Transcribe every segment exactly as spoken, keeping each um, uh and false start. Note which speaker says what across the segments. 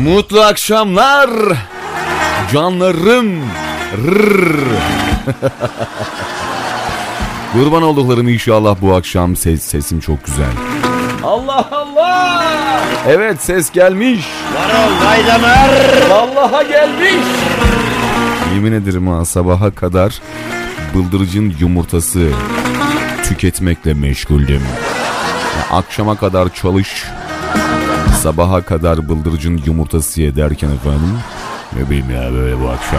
Speaker 1: Mutlu akşamlar canlarım. Kurban olduklarım, inşallah bu akşam ses, sesim çok güzel. Allah Allah. Evet, ses gelmiş.
Speaker 2: Var ol Baydamar.
Speaker 1: Vallaha gelmiş. Yemin ederim ha, sabaha kadar bıldırcın yumurtası tüketmekle meşguldüm. Akşama kadar çalış, sabaha kadar bıldırcın yumurtası yederken efendim, ne bileyim ya, böyle bu akşam.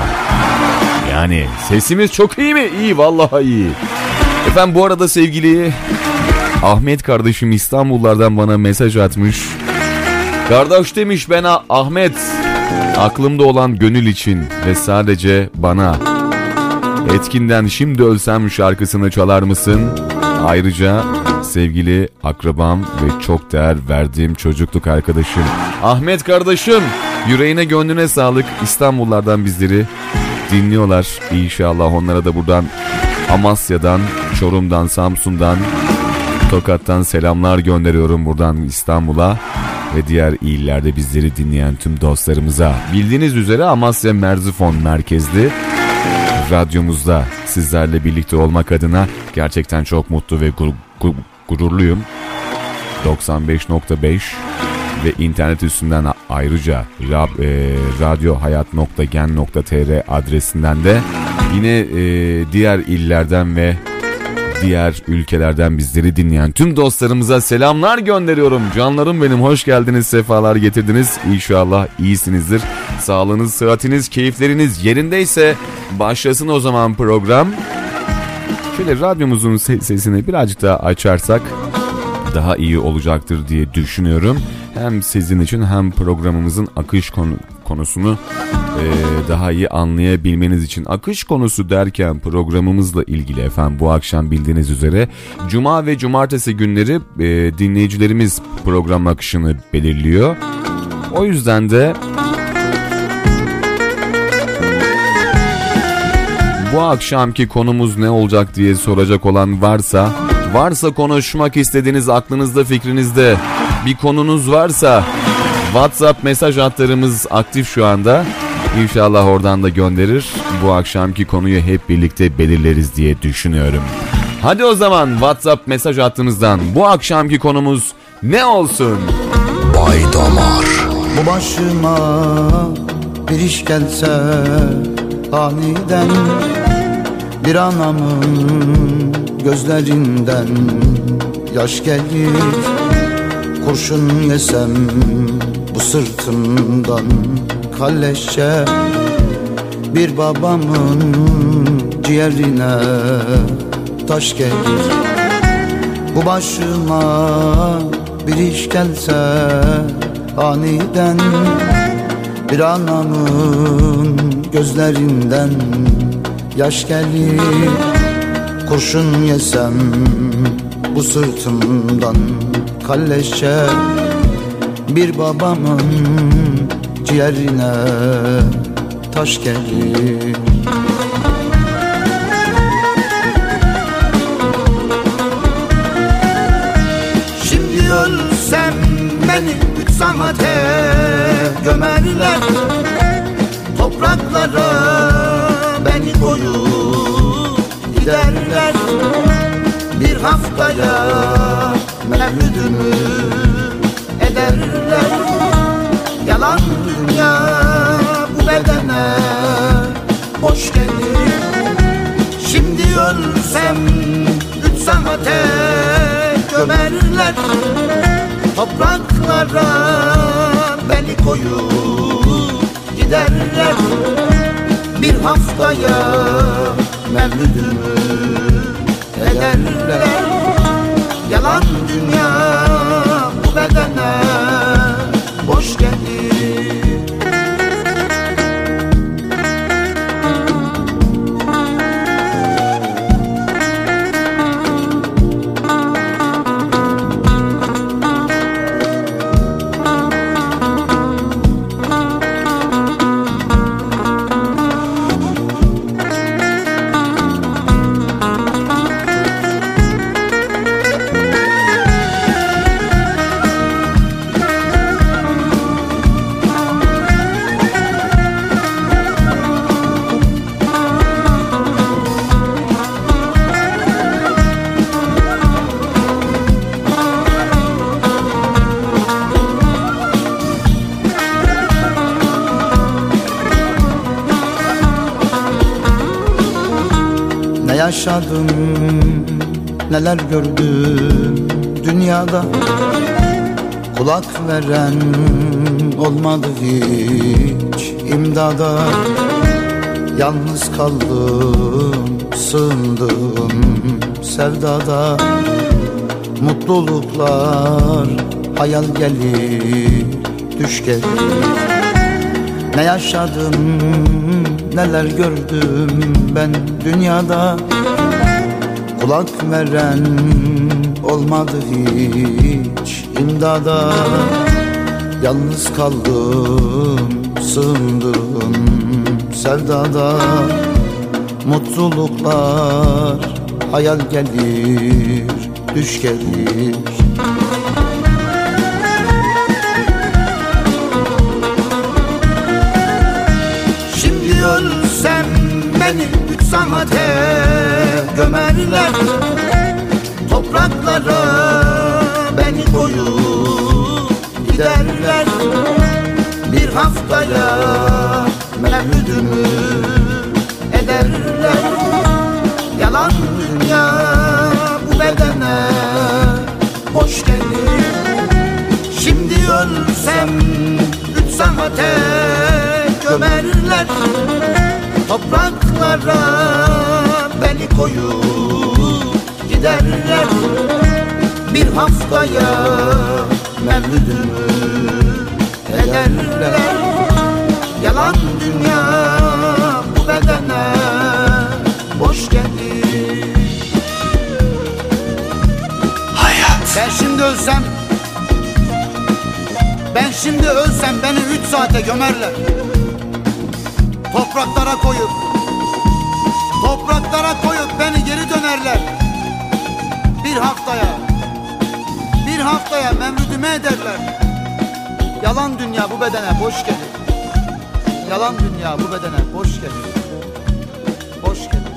Speaker 1: Yani sesimiz çok iyi mi? İyi, vallahi iyi. Efendim bu arada sevgili Ahmet kardeşim İstanbullardan bana mesaj atmış. Kardeş demiş, ben Ahmet, aklımda olan gönül için ve sadece bana Etkinden Şimdi Ölsem şarkısını çalar mısın? Ayrıca sevgili akrabam ve çok değer verdiğim çocukluk arkadaşım Ahmet kardeşim, yüreğine gönlüne sağlık. İstanbullardan bizleri dinliyorlar. İnşallah onlara da buradan Amasya'dan, Çorum'dan, Samsun'dan, Tokat'tan selamlar gönderiyorum buradan İstanbul'a ve diğer illerde bizleri dinleyen tüm dostlarımıza. Bildiğiniz üzere Amasya Merzifon merkezli radyomuzda sizlerle birlikte olmak adına gerçekten çok mutlu ve gur- gur- gururluyum. doksan beş nokta beş ve internet üstünden ayrıca rab, e, radyohayat nokta gen nokta tr adresinden de yine e, diğer illerden ve diğer ülkelerden bizleri dinleyen tüm dostlarımıza selamlar gönderiyorum. Canlarım benim, hoş geldiniz, sefalar getirdiniz. İnşallah iyisinizdir. Sağlığınız, sıhhatiniz, keyifleriniz yerindeyse başlasın o zaman program. Şöyle radyomuzun sesini birazcık daha açarsak daha iyi olacaktır diye düşünüyorum. Hem sizin için hem programımızın akış konu, konusunu e, daha iyi anlayabilmeniz için. Akış konusu derken programımızla ilgili efendim, bu akşam bildiğiniz üzere Cuma ve Cumartesi günleri e, dinleyicilerimiz program akışını belirliyor. O yüzden de bu akşamki konumuz ne olacak diye soracak olan varsa, varsa konuşmak istediğiniz, aklınızda fikrinizde bir konunuz varsa WhatsApp mesaj hatlarımız aktif şu anda. İnşallah oradan da gönderir. Bu akşamki konuyu hep birlikte belirleriz diye düşünüyorum. Hadi o zaman WhatsApp mesaj hattımızdan bu akşamki konumuz ne olsun?
Speaker 3: Baydamar. Bu başıma bir iş gelse aniden, bir anamın gözlerinden yaş gelir. Kurşun yesem bu sırtımdan kalleşçe, bir babamın ciğerine taş gelir. Bu başıma bir iş gelse aniden, bir anamın gözlerinden yaş gelir. Kurşun yesem bu sırtımdan kalleşçe, bir babamın ciğerine taş gelir. Şimdi ölsem beni üç saate gömerler, topraklara beni koyup giderler. Bir haftaya mevlüdümü ederler. Yalan dünya bu bedene hoş gelir. Şimdi ölsem üç saate gömerler, topraklara beni koyup giderler. Bir haftaya mevlüdümü ederler. Yalan dünya bu bedene boş gelir. yaşadım, neler gördüm dünyada. Kulak veren olmadı hiç imdada. Yalnız kaldım, sığındım sevdada. Mutluluklar hayal gelir, düş gelir. Ne yaşadım, neler gördüm ben dünyada. Kulak veren olmadı hiç imdada. Yalnız kaldım, sığındım sevdada. Mutluluklar hayal gelir, düş gelir. Şimdi ölsem beni üç saate gömerler. Topraklara beni koyup giderler. Bir haftaya mevlüdümü ederler. Yalan dünya bu bedene hoş gelir. Şimdi ölsem üç saate gömerler. Topraklara beni koyup giderler. Bir haftaya mevlüdümü ederler. Yalan dünya bu bedene boş gelir. Hayat. Ben şimdi ölsem, ben şimdi ölsem beni üç saate gömerler. Topraklara koyup, topraklara koyup beni geri dönerler. Bir haftaya, bir haftaya mevlüdüme ederler. Yalan dünya bu bedene boş gelir. Yalan dünya bu bedene boş gelir. Boş gelir.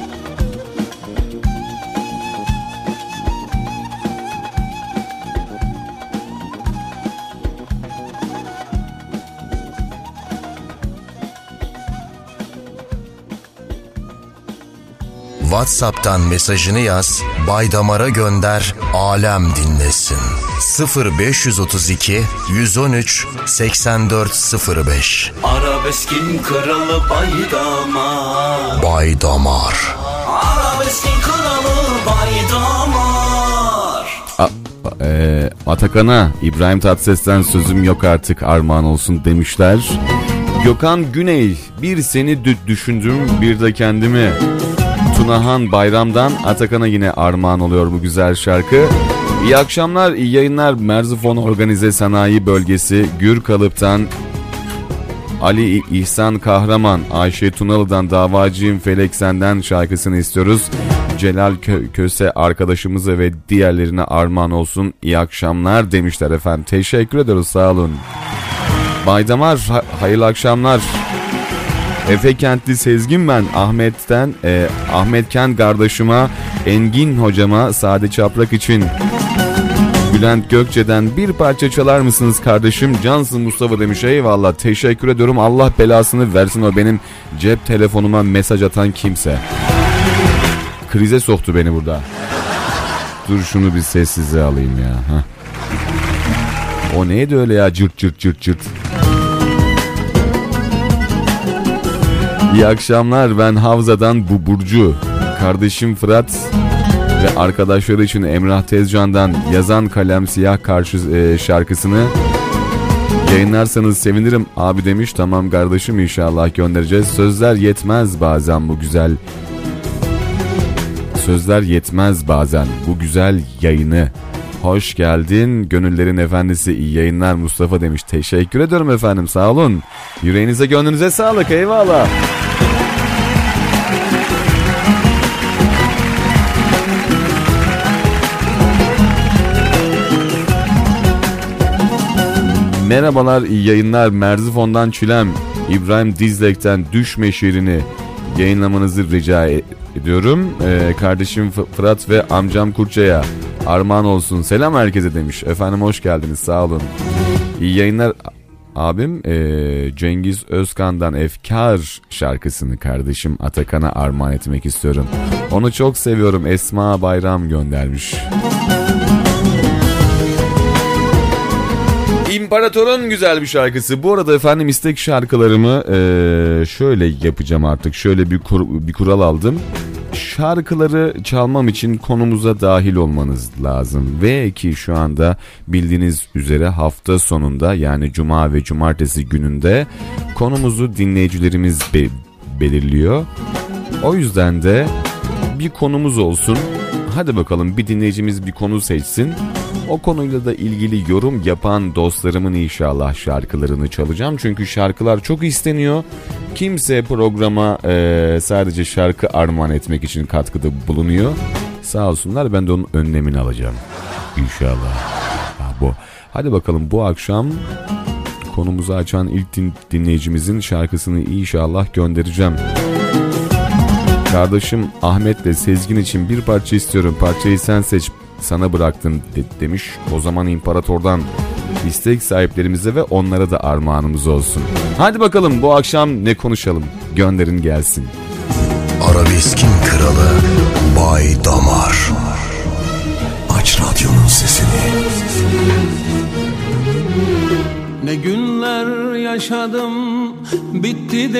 Speaker 2: WhatsApp'tan mesajını yaz, Baydamar'a gönder, alem dinlesin. sıfır beş otuz iki yüz on üç seksen dört sıfır beş.
Speaker 4: Arabeskin kralı Baydamar.
Speaker 2: Baydamar.
Speaker 4: Arabeskin kralı Baydamar.
Speaker 1: A- e- Atakan'a İbrahim Tatlıses'ten sözüm yok artık, armağan olsun demişler. Gökhan Güney, bir seni dü- düşündüm bir de kendimi. Tunahan Bayram'dan Atakan'a yine armağan oluyor bu güzel şarkı. İyi akşamlar, iyi yayınlar. Merzifon Organize Sanayi Bölgesi Gürkalıp'tan Ali İhsan Kahraman, Ayşe Tunalı'dan Davacıyım Felek Senden şarkısını istiyoruz. Celal Kö- Köse arkadaşımıza ve diğerlerine armağan olsun. İyi akşamlar demişler efendim. Teşekkür ederiz, sağ olun. Baydamar, ha- hayırlı akşamlar. Efe Kentli Sezgin ben. Ahmet'ten e, Ahmet Ken kardeşime, Engin hocama, Sade Çaprak için. Bülent Gökçe'den bir parça çalar mısınız kardeşim? Cansın Mustafa demiş. Eyvallah, teşekkür ediyorum. Allah belasını versin o benim cep telefonuma mesaj atan kimse. Krize soktu beni burada. Dur şunu bir sessize alayım ya. Heh. O neydi öyle ya, cırt cırt cırt cırt. İyi akşamlar, ben Havza'dan bu Burcu. Kardeşim Fırat ve arkadaşları için Emrah Tezcan'dan Yazan Kalem Siyah Karşı e, şarkısını yayınlarsanız sevinirim abi demiş. Tamam kardeşim, inşallah göndereceğiz. Sözler yetmez bazen bu güzel Sözler yetmez bazen bu güzel yayını. Hoş geldin gönüllerin efendisi, iyi yayınlar Mustafa demiş. Teşekkür ederim efendim, sağ olun. Yüreğinize gönlünüze sağlık, eyvallah. Merhabalar, iyi yayınlar. Merzifon'dan Çilem, İbrahim Dizlek'ten Düşme şiirini yayınlamanızı rica ediyorum. Ee, kardeşim Fırat ve amcam Kurça'ya armağan olsun. Selam herkese demiş. Efendim hoş geldiniz, sağ olun. İyi yayınlar abim e, Cengiz Özkan'dan Efkar şarkısını kardeşim Atakan'a armağan etmek istiyorum. Onu çok seviyorum. Esma Bayram göndermiş. İmparator'un güzel bir şarkısı. Bu arada efendim istek şarkılarımı e, şöyle yapacağım artık. Şöyle bir, kur, bir kural aldım. Şarkıları çalmam için konumuza dahil olmanız lazım. Ve ki şu anda bildiğiniz üzere hafta sonunda yani cuma ve cumartesi gününde konumuzu dinleyicilerimiz be- belirliyor. O yüzden de bir konumuz olsun. Hadi bakalım bir dinleyicimiz bir konu seçsin. O konuyla da ilgili yorum yapan dostlarımın inşallah şarkılarını çalacağım. Çünkü şarkılar çok isteniyor. Kimse programa e, sadece şarkı armağan etmek için katkıda bulunuyor. Sağ olsunlar, ben de onun önlemini alacağım. İnşallah. Ha, bu. Hadi bakalım bu akşam konumuzu açan ilk din, dinleyicimizin şarkısını inşallah göndereceğim. Kardeşim Ahmet'le Sezgin için bir parça istiyorum. Parçayı sen seç, sana bıraktım de, demiş. O zaman İmparator'dan istek sahiplerimize ve onlara da armağanımız olsun. Hadi bakalım bu akşam ne konuşalım? Gönderin gelsin.
Speaker 2: Arabeskin kralı Bay Damar. Aç radyonun sesini.
Speaker 5: Ne günler yaşadım, bitti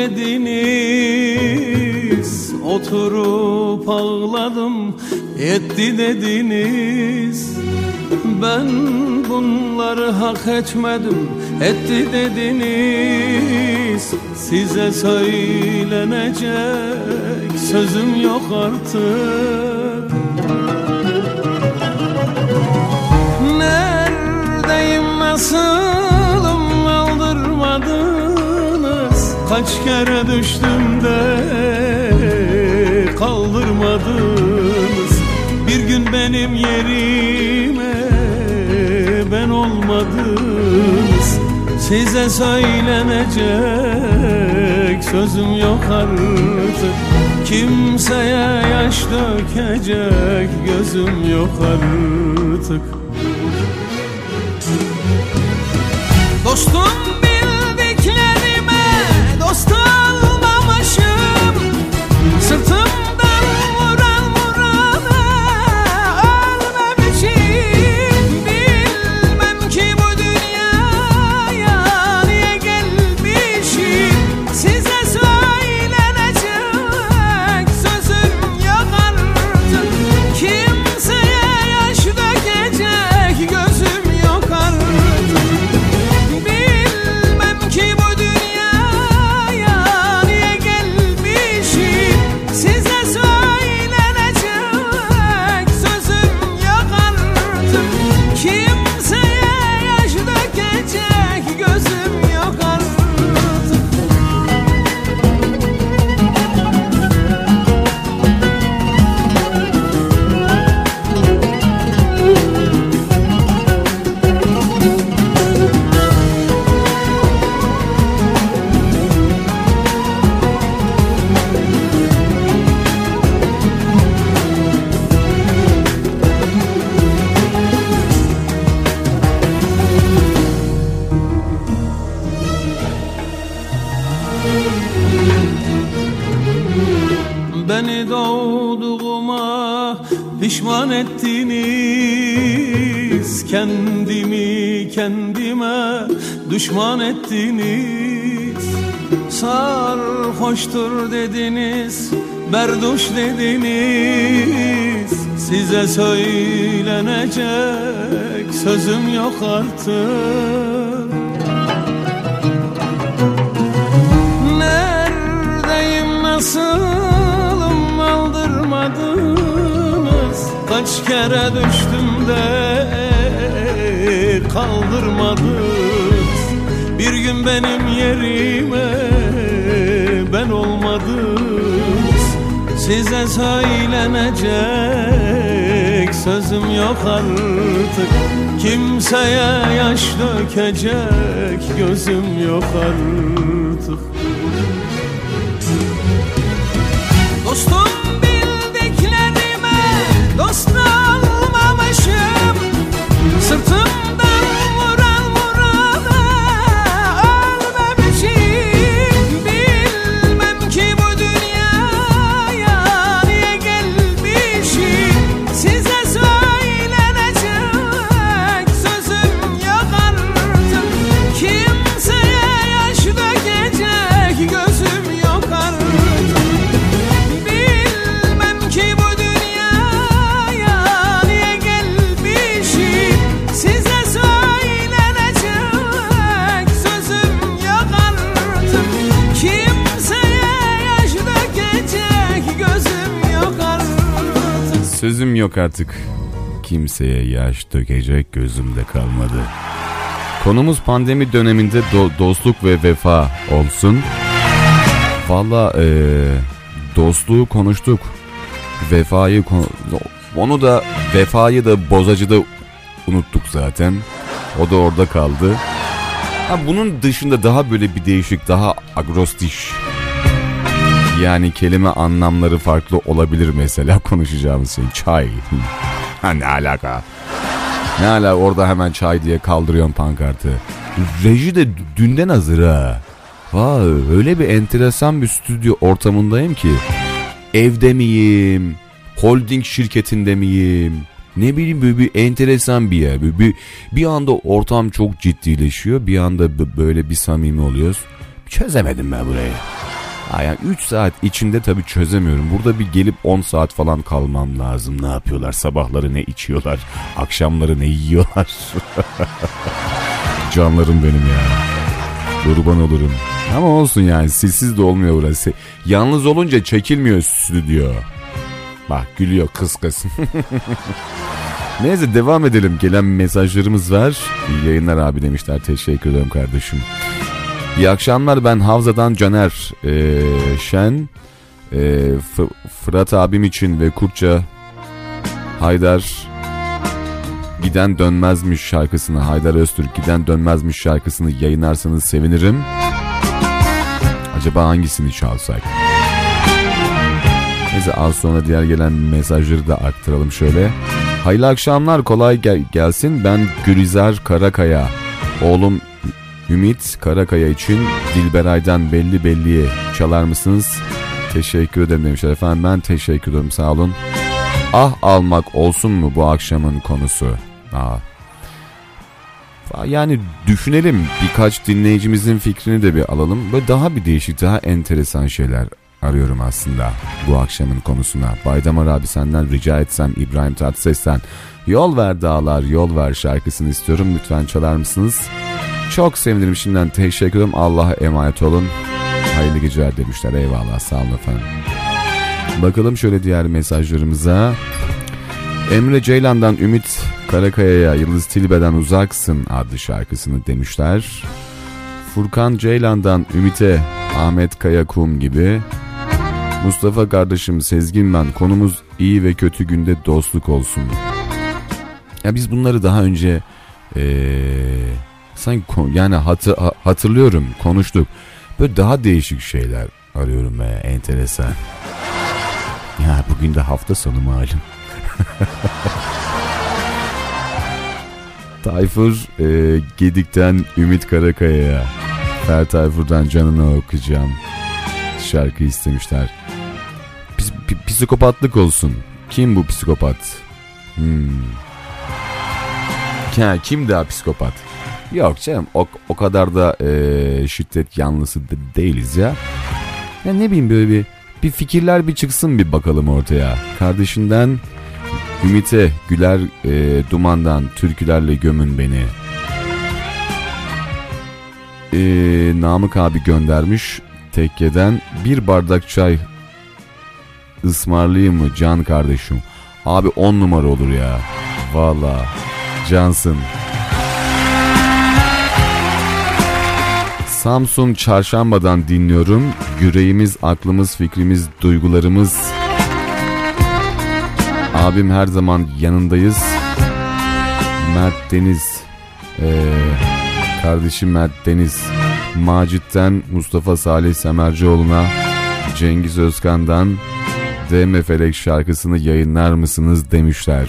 Speaker 5: dediniz. Oturup ağladım, yetti dediniz. Ben bunları hak etmedim, etti dediniz. Size söylenecek sözüm yok artık. Neredeyim, nasılım, aldırmadınız. Kaç kere düştüm de kaldırmadınız. Bir gün benim yerime ben olmadınız. Size söylenecek sözüm yok artık. Kimseye yaş dökecek gözüm yok artık. Dostum bildiklerime dost olmamışım. Sırtımdan vuran vurana ölmemişim. Bilmem ki bu dünyaya niye gelmişim. Size söylenecek sözüm yok artık. Kimseye yaş dökecek gözüm yok artık. Bilmem ki bu dünyaya niye gelmişim. Size söylenecek sözüm yok artık. Kimseye yaş dökecek gözüm yok artık. Beni doğduğuma pişman ettiniz. Kendimi kendime düşman ettiniz. Sarhoştur dediniz, berduş dediniz. Size söylenecek sözüm yok artık. Neredeyim, nasılım, aldırmadınız. Kaç kere düştüm de kaldırmadınız. Bir gün benim yerime ben olmadınız. Size söylenecek sözüm yok artık. Kimseye yaş dökecek gözüm yok artık. Dostum bildiklerime dost olmamışım. Sırtımdan vuran vurana
Speaker 1: Sözüm yok artık. Kimseye yaş dökecek gözümde kalmadı. Konumuz pandemi döneminde do- dostluk ve vefa olsun. Valla ee, dostluğu konuştuk. Vefayı kon- onu da vefayı da bozacı da unuttuk zaten. O da orada kaldı. Ha, bunun dışında daha böyle bir değişik, daha agrostiş, yani kelime anlamları farklı olabilir mesela konuşacağımız şey. Çay. Ha, ne alaka? Ne ala orada hemen çay diye kaldırıyorum pankartı. Reji de dünden hazır ha. Vay, öyle bir enteresan bir stüdyo ortamındayım ki. Evde miyim? Holding şirketinde miyim? Ne bileyim, böyle bir enteresan bir yer. Bir, bir, bir anda ortam çok ciddileşiyor. Bir anda böyle bir samimi oluyoruz. Çözemedim ben burayı. Ha, yani üç saat içinde tabii çözemiyorum. Burada bir gelip on saat falan kalmam lazım. Ne yapıyorlar? Sabahları ne içiyorlar? Akşamları ne yiyorlar? Canlarım benim ya. Kurban olurum. Ama olsun yani, sessiz de olmuyor burası. Yalnız olunca çekilmiyor stüdyo. Bak gülüyor kız kız. Neyse, devam edelim. Gelen mesajlarımız var. İyi yayınlar abi demişler. Teşekkür ederim kardeşim. İyi akşamlar, ben Havza'dan Caner ee, Şen. ee, F- Fırat abim için ve Kurtça Haydar Giden Dönmezmiş şarkısını, Haydar Öztürk Giden Dönmezmiş şarkısını yayınlarsanız sevinirim. Acaba hangisini çalsak? Neyse, az sonra diğer gelen mesajları da aktaralım şöyle. Hayırlı akşamlar, kolay gel- gelsin. Ben Gülizar Karakaya. Oğlum Ümit Karakaya için Dilberay'dan Belli Belliye çalar mısınız? Teşekkür ederim demişler efendim. Ben teşekkür ederim, sağ olun. Ah almak olsun mu bu akşamın konusu? Aa. Yani düşünelim, birkaç dinleyicimizin fikrini de bir alalım. Böyle daha bir değişik, daha enteresan şeyler arıyorum aslında bu akşamın konusuna. Baydamar abi, senden rica etsem İbrahim Tatlıses'ten Yol Ver Dağlar Yol Ver şarkısını istiyorum. Lütfen çalar mısınız? Çok sevinirim, şimdiden teşekkür ederim. Allah'a emanet olun. Hayırlı geceler demişler. Eyvallah, sağ olun efendim. Bakalım şöyle diğer mesajlarımıza. Emre Ceylan'dan Ümit Karakaya'ya Yıldız Tilbe'den Uzaksın adlı şarkısını demişler. Furkan Ceylan'dan Ümit'e Ahmet Kayakum gibi. Mustafa kardeşim Sezgin ben, konumuz iyi ve kötü günde dostluk olsun. Ya biz bunları daha önce ee, sanki yani hatır, hatırlıyorum, konuştuk. Böyle daha değişik şeyler arıyorum be, enteresan. Ya bugün de hafta sonu malum. Tayfur e, Gedik'ten Ümit Karakaya'ya Fer Tayfur'dan Canını Okuyacağım şarkı istemişler. Pis, p- psikopatlık olsun. Kim bu psikopat? Hmm. Ya, kim daha psikopat? Yok canım, o, o kadar da e, şiddet yanlısı de değiliz ya. Ya ne bileyim, böyle bir bir fikirler bir çıksın, bir bakalım ortaya. Kardeşinden Ümit'e Güler e, Duman'dan Türkülerle Gömün Beni. E, Namık abi göndermiş Tekke'den, bir bardak çay ısmarlayayım mı Can kardeşim? Abi on numara olur ya. Vallahi cansın. Samsun Çarşamba'dan dinliyorum. Yüreğimiz, aklımız, fikrimiz, duygularımız. Abim her zaman yanındayız. Mert Deniz. Ee, kardeşim Mert Deniz. Macit'ten Mustafa Salih Semercioğlu'na, Cengiz Özkan'dan D M Felek şarkısını yayınlar mısınız demişler.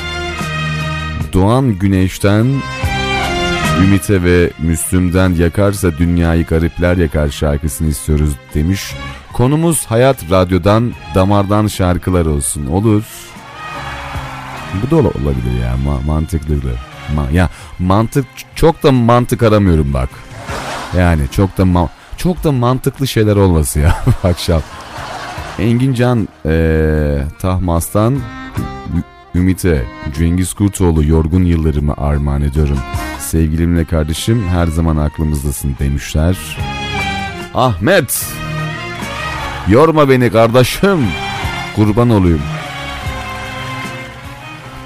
Speaker 1: Doğan Güneş'ten Ümit'e ve Müslüm'den Yakarsa Dünyayı Garipler Yakar şarkısını istiyoruz demiş. Konumuz Hayat Radyo'dan Damardan şarkılar olsun. Olur. Bu da olabilir ya, Ma- mantıklı. Ma- ya mantık, çok da mantık aramıyorum bak. Yani çok da ma- çok da mantıklı şeyler olması ya akşam. Engin Can ee, Tahmas'tan Ümit'e Cengiz Kurtoğlu Yorgun Yıllarımı armağan ediyorum. Sevgilimle kardeşim her zaman aklımızdasın demişler. Ahmet, yorma beni kardeşim, kurban olayım.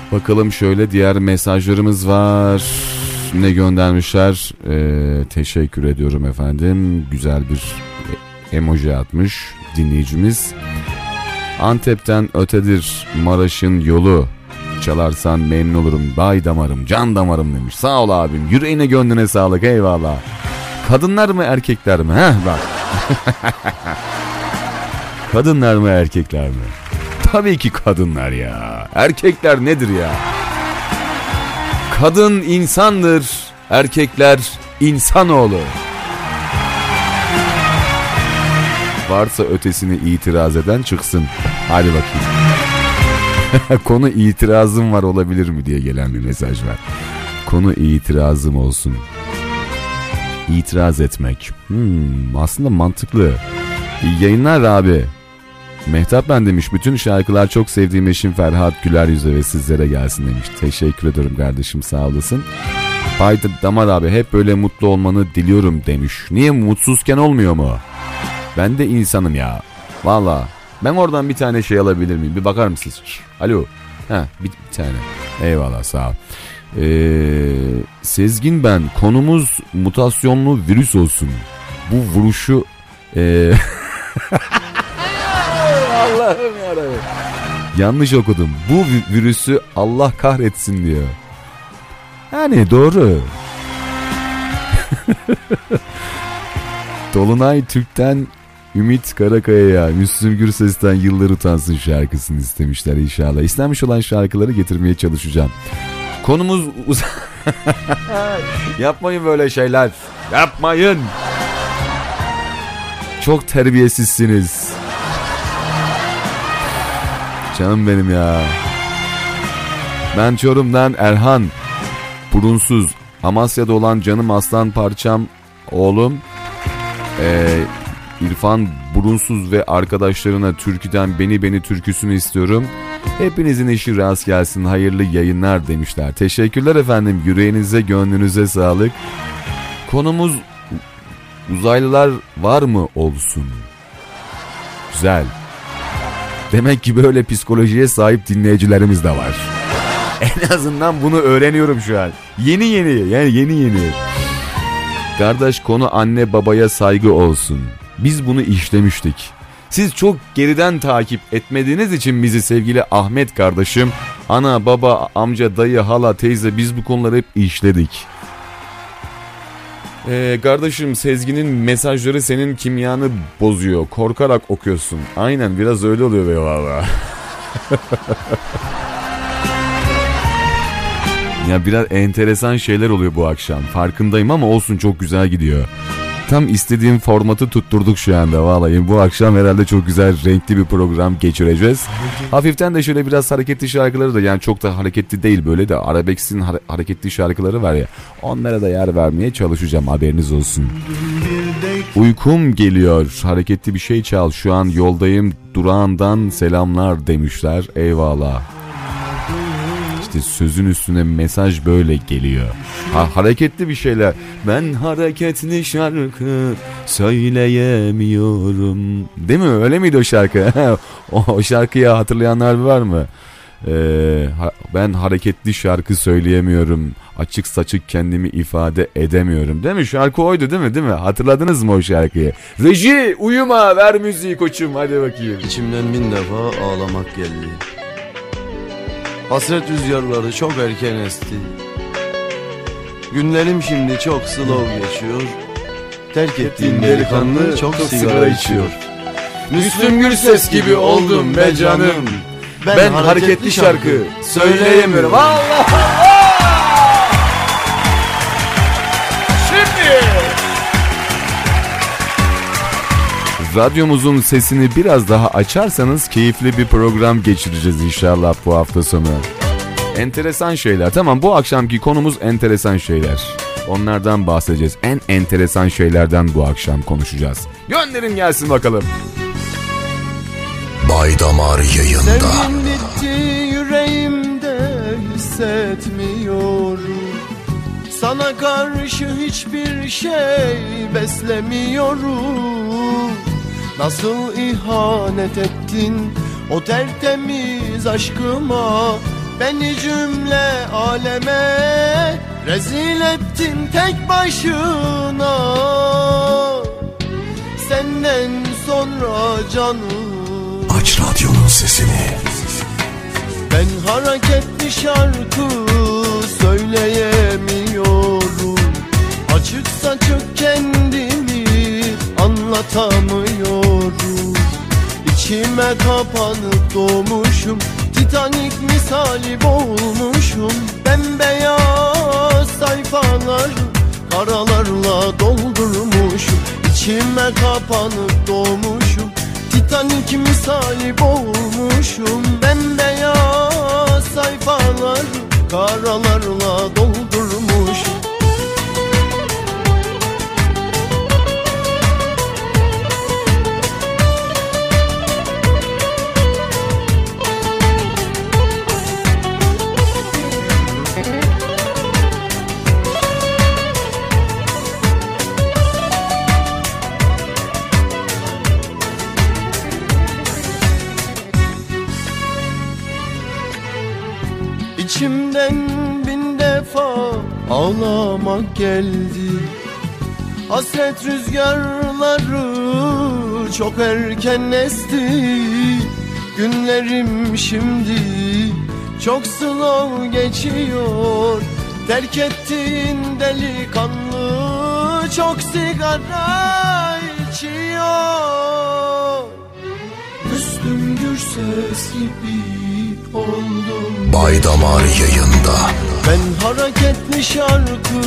Speaker 1: Bakalım şöyle diğer mesajlarımız var. Ne göndermişler? Ee, teşekkür ediyorum efendim. Güzel bir emoji atmış dinleyicimiz. Antep'ten ötedir Maraş'ın yolu. Çalarsan memnun olurum. Bay damarım, can damarım demiş. Sağ ol abim. Yüreğine gönlüne sağlık. Eyvallah. Kadınlar mı erkekler mi? Heh bak. Kadınlar mı erkekler mi? Tabii ki kadınlar ya. Erkekler nedir ya? Kadın insandır. Erkekler insanoğlu. Varsa ötesini itiraz eden çıksın. Hadi bakayım. Konu itirazım var olabilir mi diye gelen bir mesaj var. Konu itirazım olsun. İtiraz etmek. Hmm, aslında mantıklı. İyi yayınlar abi. Mehtap ben demiş. Bütün şarkılar çok sevdiğim eşim Ferhat Güler Yüze ve sizlere gelsin demiş. Teşekkür ederim kardeşim, sağ olasın. Bay Damar abi hep böyle mutlu olmanı diliyorum demiş. Niye mutsuzken olmuyor mu? Ben de insanım ya. Valla. Ben oradan bir tane şey alabilir miyim? Bir bakar mısınız? Alo. Ha, bir, bir tane. Eyvallah, sağ ol. Ee, Sezgin ben. Konumuz mutasyonlu virüs olsun. Bu vuruşu... Ee... Allah'ım yarabbim. Yanlış okudum. Bu virüsü Allah kahretsin diyor. Yani doğru. Dolunay Türk'ten Ümit Karakaya'ya, Müslüm Gürses'ten Yıllar Utansın şarkısını istemişler inşallah. İstenmiş olan şarkıları getirmeye çalışacağım. Konumuz uz- yapmayın böyle şeyler. Yapmayın. Çok terbiyesizsiniz. Canım benim ya. Ben Çorum'dan Erhan. Burunsuz. Amasya'da olan canım aslan parçam oğlum. Ee, İrfan Burunsuz ve arkadaşlarına türküden Beni Beni türküsünü istiyorum. Hepinizin işi rast gelsin, hayırlı yayınlar demişler. Teşekkürler efendim, yüreğinize gönlünüze sağlık. Konumuz uzaylılar var mı olsun? Güzel. Demek ki böyle psikolojiye sahip dinleyicilerimiz de var. En azından bunu öğreniyorum şu an. Yeni yeni, yani yeni yeni. Kardeş, konu anne babaya saygı olsun. Biz bunu işlemiştik. Siz çok geriden takip etmediğiniz için bizi sevgili Ahmet kardeşim, ana, baba, amca, dayı, hala, teyze, biz bu konuları hep işledik. Ee, kardeşim, Sezgin'in mesajları senin kimyanı bozuyor. Korkarak okuyorsun. Aynen, biraz öyle oluyor be valla. Ya biraz enteresan şeyler oluyor bu akşam. Farkındayım ama olsun, çok güzel gidiyor. Tam istediğim formatı tutturduk şu anda vallahi. Bu akşam herhalde çok güzel, renkli bir program geçireceğiz. Hafiften de şöyle biraz hareketli şarkıları da, yani çok da hareketli değil, böyle de arabesksin hare- hareketli şarkıları var ya. Onlara da yer vermeye çalışacağım, haberiniz olsun. Uykum geliyor, hareketli bir şey çal, şu an yoldayım, durağından selamlar demişler. Eyvallah. İşte sözün üstüne mesaj böyle geliyor. Ha, hareketli bir şeyler. Ben hareketli şarkı söyleyemiyorum. Değil mi? Öyle miydi o şarkı? o, o şarkıyı hatırlayanlar var mı? Ee, ha, ben hareketli şarkı söyleyemiyorum. Açık saçık kendimi ifade edemiyorum. Değil mi? Şarkı oydu değil mi? Değil mi? Hatırladınız mı o şarkıyı? Reji, uyuma, ver müziği koçum. Hadi bakayım.
Speaker 6: İçimden bin defa ağlamak geldi. Hasret rüzgarları çok erken esti. Günlerim şimdi çok slow geçiyor. Terk ettiğim delikanlı çok sigara içiyor.
Speaker 1: Müslüm Gürses gibi oldum be canım. Ben, ben hareketli şarkı söyleyemiyorum. Allah Allah! Şimdi radyomuzun sesini biraz daha açarsanız keyifli bir program geçireceğiz inşallah bu hafta sonu. Enteresan şeyler. Tamam, bu akşamki konumuz enteresan şeyler. Onlardan bahsedeceğiz. En enteresan şeylerden bu akşam konuşacağız. Gönderin gelsin bakalım.
Speaker 2: Bay Damar yayında.
Speaker 5: Sevgin bitti yüreğimde, hissetmiyorum. Sana karşı hiçbir şey beslemiyorum. Nasıl ihanet ettin o tertemiz aşkıma? Beni cümle aleme rezil ettin tek başına. Senden sonra canım
Speaker 2: Aç radyonun sesini.
Speaker 5: ben hareketli şarkı söyleyemiyorum. Açık saçık kendimi anlatamıyorum. İçime kapanıp doğmuşum, Titanik misali boğulmuşum. Bembeyaz sayfalar karalarla doldurmuşum. İçime kapanıp doğmuşum, Titanik misali boğulmuşum. Bembeyaz sayfalar karalarla doldurmuşum. İçimden bin defa ağlamak geldi. Hasret rüzgarları çok erken esti. Günlerim şimdi çok slow geçiyor. Terk ettiğin delikanlı çok sigara içiyor. Müslüm Gürses gibi oldum.
Speaker 2: Bay Damar yayında.
Speaker 5: Ben hareketli şarkı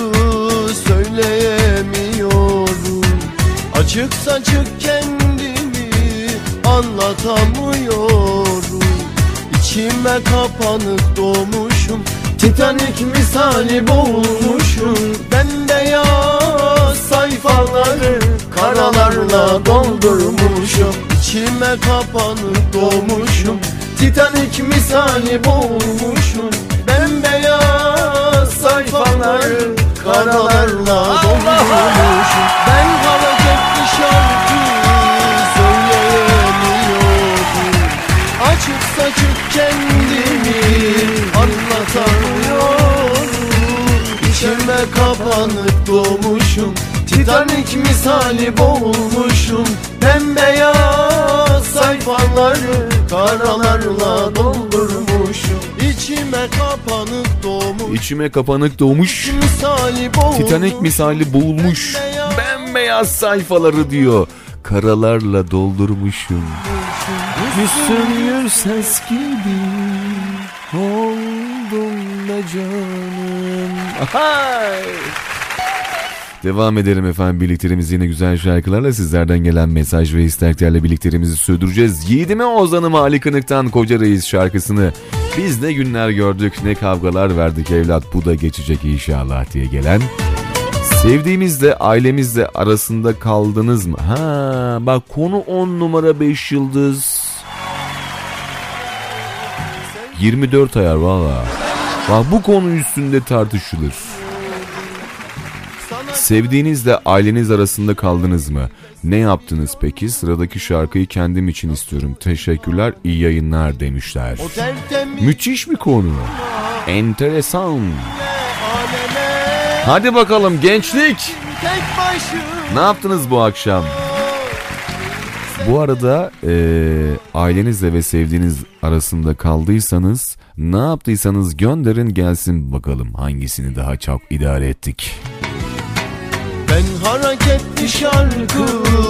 Speaker 5: söyleyemiyorum. Açık saçık kendimi anlatamıyorum. İçime kapanıp doğmuşum, Titanik misali boğulmuşum. Bembeyaz sayfaları karalarla doldurmuşum. İçime kapanıp doğmuşum, Titanik misali boğulmuşum. Bembeyaz sayfaları karalarla doldurmuşum. Ben hareketli şarkı söyleyemiyorum. Açık saçık kendimi anlatamıyorum. İçime kapanıp doğmuşum, Titanik misali boğulmuşum. Bembeyaz sayfaları karalarla doldurmuşum. İçime kapanık doğmuş,
Speaker 1: İçime kapanık doğmuş,
Speaker 5: misali boğulmuş.
Speaker 1: Titanik misali boğulmuş, bembeyaz sayfaları diyor, karalarla doldurmuşum. Müslüm Gürses gibi oldum da canım. Ahay! Devam edelim efendim, birliklerimiz yine güzel şarkılarla, sizlerden gelen mesaj ve isteklerle birliklerimizi sürdüreceğiz. Yiğidime Ozan'ım Ali Kınık'tan Koca Reis şarkısını, biz ne günler gördük ne kavgalar verdik evlat, bu da geçecek inşallah diye gelen. Sevdiğimizle ailemizle arasında kaldınız mı? Ha bak, konu on numara beş yıldız. yirmi dört ayar valla. Bak, bu konu üstünde tartışılır. Sevdiğinizle aileniz arasında kaldınız mı? Ne yaptınız peki? Sıradaki şarkıyı kendim için istiyorum. Teşekkürler, iyi yayınlar demişler. Müthiş bir konu. Enteresan. Hadi bakalım gençlik. Ne yaptınız bu akşam? Bu arada e, ailenizle ve sevdiğiniz arasında kaldıysanız, ne yaptıysanız gönderin gelsin bakalım hangisini daha çok idare ettik.
Speaker 5: Ben hareketli şarkı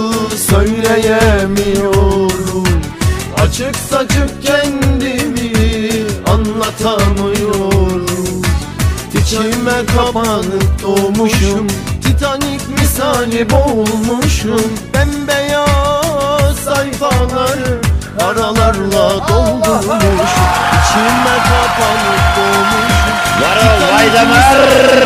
Speaker 5: söyleyemiyorum. Açık saçık kendimi anlatamıyorum. İçime kapanıp doğmuşum, Titanik misali boğulmuşum. Bembeyaz sayfaları karalarla doldurmuşum. İçime kapanıp doğmuşum, Titanik misali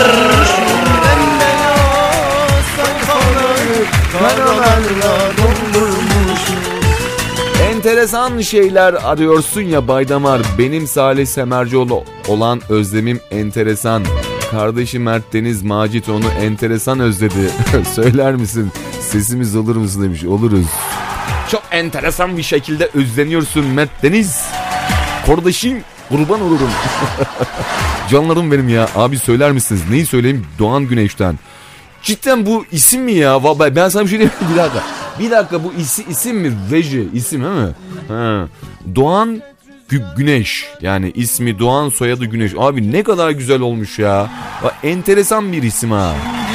Speaker 5: karalarla doldurmuşum.
Speaker 1: Enteresan şeyler arıyorsun ya Baydamar. Benim Salih Semercioğlu olan özlemim enteresan. Kardeşi Mert Deniz Macit onu enteresan özledi. Söyler misin? Sesimiz olur musun demiş. Oluruz. Çok enteresan bir şekilde özleniyorsun Mert Deniz. Kardeşim Kurban olurum. Canlarım benim ya. Abi söyler misiniz? Neyi söyleyeyim? Doğan Güneş'ten. Cidden bu isim mi ya? Ben sana bir şey diyeyim. Bir dakika. Bir dakika bu isim, isim mi? Reji isim değil mi? Ha. Doğan Gü- Güneş. Yani ismi Doğan, soyadı Güneş. Abi ne kadar güzel olmuş ya. Enteresan bir isim ha.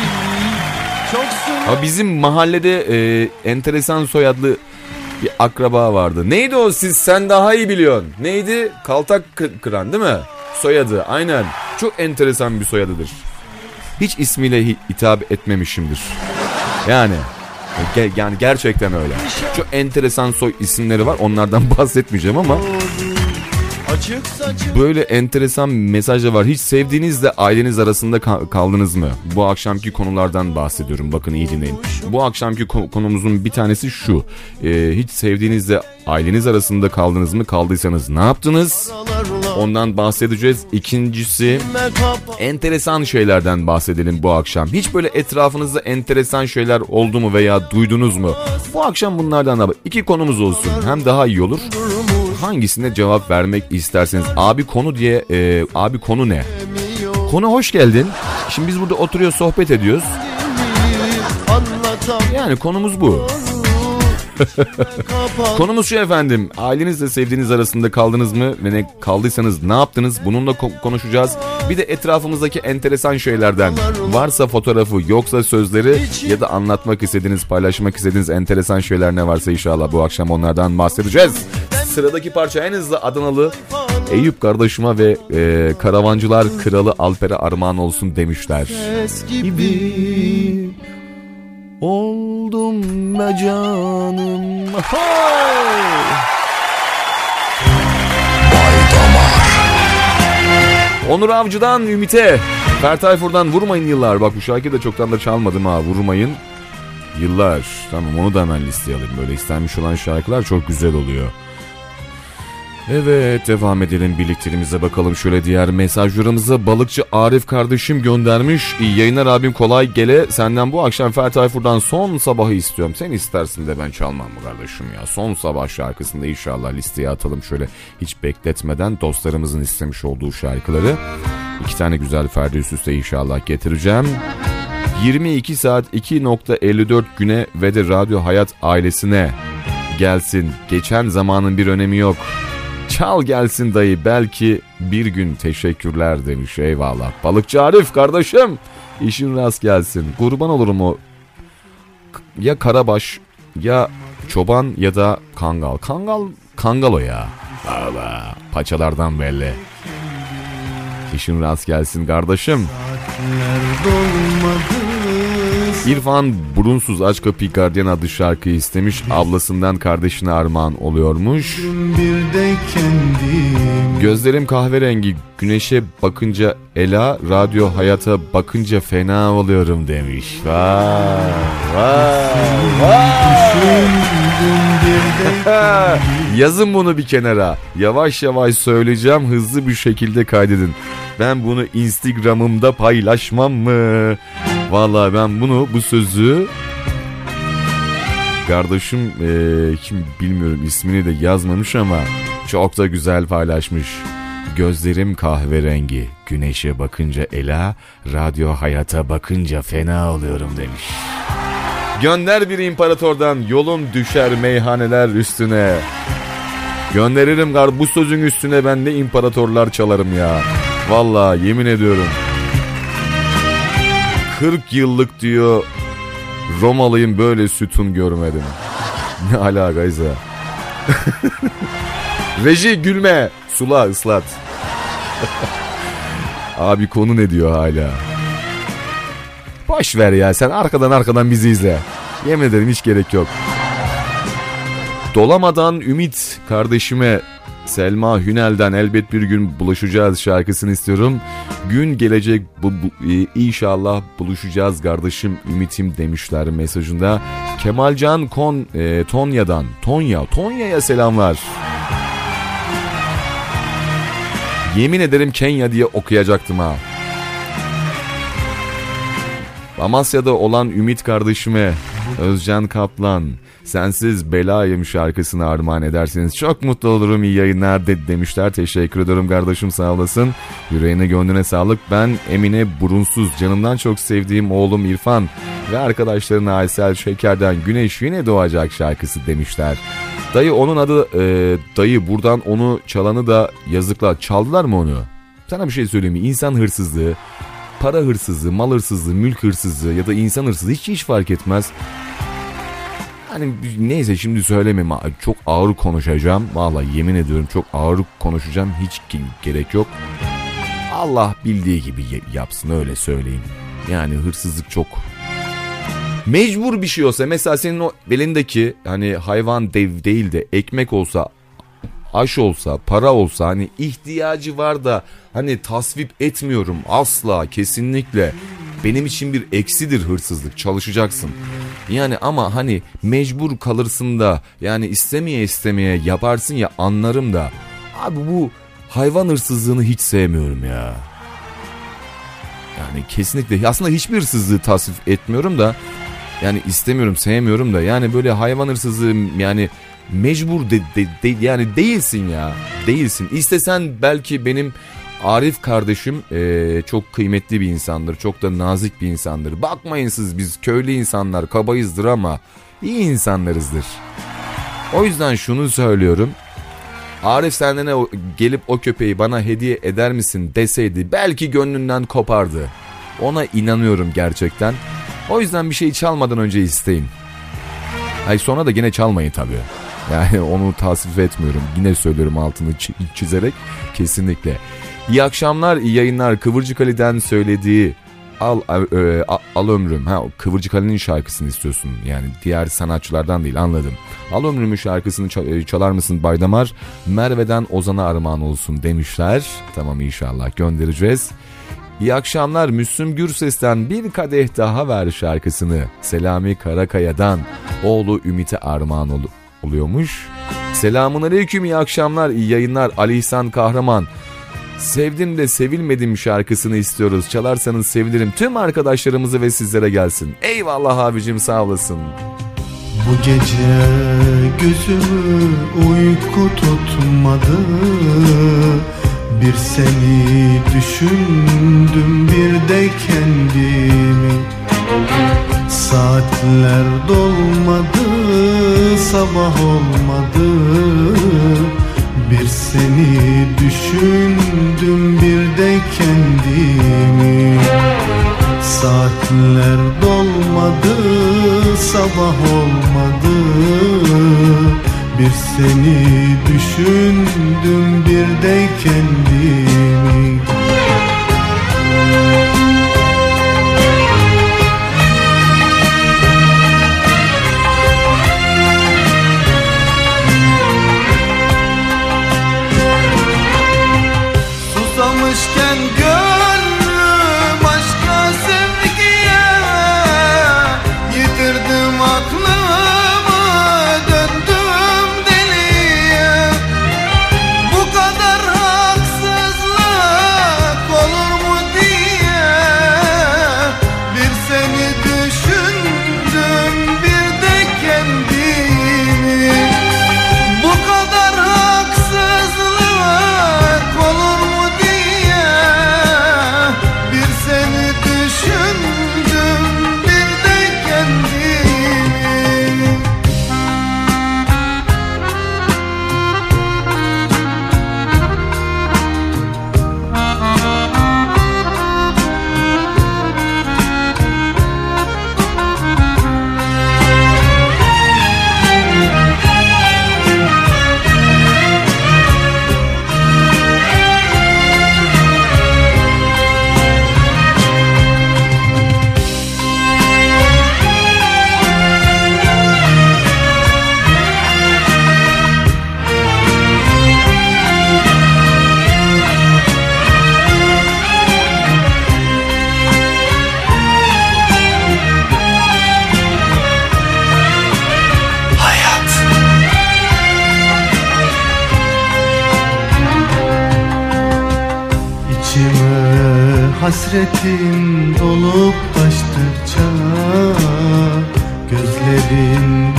Speaker 1: Abi bizim mahallede e, enteresan soyadlı bir akraba vardı. Neydi o, siz sen daha iyi biliyorsun. Neydi? Kaltak Kıran değil mi? Soyadı aynen. Çok enteresan bir soyadıdır. Hiç ismiyle hitap etmemişimdir. Yani ge- yani gerçekten öyle. Çok enteresan soy isimleri var. Onlardan bahsetmeyeceğim ama böyle enteresan mesajlar var. Hiç sevdiğinizle aileniz arasında kaldınız mı? Bu akşamki konulardan bahsediyorum. Bakın iyi dinleyin. Bu akşamki konumuzun bir tanesi şu. Ee, hiç sevdiğinizle aileniz arasında kaldınız mı? Kaldıysanız ne yaptınız? Ondan bahsedeceğiz. İkincisi, enteresan şeylerden bahsedelim bu akşam. Hiç böyle etrafınızda enteresan şeyler oldu mu veya duydunuz mu? Bu akşam bunlardan da iki konumuz olsun. Hem daha iyi olur. Hangisine cevap vermek isterseniz. Abi konu diye, e, abi konu ne? Konu hoş geldin. Şimdi biz burada oturuyor sohbet ediyoruz. Yani konumuz bu. Konumuz şu efendim. Ailenizle sevdiğiniz arasında kaldınız mı ve ne kaldıysanız ne yaptınız? Bununla ko- konuşacağız. Bir de etrafımızdaki enteresan şeylerden, varsa fotoğrafı yoksa sözleri ya da anlatmak istediğiniz, paylaşmak istediğiniz enteresan şeyler ne varsa inşallah bu akşam onlardan bahsedeceğiz. Sıradaki parça en hızlı Adanalı Eyüp kardeşime ve e, Karavancılar Kralı Alper'e armağan olsun demişler. Gibi oldum be canım. Onur Avcı'dan Ümit'e, Fertayfur'dan Vurmayın Yıllar. Bak bu şarkıyı da çoktan da çalmadım ha. Vurmayın Yıllar. Tamam, onu da hemen listeye alayım. Böyle istenmiş olan şarkılar çok güzel oluyor. Evet, devam edelim birlikteliğimize, bakalım şöyle diğer mesajlarımıza. Balıkçı Arif kardeşim göndermiş. İyi yayınlar abim, kolay gele. Senden bu akşam Fertayfur'dan Son Sabahı istiyorum. Sen istersin de ben çalmam mı kardeşim ya? Son Sabah şarkısını da inşallah listeye atalım şöyle hiç bekletmeden, dostlarımızın istemiş olduğu şarkıları. İki tane güzel Ferdi üst üste inşallah getireceğim. yirmi iki saat iki nokta elli dört güne ve de Radyo Hayat ailesine gelsin. Geçen zamanın bir önemi yok. Çal gelsin dayı, belki bir gün, teşekkürler demiş. Eyvallah. Balıkçı Arif kardeşim, işin rast gelsin. Kurban olurum o ya karabaş ya çoban ya da kangal. Kangal kangal o ya. Allah, paçalardan belli. İşin rast gelsin kardeşim. İrfan Burunsuz Aç Kapıyı Gardiyan adlı şarkıyı istemiş. Ablasından kardeşine armağan oluyormuş. Gözlerim kahverengi, güneşe bakınca ela, radyo hayata bakınca fena oluyorum demiş. Vay vay vay. Yazın bunu bir kenara. Yavaş yavaş söyleyeceğim, hızlı bir şekilde kaydedin. Ben bunu Instagram'ımda paylaşmam mı? Vallahi ben bunu, bu sözü kardeşim e, kim bilmiyorum, ismini de yazmamış ama çok da güzel paylaşmış. Gözlerim kahverengi, güneşe bakınca ela, radyo hayata bakınca fena oluyorum demiş. Gönder bir imparatordan, yolum düşer meyhaneler üstüne. Gönderirim gar, bu sözün üstüne ben de imparatorlar çalarım ya. Vallahi yemin ediyorum. kırk yıllık diyor Romalıyım, böyle sütun görmedim. Ne alakaysa. Reji gülme, sula ıslat. Abi konu ne diyor hala? Boş ver ya, sen arkadan arkadan bizi izle. Yemin ederim hiç gerek yok. Dolamadan Ümit kardeşime, Selma Hünel'den elbet bir gün buluşacağız şarkısını istiyorum. Gün gelecek bu, bu, e, inşallah buluşacağız kardeşim ümitim demişler mesajında. Kemalcan Kon e, Tonya'dan Tonya Tonya'ya selamlar. Yemin ederim Kenya diye okuyacaktım ha. Amasya'da olan Ümit kardeşime Özcan Kaplan, sensiz belayım şarkısını armağan ederseniz çok mutlu olurum, iyi yayınlar de demişler. Teşekkür ederim kardeşim, sağ olasın. Yüreğine gönlüne sağlık. Ben Emine Burunsuz, canımdan çok sevdiğim oğlum İrfan ve arkadaşlarına Aysel Şeker'den Güneş Yine Doğacak şarkısı demişler. Dayı onun adı e, dayı, buradan onu çalanı da yazıklar. Çaldılar mı onu? Sana bir şey söyleyeyim mi? İnsan hırsızlığı, para hırsızlığı, mal hırsızlığı, mülk hırsızlığı ya da insan hırsızlığı hiç hiç fark etmez. Hani neyse, şimdi söylemeyeyim, çok ağır konuşacağım. Vallahi yemin ediyorum çok ağır konuşacağım, hiç gerek yok. Allah bildiği gibi yapsın, öyle söyleyeyim. Yani hırsızlık çok mecbur bir şey olsa, mesela senin o elindeki hani hayvan dev değil de ekmek olsa, aş olsa, para olsa, hani ihtiyacı var da hani tasvip etmiyorum asla, kesinlikle. Benim için bir eksidir hırsızlık, çalışacaksın. Yani ama hani mecbur kalırsın da, yani istemeye istemeye yaparsın ya, anlarım da. Abi bu hayvan hırsızlığını hiç sevmiyorum ya. Yani kesinlikle, aslında hiçbir hırsızlığı tasvip etmiyorum da. Yani istemiyorum, sevmiyorum da. Yani böyle hayvan hırsızlığı, yani mecbur de, de, de, yani değilsin ya. Değilsin. İstesen belki benim Arif kardeşim e, çok kıymetli bir insandır. Çok da nazik bir insandır. Bakmayın siz, biz köylü insanlar kabayızdır ama iyi insanlarızdır. O yüzden şunu söylüyorum. Arif senden ne, gelip o köpeği bana hediye eder misin deseydi belki gönlünden kopardı. Ona inanıyorum gerçekten. O yüzden bir şey çalmadan önce isteyin. Ay sonra da yine çalmayın tabii. Yani onu tasvip etmiyorum. Yine söylüyorum altını çizerek, kesinlikle. İyi akşamlar, iyi yayınlar. Kıvırcık Ali'den söylediği Al, al, al Ömrüm. Ha, Kıvırcık Ali'nin şarkısını istiyorsun. Yani diğer sanatçılardan değil, anladım. Al Ömrüm'ün şarkısını çalar mısın Baydamar? Merve'den Ozan'a armağan olsun demişler. Tamam, inşallah göndereceğiz. İyi akşamlar, Müslüm Gürses'ten Bir Kadeh Daha Ver şarkısını Selami Karakaya'dan oğlu Ümit'e armağan ol- oluyormuş. Selamun aleyküm, iyi akşamlar, iyi yayınlar. Ali İhsan Kahraman, Sevdim de Sevilmedim şarkısını istiyoruz. Çalarsanız sevinirim. Tüm arkadaşlarımızı ve sizlere gelsin. Eyvallah abicim, sağ olasın.
Speaker 5: Bu gece gözümü uyku tutmadı. Bir seni düşündüm, bir de kendimi. Saatler dolmadı, sabah olmadı. Bir seni düşündüm, bir de kendimi. Saatler dolmadı, sabah olmadı. Bir seni düşündüm, bir de kendimi.
Speaker 3: Susamışken gönlüm aşka sevgiye, yitirdim aklımı, döndüm deliye. Bu kadar haksızlık olur mu diye bir seni düşündüm, bir de kendimi. Bu kadar haksızlık olur mu diye bir seni düşündüm, bir de kendimi.
Speaker 5: İçime hasretin dolup taştıkça gözlerim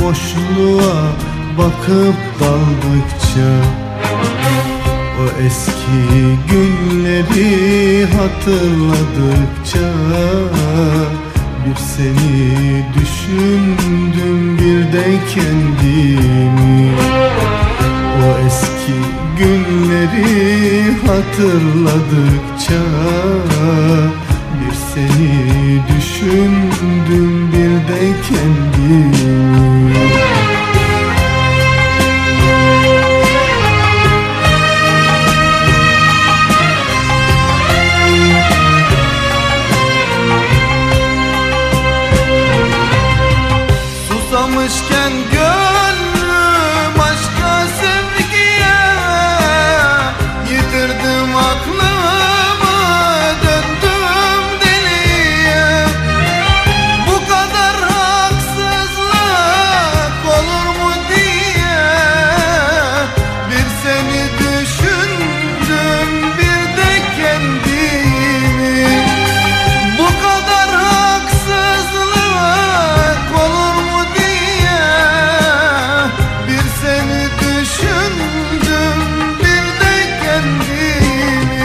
Speaker 5: boşluğa bakıp daldıkça, o eski günleri hatırladıkça, bir seni düşündüm bir de kendimi. O eski günleri hatırladıkça, bir seni düşündüm bir de kendimi.
Speaker 3: Susamışken gönlüm aşka sevgiye, yitirdim aklımı, döndüm deliye. Bu kadar haksızlık olur mu diye, bir seni düşündüm bir de kendimi. Bu kadar haksızlık olur mu diye, bir seni düşündüm bir de kendimi.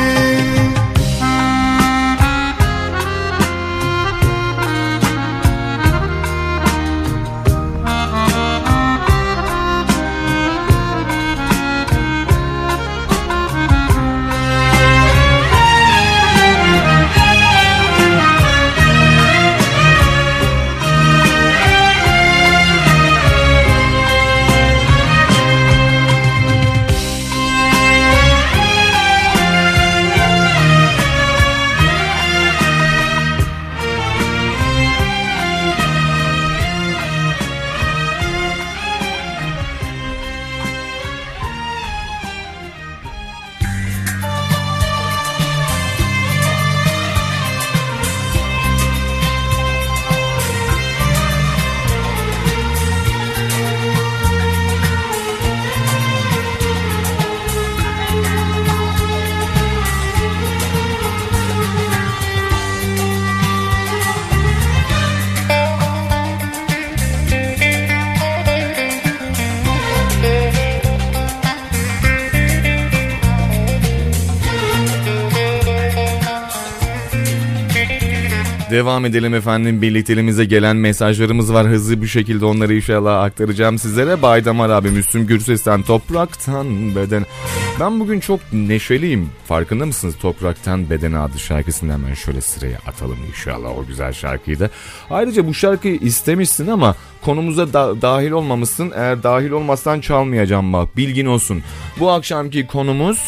Speaker 1: Devam edelim efendim. Birlikteliğimize gelen mesajlarımız var. Hızlı bir şekilde onları inşallah aktaracağım sizlere. Baydamar abi, Müslüm Gürses'ten Topraktan Beden. Ben bugün çok neşeliyim. Farkında mısınız? Topraktan Bedene adlı şarkısını hemen şöyle sıraya atalım inşallah, o güzel şarkıyı da. Ayrıca bu şarkıyı istemişsin ama konumuza da- dahil olmamışsın. Eğer dahil olmazsan çalmayacağım bak. Bilgin olsun. Bu akşamki konumuz,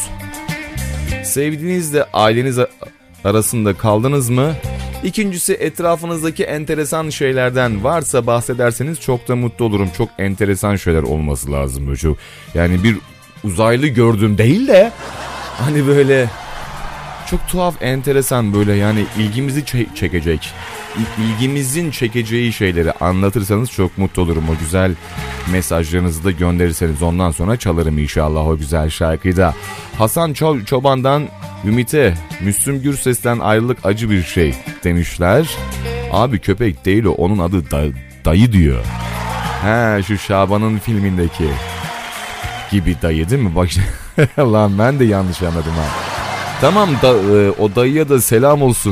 Speaker 1: sevdiğinizle aileniz arasında kaldınız mı? İkincisi, etrafınızdaki enteresan şeylerden varsa bahsederseniz çok da mutlu olurum. Çok enteresan şeyler olması lazım böyle çok. Yani bir uzaylı gördüm değil de hani böyle çok tuhaf, enteresan, böyle yani ilgimizi ç- çekecek, ilgimizin çekeceği şeyleri anlatırsanız çok mutlu olurum. O güzel mesajlarınızı da gönderirseniz ondan sonra çalarım inşallah o güzel şarkıyı da. Hasan Ço- Çoban'dan Ümit'e, Müslüm Gürses'ten ayrılık acı bir şey demişler. Abi köpek değil o, onun adı da- dayı diyor. He, şu Şaban'ın filmindeki gibi dayı değil mi? Bak lan ben de yanlış anladım ha. Tamam da, e, o dayıya da selam olsun.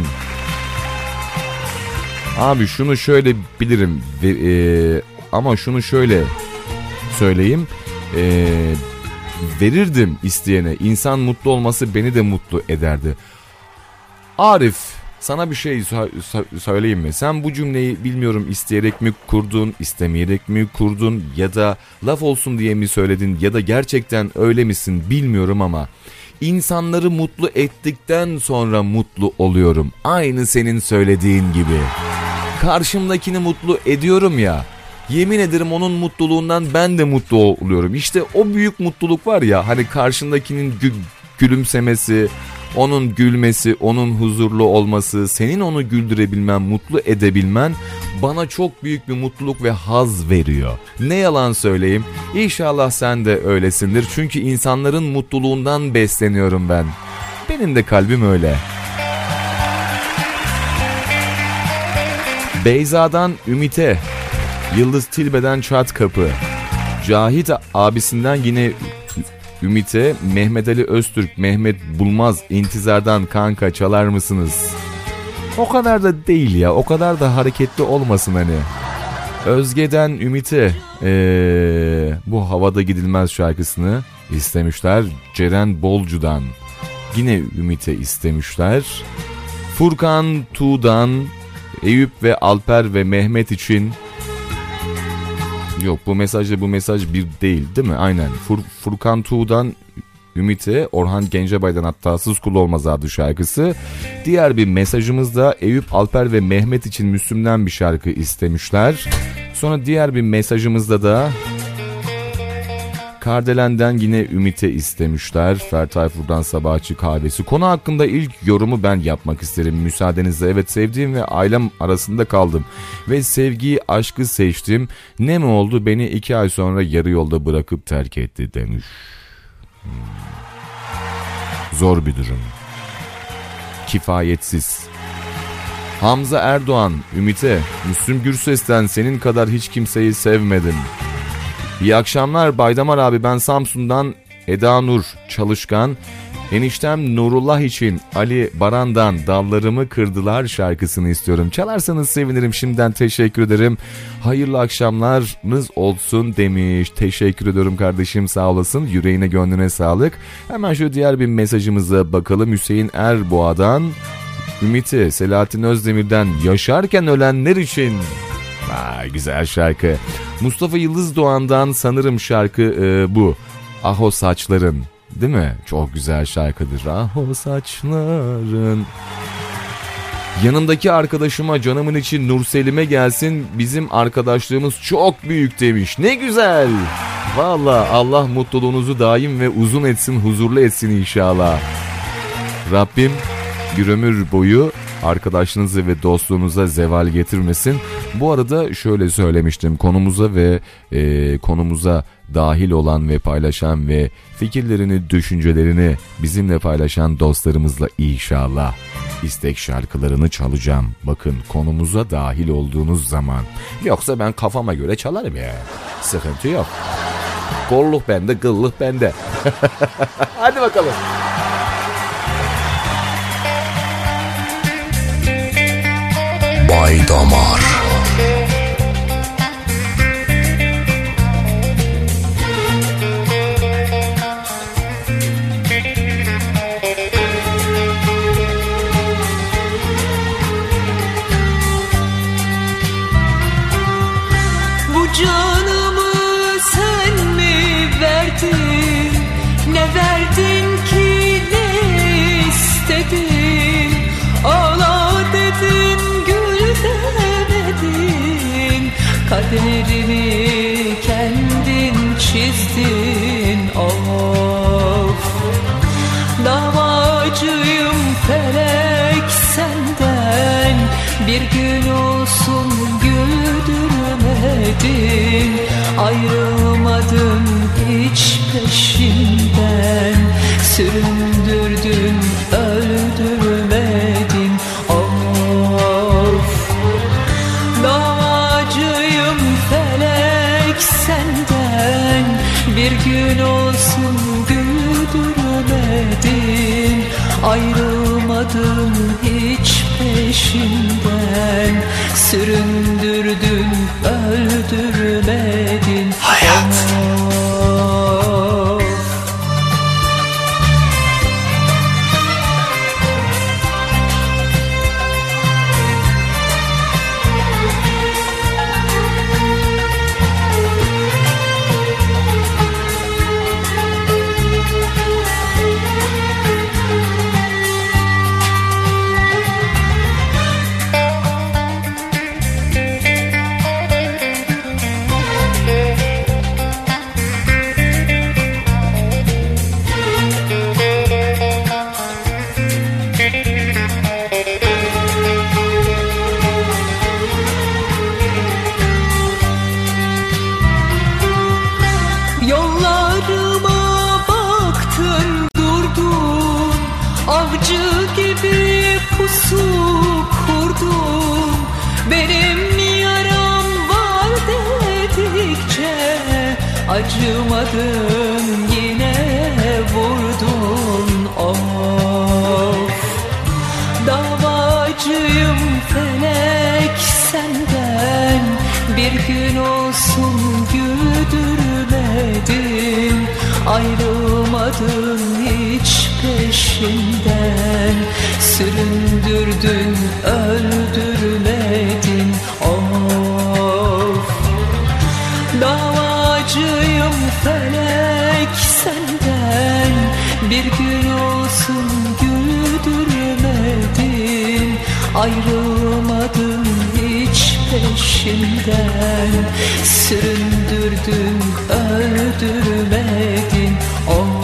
Speaker 1: Abi şunu şöyle bilirim ve, e, ama şunu şöyle söyleyeyim. E, verirdim isteyene. İnsan mutlu olması beni de mutlu ederdi. Arif, sana bir şey sö- söyleyeyim mi? Sen bu cümleyi bilmiyorum isteyerek mi kurdun, istemeyerek mi kurdun ya da laf olsun diye mi söyledin ya da gerçekten öyle misin bilmiyorum ama insanları mutlu ettikten sonra mutlu oluyorum. Aynı senin söylediğin gibi. Karşımdakini mutlu ediyorum ya. Yemin ederim onun mutluluğundan ben de mutlu oluyorum. İşte o büyük mutluluk var ya, hani karşındakinin gü- gülümsemesi, onun gülmesi, onun huzurlu olması, senin onu güldürebilmen, mutlu edebilmen bana çok büyük bir mutluluk ve haz veriyor. Ne yalan söyleyeyim, İnşallah sen de öylesindir. Çünkü insanların mutluluğundan besleniyorum ben. Benim de kalbim öyle. Beyza'dan Ümit'e, Yıldız Tilbe'den Çat Kapı. Cahit abisinden yine Ümit'e, Mehmet Ali Öztürk, Mehmet Bulmaz İntizar'dan kanka çalar mısınız? O kadar da değil ya, o kadar da hareketli olmasın hani. Özge'den Ümit'e ee, bu Havada Gidilmez şarkısını istemişler. Ceren Bolcu'dan yine Ümit'e istemişler. Furkan Tuğ'dan Eyüp ve Alper ve Mehmet için. Yok, bu mesajda bu mesaj bir değil değil mi? Aynen. Fur, Furkan Tuğ'dan Ümit'e, Orhan Gencebay'dan Hattasız Kul Olmaz adlı şarkısı. Diğer bir mesajımız da Eyüp, Alper ve Mehmet için Müslüm'den bir şarkı istemişler. Sonra diğer bir mesajımızda da Kardelen'den yine Ümit'e istemişler. Fer Tayfur'dan Sabahçı Kahvesi. Konu hakkında ilk yorumu ben yapmak isterim müsaadenizle. Evet, sevdiğim ve ailem arasında kaldım. Ve sevgiyi, aşkı seçtim. Ne mi oldu? Beni iki ay sonra yarı yolda bırakıp terk etti demiş. Hmm. Zor bir durum. Kifayetsiz. Hamza Erdoğan, Ümit'e, Müslüm Gürses'ten senin kadar hiç kimseyi sevmedim. İyi akşamlar Baydamar abi, ben Samsun'dan Eda Nur Çalışkan. Eniştem Nurullah için Ali Baran'dan Dallarımı Kırdılar şarkısını istiyorum. Çalarsanız sevinirim, şimdiden teşekkür ederim. Hayırlı akşamlarınız olsun demiş. Teşekkür ediyorum kardeşim, sağ olasın. Yüreğine gönlüne sağlık. Hemen şu diğer bir mesajımıza bakalım. Hüseyin Erboğa'dan Ümit'i, Selahattin Özdemir'den Yaşarken Ölenler için. Vay, güzel şarkı. Mustafa Yıldız Doğan'dan sanırım şarkı e, bu. Ah o saçların, değil mi? Çok güzel şarkıdır. Ah o saçların. Yanındaki arkadaşıma canımın içi Nurselim'e gelsin. Bizim arkadaşlığımız çok büyük demiş. Ne güzel. Vallahi Allah mutluluğunuzu daim ve uzun etsin, huzurlu etsin inşallah. Rabbim bir ömür boyu arkadaşlığınıza ve dostluğunuza zeval getirmesin. Bu arada şöyle söylemiştim, konumuza ve e, konumuza dahil olan ve paylaşan ve fikirlerini, düşüncelerini bizimle paylaşan dostlarımızla inşallah istek şarkılarını çalacağım. Bakın, konumuza dahil olduğunuz zaman. Yoksa ben kafama göre çalarım ya. Sıkıntı yok. Kolluk bende, kıllık bende. Hadi bakalım.
Speaker 2: Bay Damar.
Speaker 7: Bu canımı sen mi verdin? Ne verdin ki, ne istedin? Ağla dedin, demedin, kaderimi kendin çizdin. Of, davacıyım felek senden, bir gün olsun güldürmedin. Ayrılmadın hiç peşinden, süründürdün öldürmedin. Of, davacıyım felek senden, bir gün olsun güldürmedin. Ayrılmadın hiç peşinden, süründürdün öldürmedin. Hayat. Of. acımadın yine vurdun of. Davacıyım felek senden, bir gün olsun güldürmedin, ayrılmadın hiç peşinden, süründürdün öldürmedin of. Davacıyım felek senden, bir gün olsun güldürmedin, ayrılmadın hiç peşinden, süründürdün öldürmedin of.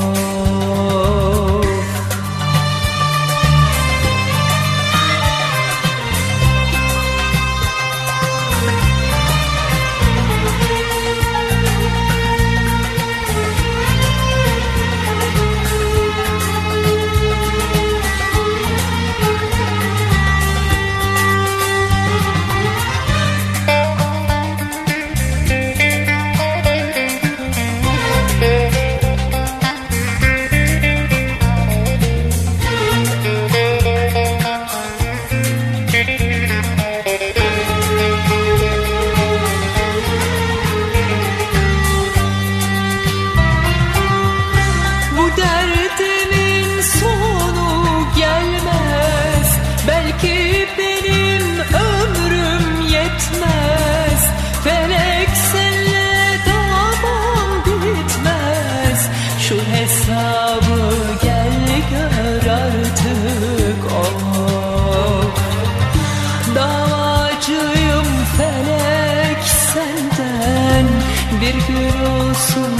Speaker 7: Bir gün olsun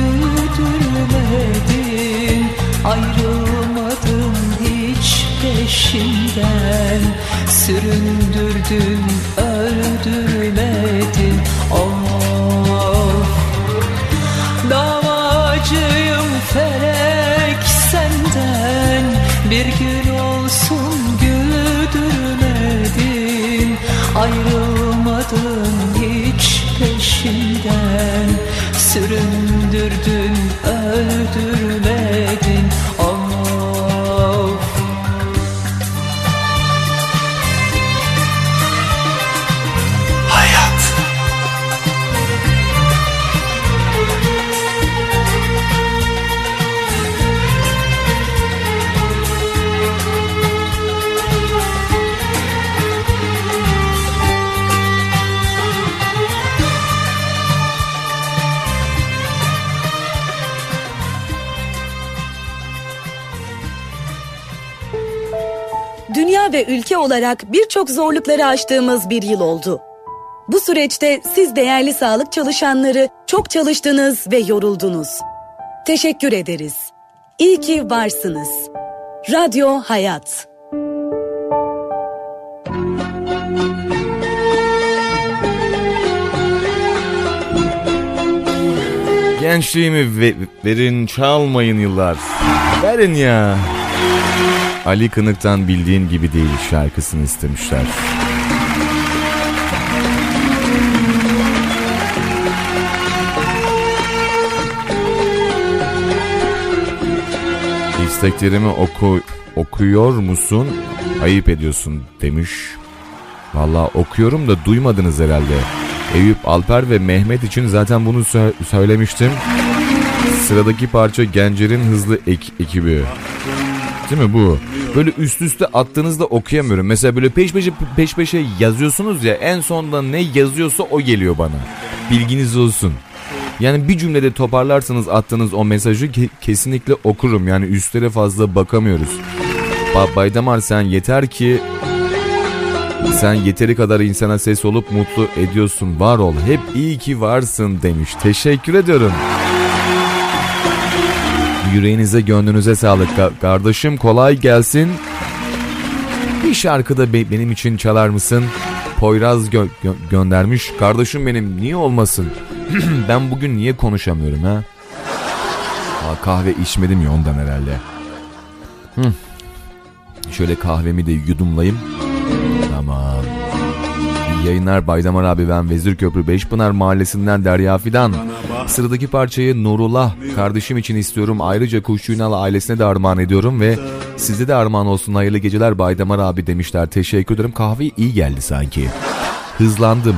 Speaker 7: güldürmedin, ayrılmadın hiç peşinden, süründürdün öldürmedin of. Davacıyım felek senden, bir gün olsun güldürmedin, ayrılmadın hiç peşinden, süründürdün öldürmedin of.
Speaker 4: Hayat.
Speaker 8: Dünya ve ülke olarak birçok zorlukları aştığımız bir yıl oldu. Bu süreçte siz değerli sağlık çalışanları çok çalıştınız ve yoruldunuz. Teşekkür ederiz. İyi ki varsınız. Radyo Hayat.
Speaker 1: Gençliğimi ve- verin, çalmayın yıllar. Verin ya. Ali Kınık'tan Bildiğin Gibi Değil şarkısını istemişler. İsteklerimi oku, okuyor musun? Ayıp ediyorsun demiş. Vallahi okuyorum da duymadınız herhalde. Eyüp, Alper ve Mehmet için zaten bunu sö- söylemiştim. Sıradaki parça Gencer'in Hızlı ek- ekibi. Değil mi bu? Böyle üst üste attığınızda okuyamıyorum. Mesela böyle peş peşe peş peşe yazıyorsunuz ya, en sonunda ne yazıyorsa o geliyor bana. Bilginiz olsun. Yani bir cümlede toparlarsanız attığınız o mesajı ke- kesinlikle okurum. Yani üstlere fazla bakamıyoruz. Ba- Baydamar sen yeter ki sen yeteri kadar insana ses olup mutlu ediyorsun. Var ol. Hep iyi ki varsın demiş. Teşekkür ediyorum. Yüreğinize, gönlünüze sağlık. Ka- kardeşim kolay gelsin. Bir şarkıda be- benim için çalar mısın? Poyraz gö- gö- göndermiş. Kardeşim benim, niye olmasın? Ben bugün niye konuşamıyorum ha? Aa, kahve içmedim ya ondan herhalde. Hı. Şöyle kahvemi de yudumlayayım. Tamam. yayınlar Baydamar abi, ben Vezirköprü Beşpınar Mahallesi'nden Derya Fidan. Sıradaki parçayı Nurullah kardeşim için istiyorum. Ayrıca Kuşçu Ünal ailesine de armağan ediyorum ve size de armağan olsun. Hayırlı geceler Baydamar abi demişler. Teşekkür ederim. Kahve iyi geldi sanki. Hızlandım.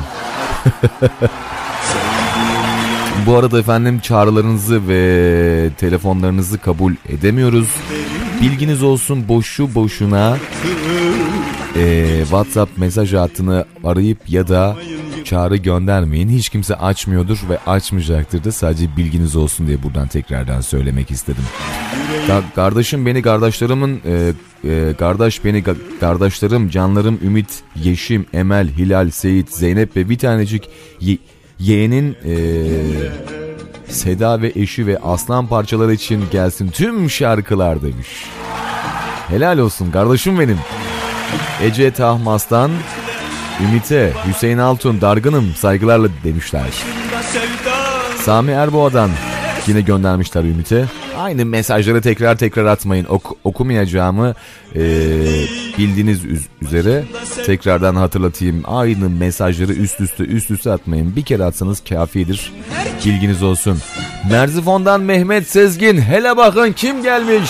Speaker 1: Bu arada efendim çağrılarınızı ve telefonlarınızı kabul edemiyoruz. Bilginiz olsun, boşu boşuna e, WhatsApp mesaj hattını arayıp ya da çağrı göndermeyin. Hiç kimse açmıyordur ve açmayacaktır da, sadece bilginiz olsun diye buradan tekrardan söylemek istedim. Ka- kardeşim beni kardeşlerimin e, e, kardeş beni ka- kardeşlerim, canlarım Ümit, Yeşim, Emel, Hilal, Seyit, Zeynep ve bir tanecik ye- yeğenin e, Seda ve eşi ve aslan parçaları için gelsin tüm şarkılar demiş. Helal olsun kardeşim benim. Ece Tahmas'tan Ümit'e, Hüseyin Altun, dargınım saygılarla demişler. Sami Erboğa'dan yine göndermişler Ümit'e. Aynı mesajları tekrar tekrar atmayın. Ok- okumayacağımı e, bildiğiniz üz- üzere tekrardan hatırlatayım. Aynı mesajları üst üste üst üste atmayın. Bir kere atsanız kafidir. Bilginiz olsun. Merzifon'dan Mehmet Sezgin. Hele bakın kim gelmiş.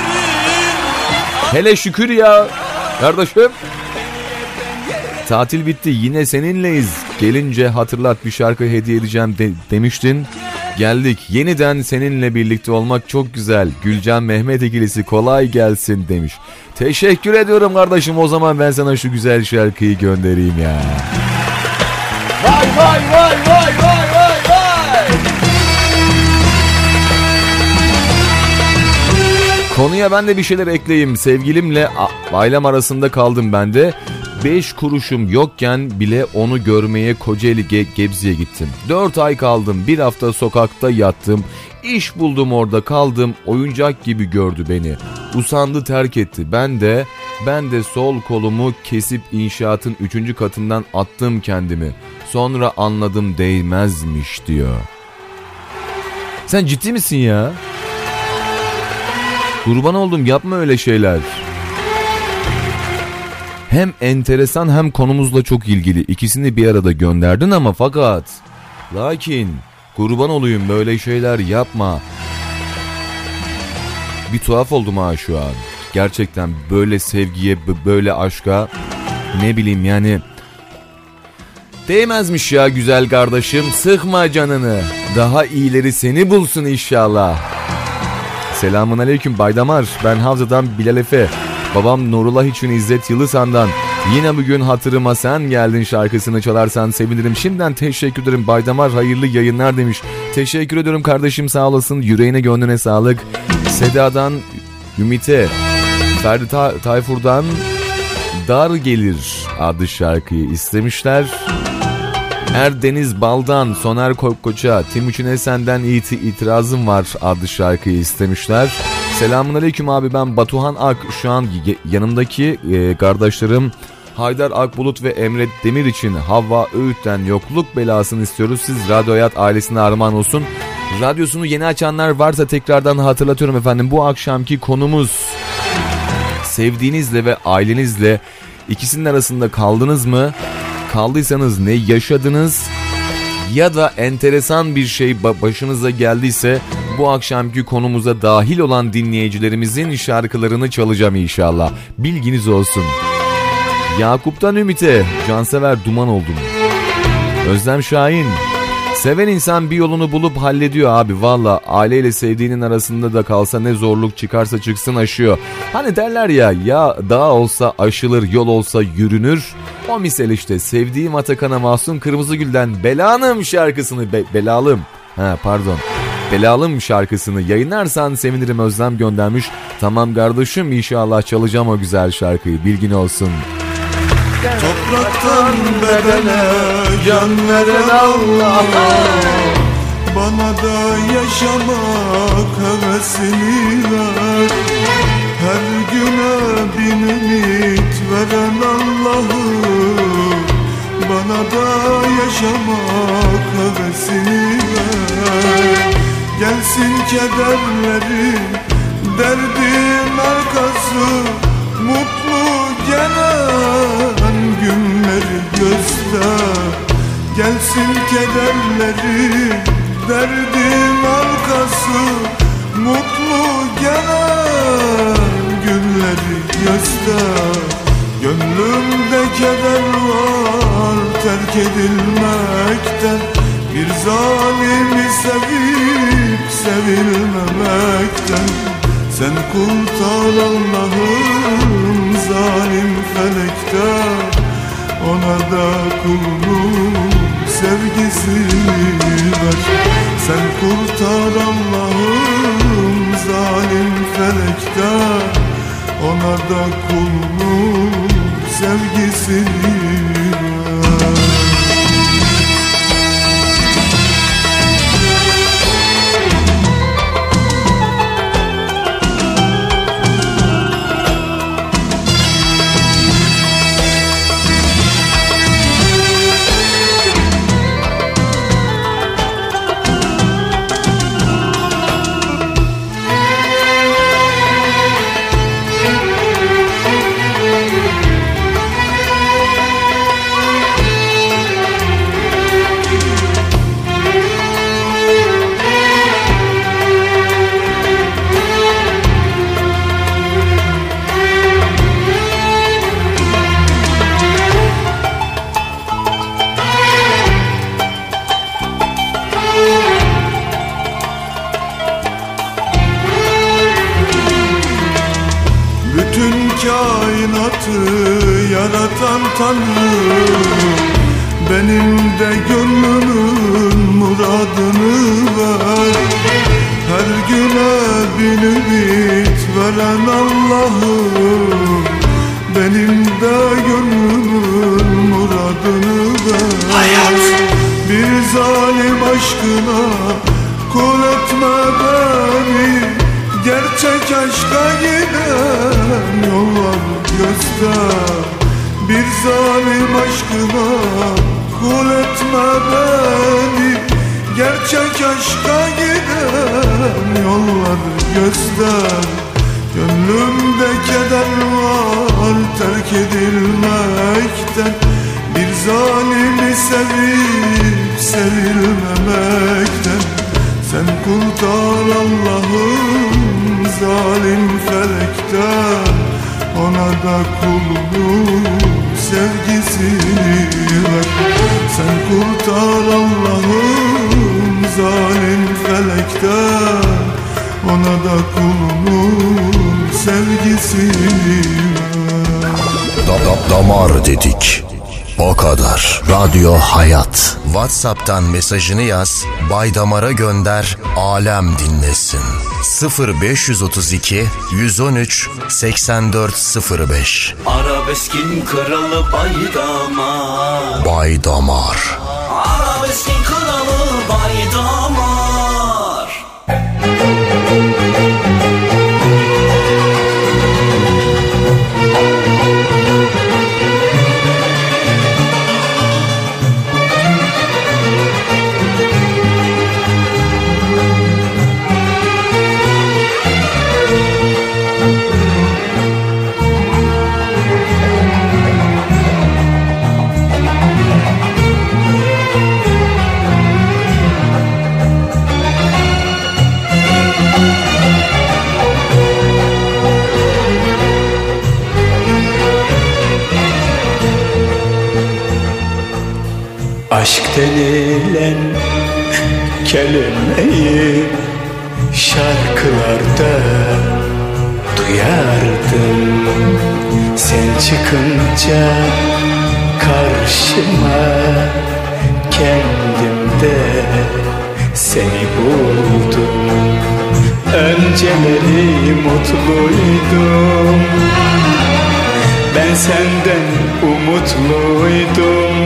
Speaker 1: Hele şükür ya. Kardeşim. Tatil bitti, yine seninleyiz. Gelince hatırlat, bir şarkı hediye edeceğim de- demiştin. Geldik, yeniden seninle birlikte olmak çok güzel. Gülcan Mehmet ikilisi kolay gelsin demiş. Teşekkür ediyorum kardeşim, o zaman ben sana şu güzel şarkıyı göndereyim ya. Vay vay vay vay vay vay vay. Konuya ben de bir şeyler ekleyeyim. Sevgilimle ailem arasında kaldım ben de. Beş kuruşum yokken bile onu görmeye Kocaeli Ge- Gebze'ye gittim. Dört ay kaldım, bir hafta sokakta yattım. İş buldum, orada kaldım. Oyuncak gibi gördü beni. Usandı, terk etti. Ben de ben de sol kolumu kesip inşaatın üçüncü katından attım kendimi. Sonra anladım değmezmiş diyor. Sen ciddi misin ya? Kurban oldum, yapma öyle şeyler. Hem enteresan hem konumuzla çok ilgili. İkisini bir arada gönderdin ama fakat lakin kurban olayım, böyle şeyler yapma. Bir tuhaf oldum ha şu an. Gerçekten böyle sevgiye, böyle aşka, ne bileyim yani. Değmezmiş ya güzel kardeşim. Sıkma canını. Daha iyileri seni bulsun inşallah. Selamun aleyküm Baydamar. Ben Havza'dan Bilal Efe. Babam Nurullah için İzzet Yılısan'dan yine bugün hatırıma sen geldin şarkısını çalarsan sevinirim. Şimdiden teşekkür ederim Baydamar, hayırlı yayınlar demiş. Teşekkür ediyorum kardeşim, sağ olasın, yüreğine gönlüne sağlık. Seda'dan Ümit'e, Ferdi Ta- Tayfur'dan Dar Gelir adlı şarkıyı istemişler. Erdeniz Bal'dan Soner Ko- Koç'a, Timuçin Esen'den iti- itirazım var adlı şarkıyı istemişler. Selamun aleyküm abi, ben Batuhan Ak. Şu an y- yanımdaki e, kardeşlerim Haydar Akbulut ve Emre Demir için Havva Öğüt'ten Yokluk Belasını istiyoruz. Siz Radyo Hayat ailesine armağan olsun. Radyosunu yeni açanlar varsa tekrardan hatırlatıyorum efendim. Bu akşamki konumuz sevdiğinizle ve ailenizle ikisinin arasında kaldınız mı? Kaldıysanız ne yaşadınız? Ya da enteresan bir şey başınıza geldiyse bu akşamki konumuza dahil olan dinleyicilerimizin şarkılarını çalacağım inşallah. Bilginiz olsun. Yakup'tan Ümit'e, Cansever Duman oldum. Özlem Şahin, seven insan bir yolunu bulup hallediyor abi. Valla aileyle sevdiğinin arasında da kalsa ne zorluk çıkarsa çıksın aşıyor. Hani derler ya, ya dağ olsa aşılır, yol olsa yürünür. O misal işte. Sevdiğim Atakan'a Mahsun Kırmızıgül'den Belalım şarkısını be, Belalım ha pardon Belalım şarkısını yayınlarsan sevinirim. Özlem göndermiş. Tamam kardeşim, inşallah çalacağım o güzel şarkıyı, bilgin olsun.
Speaker 5: Topraktan bedene can veren Allah, bana da yaşamak hevesini ver. Her güne bin ümit veren Allah'ım, bana da yaşamak hevesini ver. Gelsin kederleri, derdin arkası, Mutlu gelen günleri göster, gelsin kederleri derdin arkası. Mutlu gelen günleri göster, gönlümde keder var terk edilmekten. Bir zalimi sevip sevilmemekten. Sen kurtar Allah'ım zalim felekten. Ona da kulunun sevgisini ver. Sen kurtar Allah'ım zalim felekten. Ona da kulunun sevgisini ver. Yaratan Tanrı benim de gönlümün muradını ver. Her güne bin ümit veren Allah'ım benim de gönlümün muradını ver. Hayat. Bir zalim aşkına kul etme beni, gerçek aşka giden yolları göster. Bir zalim aşkına kul etme beni, gerçek aşka giden yolları göster. Gönlümde keder var terk edilmekten. Bir zalimi sevip sevilmemekten. Sen kurtar Allah'ım zalim felekten. Ona da kulunun sevgisini ver. Sen kurtar Allah'ım zalim felekten. Ona da kulunun sevgisini ver.
Speaker 2: Da, da, damar dedik. O kadar. Radyo Hayat. WhatsApp'tan mesajını yaz, Bay Damar'a gönder, alem dinlesin. sıfır beş otuz iki yüz on üç seksen dört sıfır beş.
Speaker 4: Arabeskin kralı Bay Damar.
Speaker 2: Bay Damar.
Speaker 4: Arabeskin kralı Bay Damar.
Speaker 9: Aşk denilen kelimeyi şarkılarda duyardım. Sen çıkınca karşıma kendimde seni buldum. Önceleri mutluydum, ben senden umutluydum.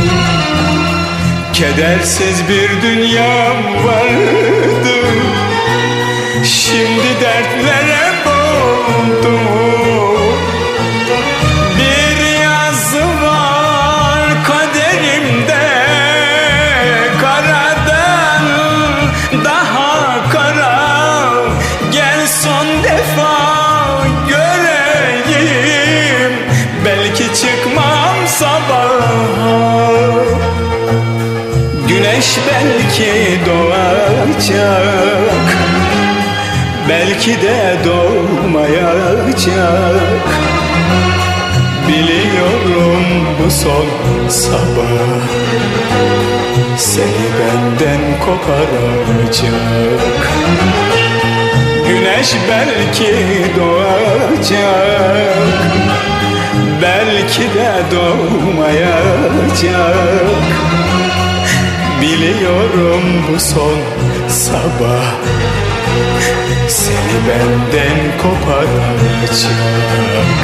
Speaker 9: Kedersiz bir dünyam vardı, şimdi dertlere boğuldum. Bir yazı var kaderimde, karadan daha kara. Gel son defa göreyim doğacak, belki de doğmayacak. Biliyorum bu son sabah seni benden koparacak. Güneş belki doğacak, belki de doğmayacak. Biliyorum bu son sabah seni benden koparacak.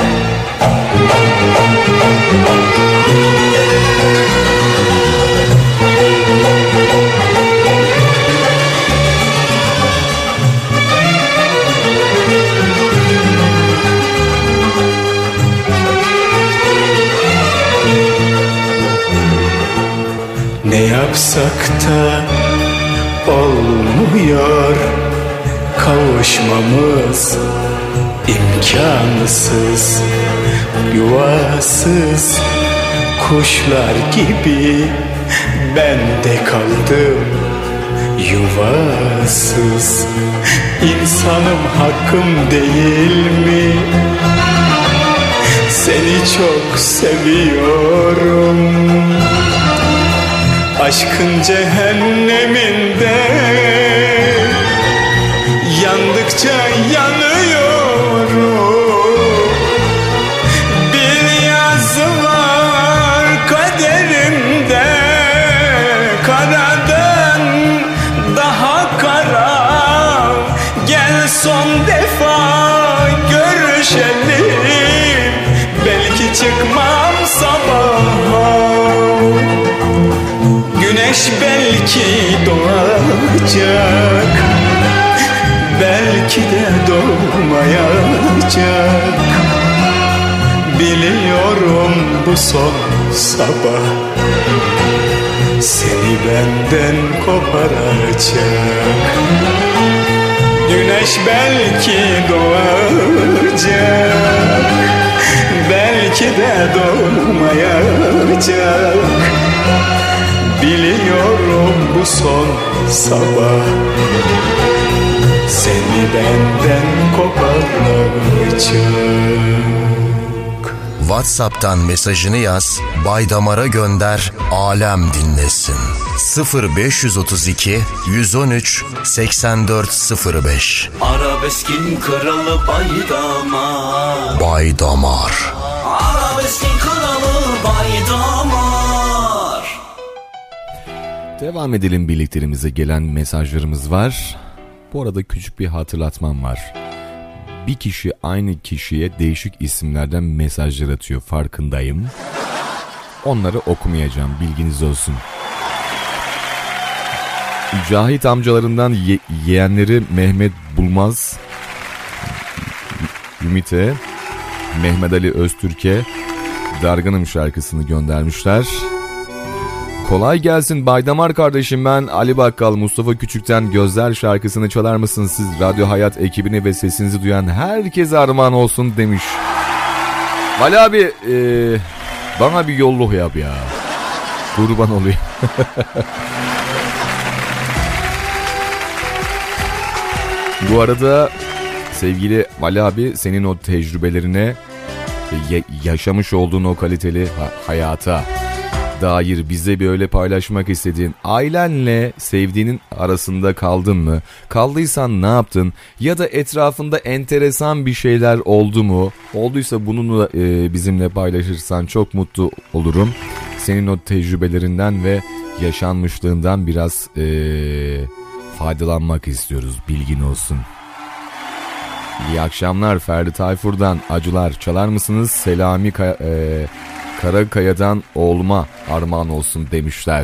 Speaker 9: Ne yapsak da olmuyor, kavuşmamız imkansız. Yuvasız kuşlar gibi ben de kaldım yuvasız. İnsanım, hakkım değil mi? Seni çok seviyorum. Aşkın cehenneminde yandıkça yanıyorum. Bir yazı var kaderimde, karadan daha kara. Gel son defa görüşelim, belki çıkmam sabaha. Güneş belki doğacak, belki de doğmayacak. Biliyorum bu son sabah seni benden koparacak. Güneş belki doğacak, belki de doğmayacak. Biliyorum bu son sabah seni benden koparacak.
Speaker 2: WhatsApp'tan mesajını yaz, Baydamar'a gönder, alem dinlesin. sıfır beş otuz iki yüz on üç seksen dört sıfır beş.
Speaker 4: Arabeskin kralı Baydamar.
Speaker 2: Baydamar.
Speaker 4: Arabeskin kralı Baydamar.
Speaker 1: Devam edelim birliklerimize, gelen mesajlarımız var. Bu arada küçük bir hatırlatmam var. Bir kişi aynı kişiye değişik isimlerden mesajlar atıyor, farkındayım. Onları okumayacağım, bilginiz olsun. Cahit amcalarından ye- yeğenleri Mehmet Bulmaz, Ümit'e, Mehmet Ali Öztürk'e Dargınım şarkısını göndermişler. Kolay gelsin Baydamar kardeşim, ben Ali Bakkal. Mustafa Küçük'ten Gözler şarkısını çalar mısın? Siz Radyo Hayat ekibini ve sesinizi duyan herkese armağan olsun demiş. Ali abi ee, bana bir yolluk yap ya. Kurban olayım. Bu arada sevgili Ali abi, senin o tecrübelerine, yaşamış olduğun o kaliteli ha- hayata dair bize böyle paylaşmak istediğin, ailenle sevdiğinin arasında kaldın mı? Kaldıysan ne yaptın? Ya da etrafında enteresan bir şeyler oldu mu? Olduysa bunu e, bizimle paylaşırsan çok mutlu olurum. Senin o tecrübelerinden ve yaşanmışlığından biraz e, faydalanmak istiyoruz, bilgin olsun. İyi akşamlar, Ferdi Tayfur'dan Acılar çalar mısınız? Selami Kaya, e, Karakaya'dan oğluma armağan olsun demişler.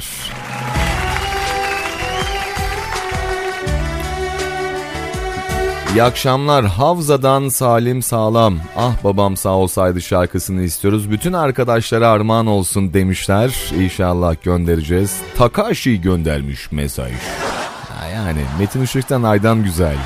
Speaker 1: İyi akşamlar, Havza'dan Salim Sağlam, ah babam sağ olsaydı şarkısını istiyoruz. Bütün arkadaşlara armağan olsun demişler. İnşallah göndereceğiz. Takashi göndermiş mesaj. Ha yani Metin Işık'tan Aydan Güzel.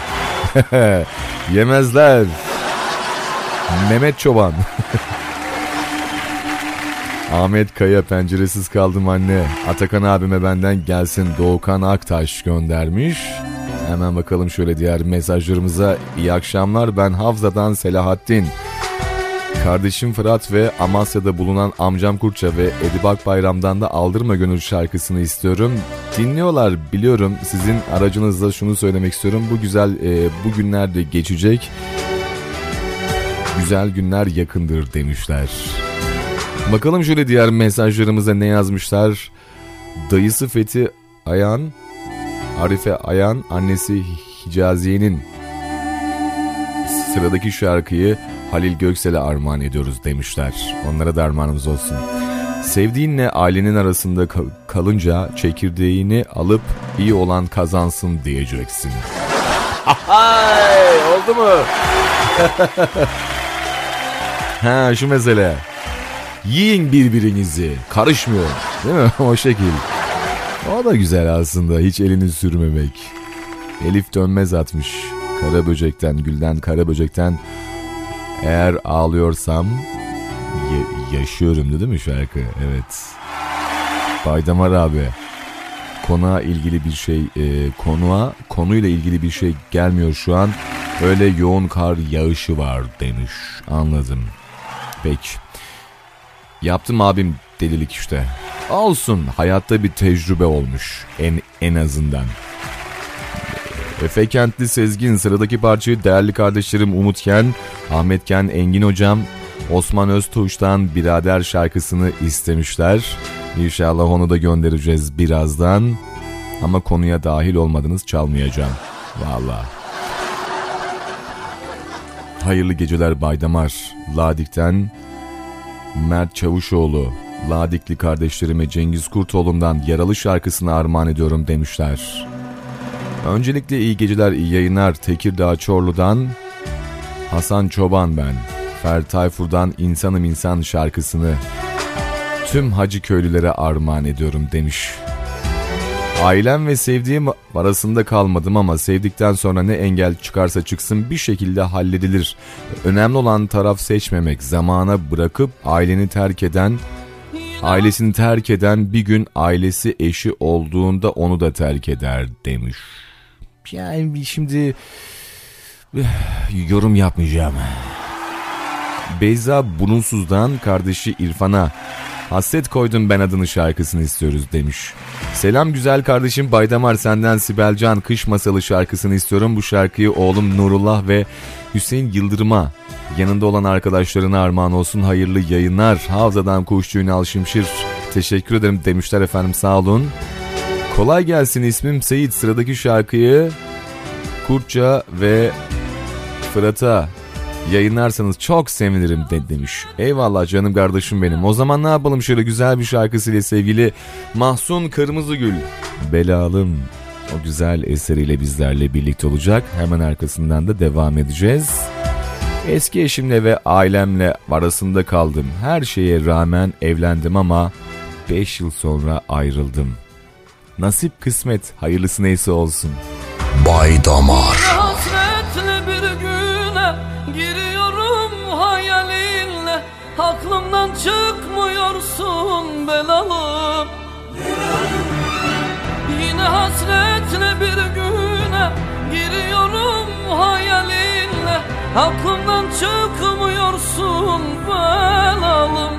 Speaker 1: Yemezler. Mehmet Çoban. Ahmet Kaya penceresiz kaldım anne. Atakan abime benden gelsin Doğukan Aktaş göndermiş. Hemen bakalım şöyle diğer mesajlarımıza. İyi akşamlar, ben Havza'dan Selahattin. Kardeşim Fırat ve Amasya'da bulunan amcam Kurtça ve Edibak Bayram'dan da Aldırma Gönül şarkısını istiyorum. Dinliyorlar biliyorum, sizin aracınızla şunu söylemek istiyorum. Bu güzel e, bu günler de geçecek. Güzel günler yakındır demişler. Bakalım şöyle diğer mesajlarımıza ne yazmışlar. Dayısı Fethi Ayan, Arife Ayan, annesi Hicaziye'nin sıradaki şarkıyı Halil Göksel'e armağan ediyoruz demişler. Onlara da armağanımız olsun. Sevdiğinle ailenin arasında kalınca çekirdeğini alıp iyi olan kazansın diyeceksin. Oldu mu? Ha şu mesele. Yiyin birbirinizi. Karışmıyor. Değil mi? O şekil. O da güzel aslında. Hiç elini sürmemek. Elif Dönmez atmış. Kara böcekten, gülden, kara böcekten. Eğer ağlıyorsam ya- yaşıyorum değil mi şarkı? Evet. Baydamar abi. Konuğa ilgili bir şey, e, konuğa, konuyla ilgili bir şey gelmiyor şu an. Öyle yoğun kar yağışı var demiş. Anladım. Peki. Yaptım abim delilik işte. Olsun, hayatta bir tecrübe olmuş en en azından. Efe Kentli Sezgin, sıradaki parçayı değerli kardeşlerim Umutken, Ahmetken, Engin hocam, Osman Öztuğ'dan Birader şarkısını istemişler. İnşallah onu da göndereceğiz birazdan. Ama konuya dahil olmadınız, çalmayacağım. Vallahi. Hayırlı geceler Baydamar. Ladik'ten Mert Çavuşoğlu, Ladikli kardeşlerime Cengiz Kurtoğlu'ndan Yaralı şarkısını armağan ediyorum demişler. Öncelikle iyi geceler, iyi yayınlar. Tekirdağ Çorlu'dan Hasan Çoban ben. Fer Tayfur'dan İnsanım İnsan şarkısını tüm hacı köylülere armağan ediyorum demiş. Ailem ve sevdiğim arasında kalmadım ama sevdikten sonra ne engel çıkarsa çıksın bir şekilde halledilir. Önemli olan taraf seçmemek. Zamana bırakıp aileni terk eden, ailesini terk eden bir gün ailesi eşi olduğunda onu da terk eder demiş. Yani şimdi yorum yapmayacağım. Beyza Burunsuz'dan kardeşi İrfan'a Hasret Koydum Ben Adını şarkısını istiyoruz demiş. Selam güzel kardeşim Baydamar, senden Sibelcan Kış Masalı şarkısını istiyorum. Bu şarkıyı oğlum Nurullah ve Hüseyin Yıldırım'a, yanında olan arkadaşlarına armağan olsun. Hayırlı yayınlar. Havza'dan Kuşçu Ünal Şimşir. Teşekkür ederim demişler efendim, sağ olun. Kolay gelsin, ismim Seyit. Sıradaki şarkıyı Kurtça ve Fırat'a yayınlarsanız çok sevinirim de demiş. Eyvallah canım kardeşim benim. O zaman ne yapalım, şöyle güzel bir şarkısıyla sevgili Mahsun Kırmızıgül Belalım o güzel eseriyle bizlerle birlikte olacak. Hemen arkasından da devam edeceğiz. Eski eşimle ve ailemle arasında kaldım. Her şeye rağmen evlendim ama beş yıl sonra ayrıldım. Nasip kısmet, hayırlısı neyse olsun.
Speaker 2: Baydamar.
Speaker 7: Hasretli bir güne giriyorum hayalinle, aklımdan çıkmıyorsun belalım. Yine hasretli bir güne giriyorum hayalinle, aklımdan çıkmıyorsun belalım.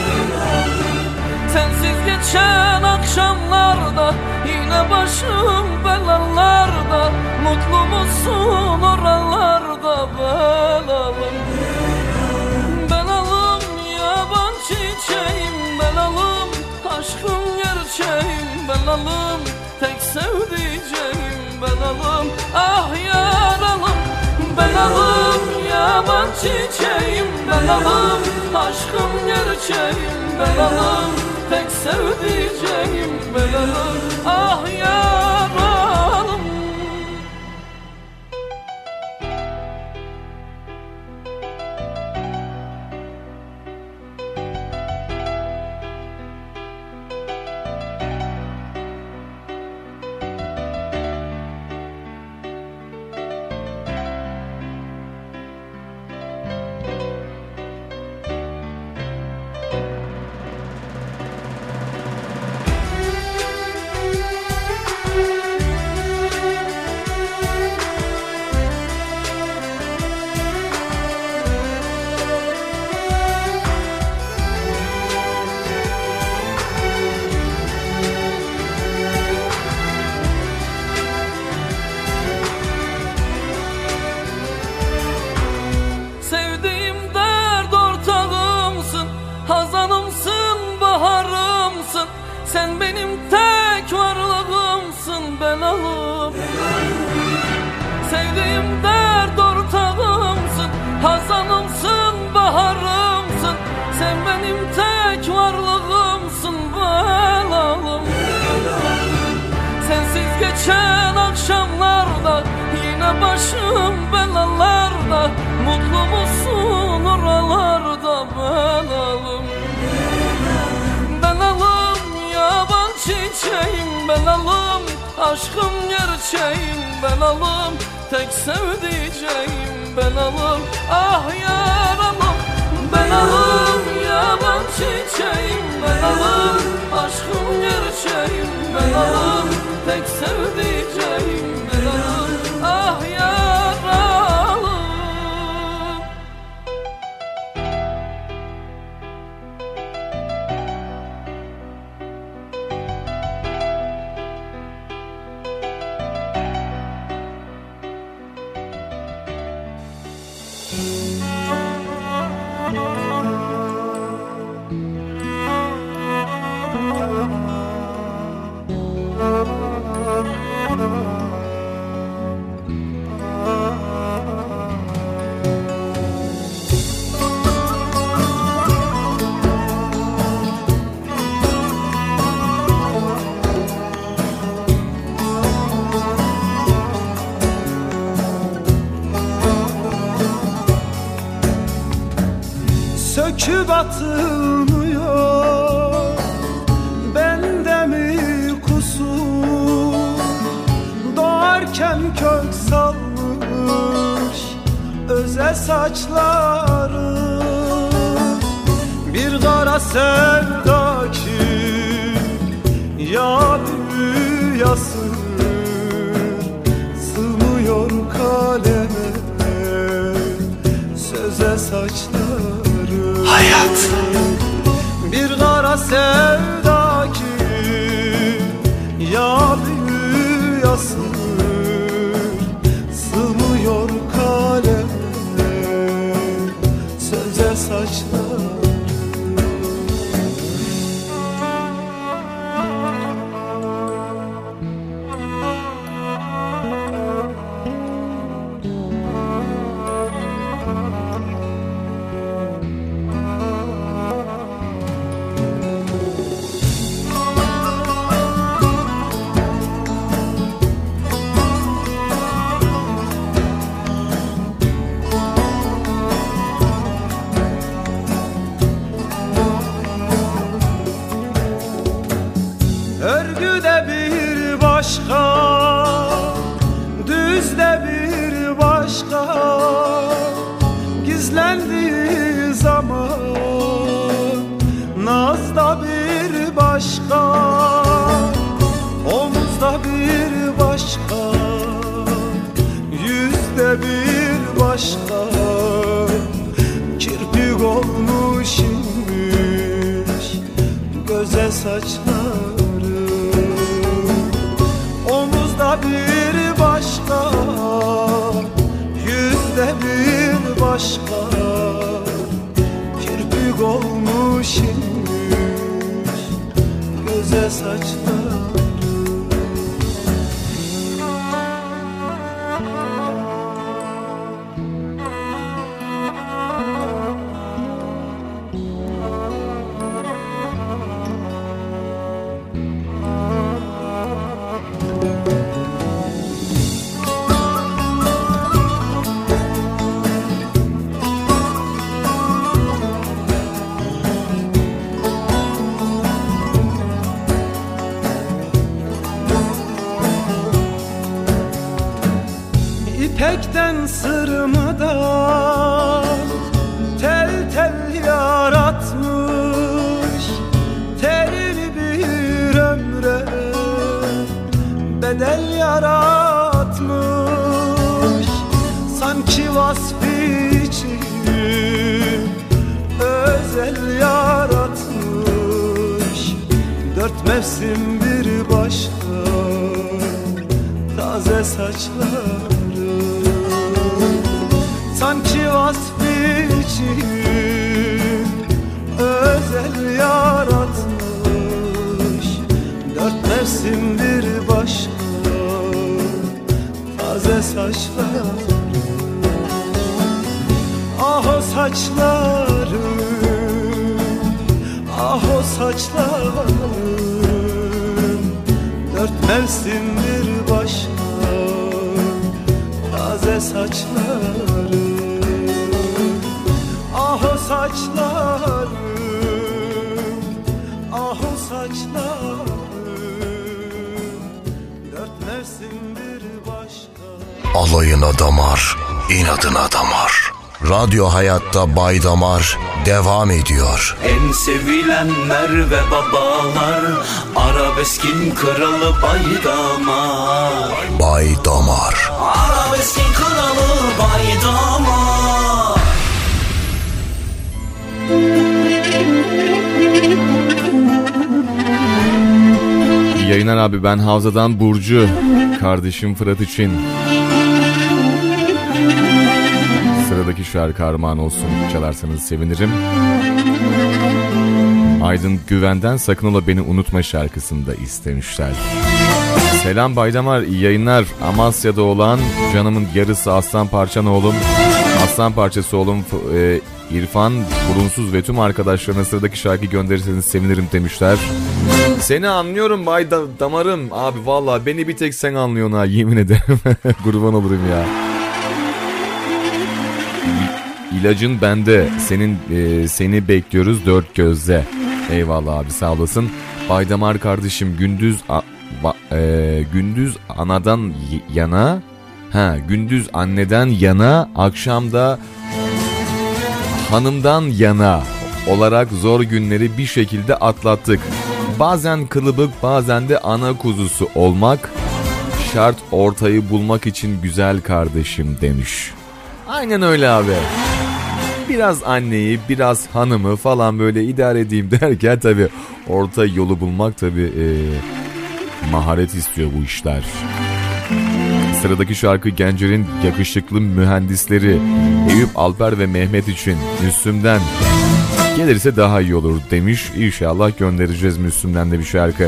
Speaker 7: Sensiz geçen akşamlarda yine başım belalarda, mutlu musun oralarda belalım? Belalım yaban çiçeğim belalım, aşkım gerçeğim belalım, tek sevdiceğim belalım. Ah yaralım belalım, yaban çiçeğim belalım, aşkım gerçeğim belalım, tek sevdiceğim belalım. Ah yaralım. belalım. Sevdiğim dert ortağımsın, hazanımsın, baharımsın. Sen benim tek varlığımsın belalım. Sensiz geçen akşamlarda yine başım belalarda. Mutlu musun oralarda belalım? Belalım yaban çiçeğim belalım. Aşkım gerçeğim belalım. Tek sevdiceğim belalım. Ah yaralım belalım yaban çiçeğim belalım. Aşkım gerçeğim belalım. Tek sevdiceğim belalım. Ah yaralım.
Speaker 10: Söküp atılmıyor, bende mi kusur? Doğarken kök salmış özel saçları, bir kara sevda ki ya büyüyası, sığmıyor kaleme söze saçları. Hayat. Bir kara sevda ki ya büyüyası, sığmıyor kaleme söze saçları. Örgüde bir başka, düzde bir başka, gizlendiği zaman nazda bir başka, omuzda bir başka, yüzde bir başka, kirpik olmuş inmiş göze saçlar. Omuzda bir başka, yüzde bir başka, kirpik olmuş inmiş göze saçlar. İpekten sırmadan tel tel yaratmış, terini bir ömre bedel yaratmış. Sanki vasfı için özel yaratmış, dört mevsim bir başka taze saçlar. Sanki vasfı için özel yaratmış, dört mevsim bir başka saçlarım, ah o saçlarım, ah o saçlarım, dört mevsimdir başka taze saçlarım, ah o saçlarım, ah o saçlarım, dört mevsimdir başka.
Speaker 2: Alayına damar, inadına damar. Radyo Hayat'ta Bay Damar devam ediyor.
Speaker 4: En sevilenler ve babalar, arabeskin kralı Bay Damar.
Speaker 2: Bay Damar.
Speaker 4: Arabeskin kralı Bay Damar.
Speaker 1: İyi yayınlar abi, ben Havza'dan Burcu. Kardeşim Fırat için sıradaki şarkı armağan olsun, çalarsanız sevinirim. Aydın Güven'den Sakın Ola Beni Unutma şarkısını da istemişler. Selam Bay Damar, iyi yayınlar. Amasya'da olan canımın yarısı aslan parçan oğlum, aslan parçası oğlum e, İrfan Burunsuz ve tüm arkadaşlarına sıradaki şarkı gönderirseniz sevinirim demişler. Seni anlıyorum Bay da- Damar'ım. Abi vallahi beni bir tek sen anlıyorsun ha, yemin ederim. Kurban olurum ya. İlacın bende. Senin e, seni bekliyoruz dört gözle. Eyvallah abi, sağ olasın. Bay Damar kardeşim, gündüz a, va, e, gündüz anadan yana, ha gündüz anneden yana, akşamda hanımdan yana olarak zor günleri bir şekilde atlattık. Bazen kılıbık, bazen de ana kuzusu olmak şart, ortayı bulmak için güzel kardeşim demiş. Aynen öyle abi. Biraz anneyi, biraz hanımı falan böyle idare edeyim derken tabii orta yolu bulmak tabii e, maharet istiyor bu işler. Sıradaki şarkı Gencer'in yakışıklı mühendisleri Eyüp, Alper ve Mehmet için Müslüm'den gelirse daha iyi olur demiş. İnşallah göndereceğiz Müslüm'den de bir şarkı.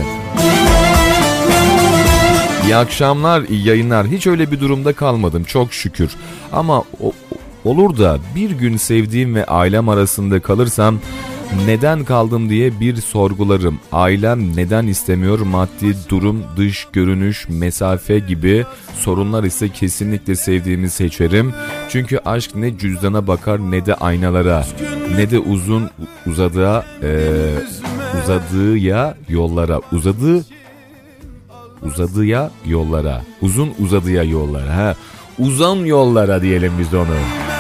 Speaker 1: İyi akşamlar, iyi yayınlar. Hiç öyle bir durumda kalmadım çok şükür. Ama o, olur da bir gün sevdiğim ve ailem arasında kalırsam neden kaldım diye bir sorgularım. Ailem neden istemiyor? Maddi durum, dış görünüş, mesafe gibi sorunlar ise kesinlikle sevdiğimi seçerim. Çünkü aşk ne cüzdana bakar ne de aynalara, ne de uzun uzadığa e, uzadıya yollara, uzadığı uzadıya yollara, uzun uzadıya yollara, ha uzun yollara diyelim biz onu.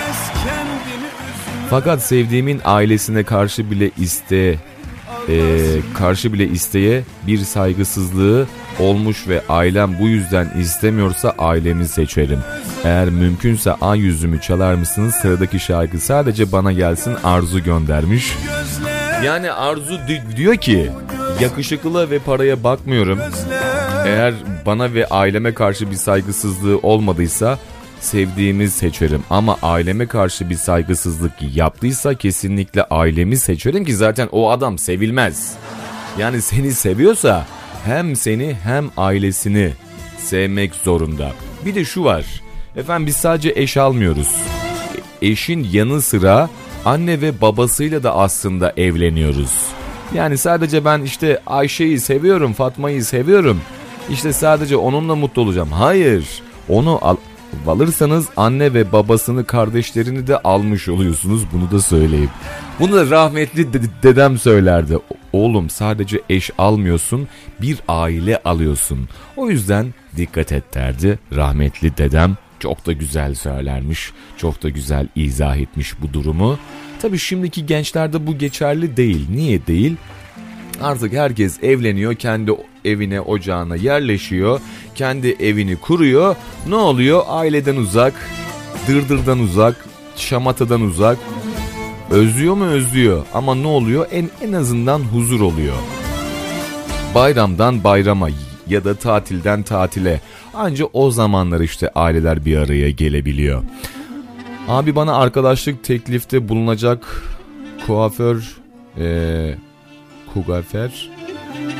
Speaker 1: Fakat sevdiğimin ailesine karşı bile iste, e, karşı bile isteye bir saygısızlığı olmuş ve ailem bu yüzden istemiyorsa ailemi seçerim. Eğer mümkünse ay yüzümü çalar mısınız? Sıradaki şarkı sadece bana gelsin, Arzu göndermiş. Yani Arzu di- diyor ki yakışıklı ve paraya bakmıyorum. Eğer bana ve aileme karşı bir saygısızlığı olmadıysa sevdiğimi seçerim. Ama aileme karşı bir saygısızlık yaptıysa kesinlikle ailemi seçerim ki zaten o adam sevilmez. Yani seni seviyorsa hem seni hem ailesini sevmek zorunda. Bir de şu var. Efendim biz sadece eş almıyoruz. Eşin yanı sıra anne ve babasıyla da aslında evleniyoruz. Yani sadece ben işte Ayşe'yi seviyorum, Fatma'yı seviyorum, İşte sadece onunla mutlu olacağım. Hayır. Onu al, alırsanız anne ve babasını, kardeşlerini de almış oluyorsunuz. Bunu da söyleyeyim. Bunu da rahmetli dedem söylerdi. Oğlum sadece eş almıyorsun, bir aile alıyorsun. O yüzden dikkat et derdi rahmetli dedem. Çok da güzel söylermiş. Çok da güzel izah etmiş bu durumu. Tabii şimdiki gençlerde bu geçerli değil. Niye değil? Artık herkes evleniyor, kendi evine, ocağına yerleşiyor, kendi evini kuruyor. Ne oluyor? Aileden uzak, dırdırdan uzak, şamatadan uzak. Özlüyor mu? Özlüyor. Ama ne oluyor? En en azından huzur oluyor. Bayramdan bayrama ya da tatilden tatile. Anca o zamanlar işte aileler bir araya gelebiliyor. Abi bana arkadaşlık teklifte bulunacak kuaför... Ee, Kugafer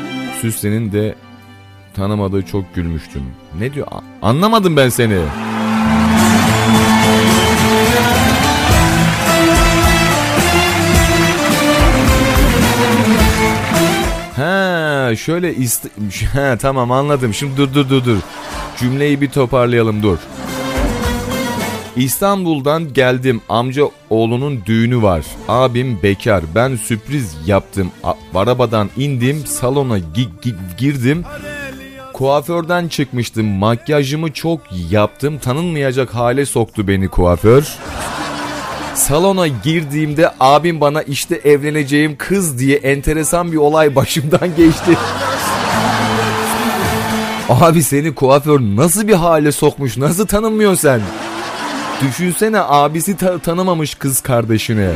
Speaker 1: Süslen'in de tanımadığı çok gülmüştüm. Ne diyor? Anlamadım ben seni. Ya şöyle ist- He, tamam anladım. Şimdi dur dur dur dur. Cümleyi bir toparlayalım dur. İstanbul'dan geldim. Amca oğlunun düğünü var. Abim bekar. Ben sürpriz yaptım. A- arabadan indim. Salona gi- gi- girdim. Kuaförden çıkmıştım. Makyajımı çok yaptım. Tanınmayacak hale soktu beni kuaför. Salona girdiğimde abim bana işte evleneceğim kız diye enteresan bir olay başımdan geçti. Abi seni kuaför nasıl bir hale sokmuş? Nasıl tanınmıyorsun sen? Düşünsene abisi ta- tanımamış kız kardeşini.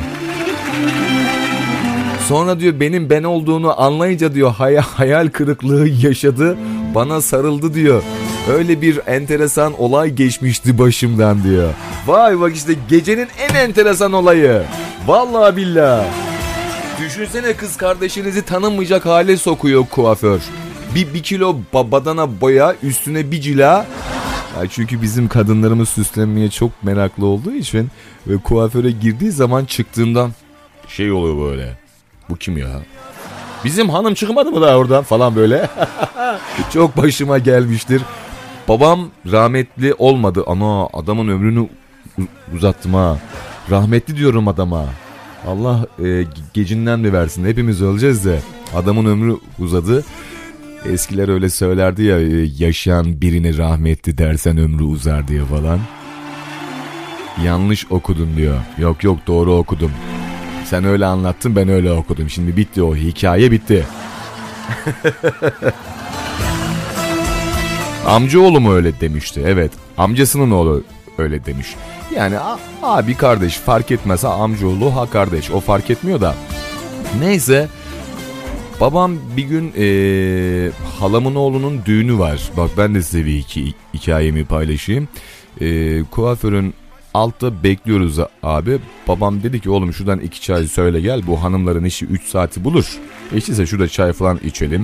Speaker 1: Sonra diyor benim ben olduğunu anlayınca diyor hay- hayal kırıklığı yaşadı. Bana sarıldı diyor. Öyle bir enteresan olay geçmişti başımdan diyor. Vay bak işte gecenin en enteresan olayı. Vallahi billahi. Düşünsene kız kardeşinizi tanınmayacak hale sokuyor kuaför. Bir, bir kilo badana boya üstüne bir cila. Ya çünkü bizim kadınlarımız süslenmeye çok meraklı olduğu için ve kuaföre girdiği zaman çıktığından şey oluyor böyle. Bu kim ya? Bizim hanım çıkmadı mı daha oradan falan böyle. Çok başıma gelmiştir. Babam rahmetli olmadı. Ana adamın ömrünü uzattım ha. Rahmetli diyorum adama. Allah e, gecinden mi versin? Hepimiz öleceğiz de. Adamın ömrü uzadı. Eskiler öyle söylerdi ya, yaşayan birini rahmetli dersen ömrü uzar diye falan. Yanlış okudum diyor. Yok yok doğru okudum. Sen öyle anlattın ben öyle okudum. Şimdi bitti o hikaye bitti. Amcaoğlu mu öyle demişti? Evet. Amcasının oğlu öyle demiş. Yani abi kardeş fark etmez ha, amcaoğlu ha kardeş o fark etmiyor da. Neyse. Babam bir gün ee, halamın oğlunun düğünü var. Bak ben de size bir iki, hikayemi paylaşayım. E, kuaförün altta bekliyoruz abi. Babam dedi ki oğlum şuradan iki çay söyle gel. Bu hanımların işi üç saati bulur. İşte şurada çay falan içelim.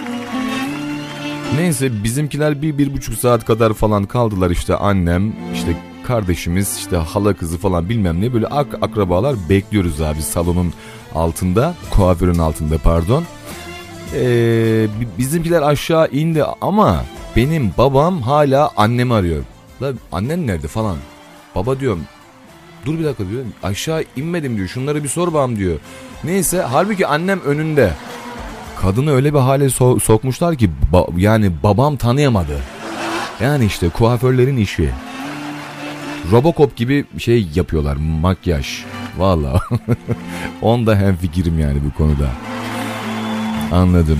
Speaker 1: Neyse bizimkiler bir, bir buçuk saat kadar falan kaldılar işte annem, işte kardeşimiz, işte hala kızı falan bilmem ne böyle ak- akrabalar bekliyoruz abi salonun altında, kuaförün altında pardon. Ee, bizimkiler aşağı indi ama benim babam hala annemi arıyor. La annen nerede falan. Baba diyorum dur bir dakika diyor, aşağı inmedim diyor, şunları bir sor bağım diyor. Neyse halbuki annem önünde. Kadını öyle bir hale so- sokmuşlar ki ba- yani babam tanıyamadı. Yani işte kuaförlerin işi. Robocop gibi şey yapıyorlar, makyaj. Vallahi onda hemfikirim yani bu konuda. Anladım.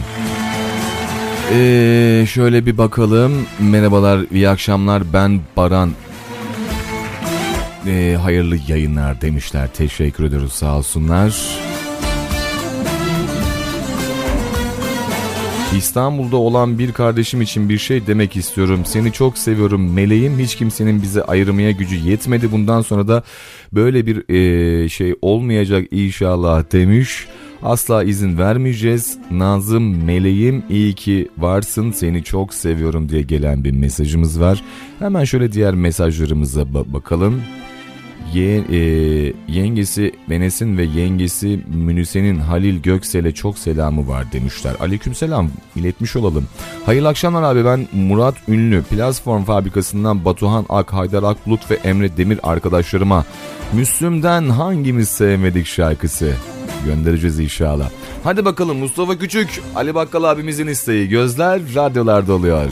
Speaker 1: Ee, şöyle bir bakalım. Merhabalar, iyi akşamlar. Ben Baran. Ee, hayırlı yayınlar demişler. Teşekkür ederiz, sağ olsunlar. İstanbul'da olan bir kardeşim için bir şey demek istiyorum. Seni çok seviyorum meleğim. Hiç kimsenin bizi ayırmaya gücü yetmedi. Bundan sonra da böyle bir e, şey olmayacak inşallah demiş. Asla izin vermeyeceğiz. Nazım meleğim iyi ki varsın, seni çok seviyorum diye gelen bir mesajımız var. Hemen şöyle diğer mesajlarımıza ba- bakalım. Ye, e, yengesi Menes'in ve yengesi Münüse'nin Halil Göksel'e çok selamı var demişler. Aleykümselam, iletmiş olalım. Hayırlı akşamlar abi, ben Murat Ünlü. Platform fabrikasından Batuhan Ak, Haydar Akbulut ve Emre Demir arkadaşlarıma Müslüm'den hangimiz sevmedik şarkısı göndereceğiz inşallah. Hadi bakalım, Mustafa Küçük, Ali Bakkal abimizin isteği. Gözler radyolarda oluyor.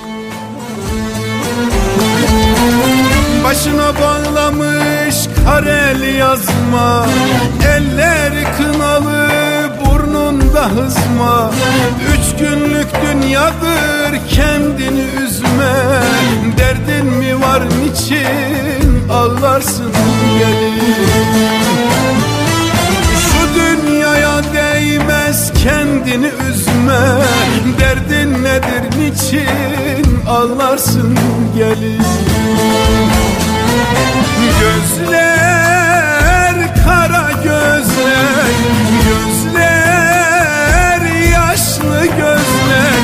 Speaker 10: Başına bağlamış kareli yazma, eller kınalı burnunda hızma. Üç günlük dünyadır kendini üzme, derdin mi var niçin ağlarsın gelin. Şu dünyaya değmez kendini üzme, derdin nedir niçin ağlarsın gelin. Gözler kara gözler, gözler yaşlı gözler,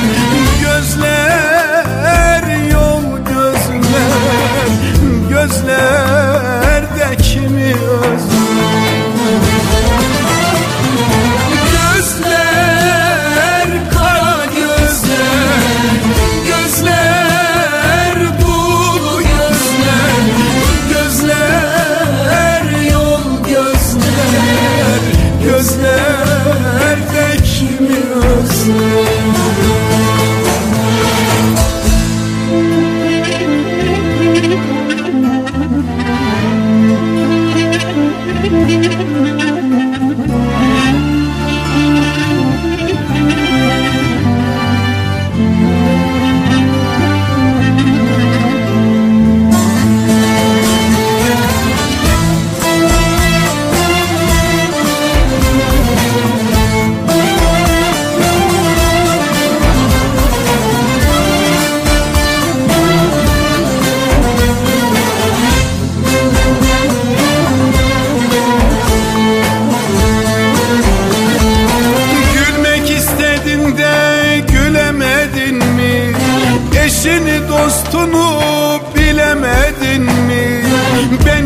Speaker 10: gözler yol gözler, gözlerde kimi özler. Gözler kara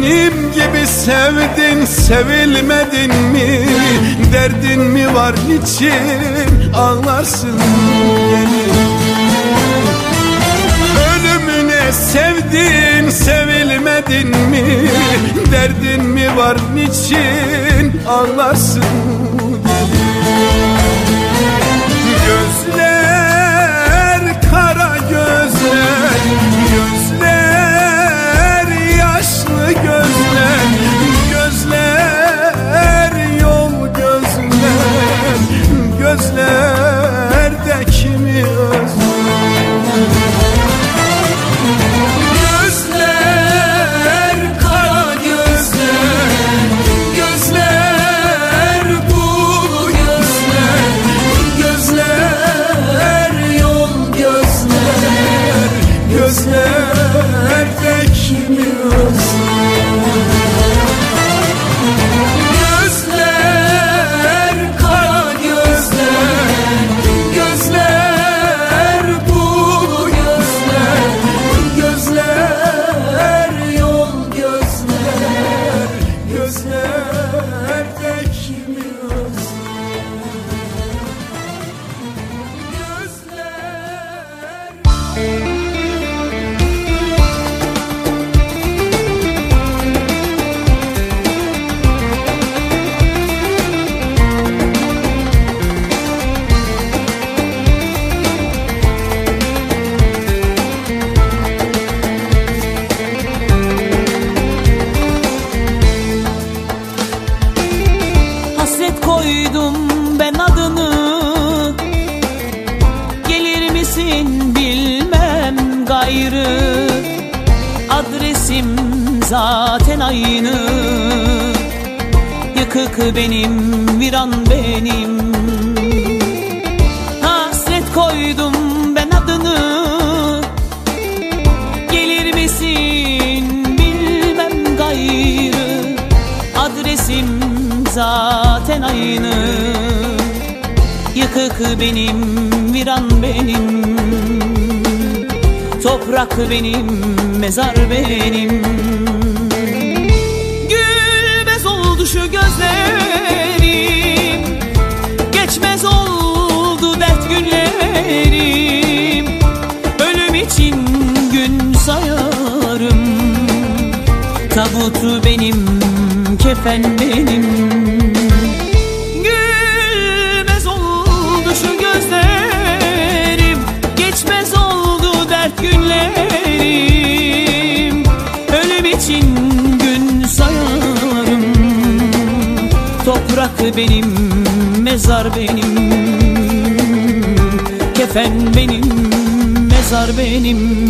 Speaker 10: benim gibi sevdin, sevilmedin mi? Derdin mi var, niçin ağlarsın yeni? Ölümüne sevdin, sevilmedin mi? Derdin mi var, niçin ağlarsın yeni? Gözler kara gözler, gözler yaşlı gözler, gözler yol gözler, gözlerde kimi özler? Gözler kara gözler, gözler bul gözler, gözler yol gözler, gözlerde kimi özler? Gözler kara gözler, gözler bul gözler, gözler yol gözler, gözlerde kimi özler?
Speaker 11: Hasret koydum ben adını, gelir misin bilmem gayrı. Adresim zaten aynı, yıkık benim, viran benim. Hasret koydum ben adını, gelir misin bilmem gayrı. Adresim zaten aynı, yıkık benim, viran benim. Toprak benim, mezar benim. Gülmez oldu şu gözlerim, geçmez oldu dert günlerim. Ölüm için gün sayarım, tabutu benim, kefen benim. Gülmez oldu şu gözlerim, geçmez oldu dert günlerim. Ölüm için gün sayarım, toprak benim, mezar benim. Kefen benim, mezar benim.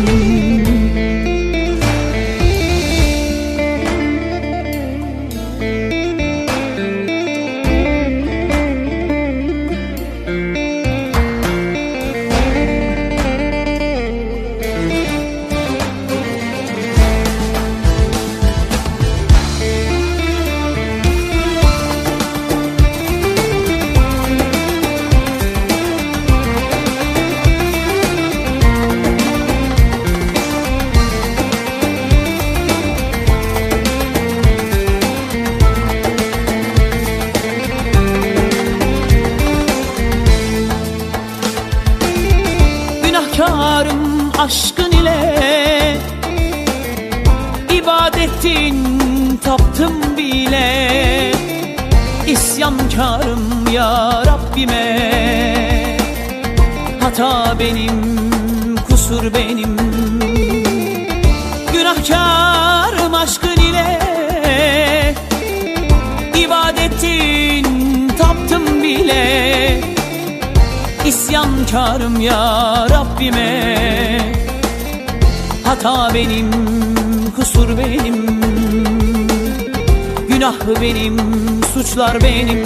Speaker 11: Günahkarım aşkın ile, ibadettin taptım bile. İsyankarım ya Rabbime, hata benim, kusur benim. Günahkarım aşkın ile, ibadettin taptım bile. İsyankarım ya Rabbime, hata benim, kusur benim. Günah benim, suçlar benim.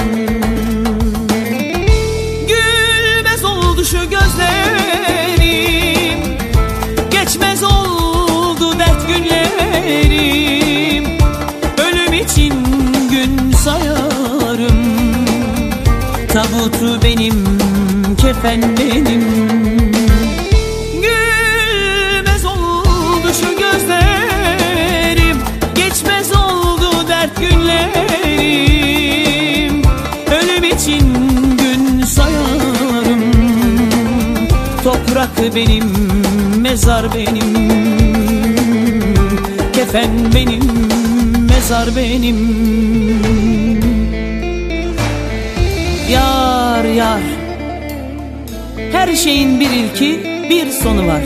Speaker 11: Gülmez oldu şu gözlerim, geçmez oldu dert günlerim. Ölüm için gün sayarım, tabutu benim, kefen benim. Gülmez oldu şu gözlerim, geç benim, mezar benim. Kefen benim, mezar benim. Yar yar, her şeyin bir ilki, bir sonu var.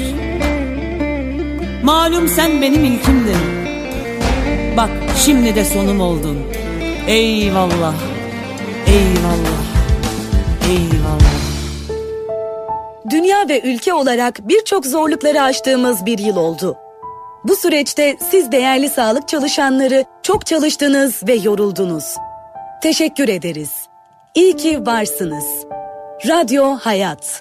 Speaker 11: Malum sen benim ilkimdin. Bak şimdi de sonum oldun. Eyvallah, eyvallah, eyvallah.
Speaker 8: Dünya ve ülke olarak birçok zorlukları aştığımız bir yıl oldu. Bu süreçte siz değerli sağlık çalışanları çok çalıştınız ve yoruldunuz. Teşekkür ederiz. İyi ki varsınız. Radyo Hayat.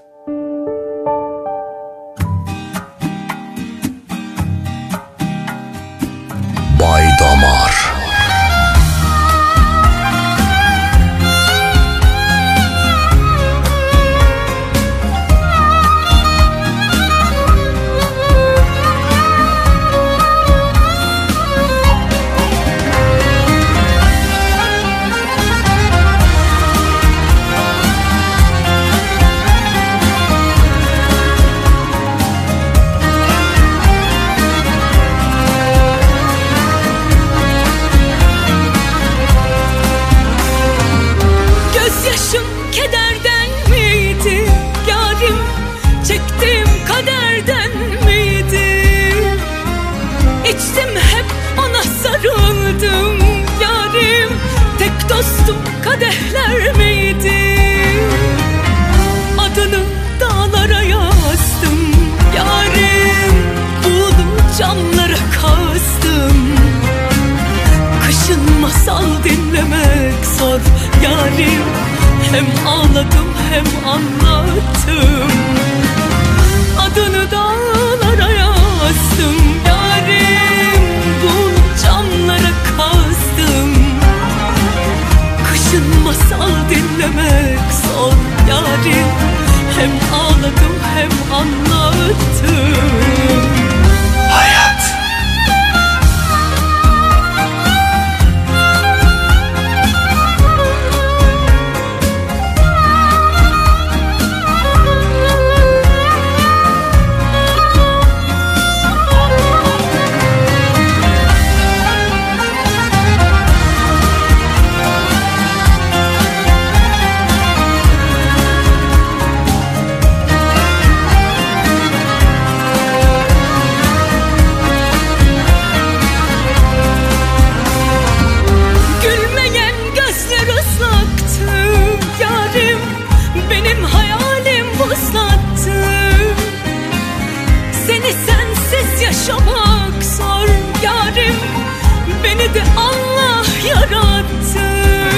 Speaker 2: Bay Damar.
Speaker 11: Dostum kadehler miydi? Adını dağlara yazdım yarim, buğulu camlara kastım. Kışın masal dinlemek zor yarim, hem ağladım hem anlattım. Adını dağlara yazdım yarim, buğulu camlara kastım. Masal dinlemek zor yarim, hem ağladım hem anlattım. Hayat. Yaşamak zor yarim, beni de Allah yarattı.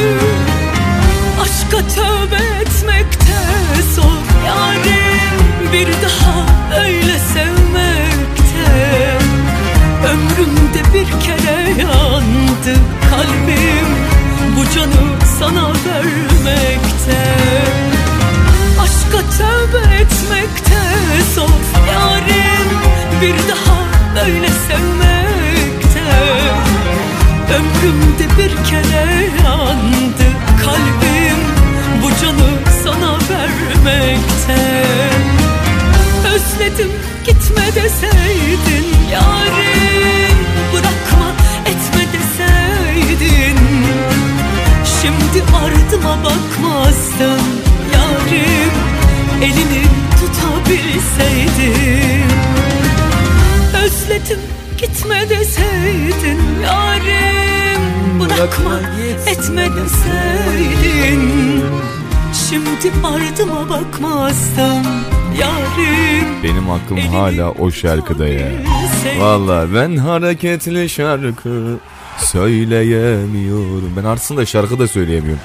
Speaker 11: Aşka tövbe etmekte zor yarim, bir daha öyle sevmekte. Ömrümde bir kere yandı kalbim, bu canı sana vermekte. Aşka tövbe etmekte zor yarim, bir daha böyle sevmekte. Ömrümde bir kere yandı kalbim, bu canı sana vermekte. Özledim gitme deseydin yarim, bırakma etme deseydin. Şimdi ardıma bakmazdım yarim, elini tutabilseydim. Özledim gitme deseydin yarim, bırakma etme deseydin. Şimdi ardıma bakmazdım yarim.
Speaker 1: Benim aklım hala o şarkıda ya. Vallahi ben hareketli şarkı söyleyemiyorum. Ben aslında şarkı da söyleyemiyorum.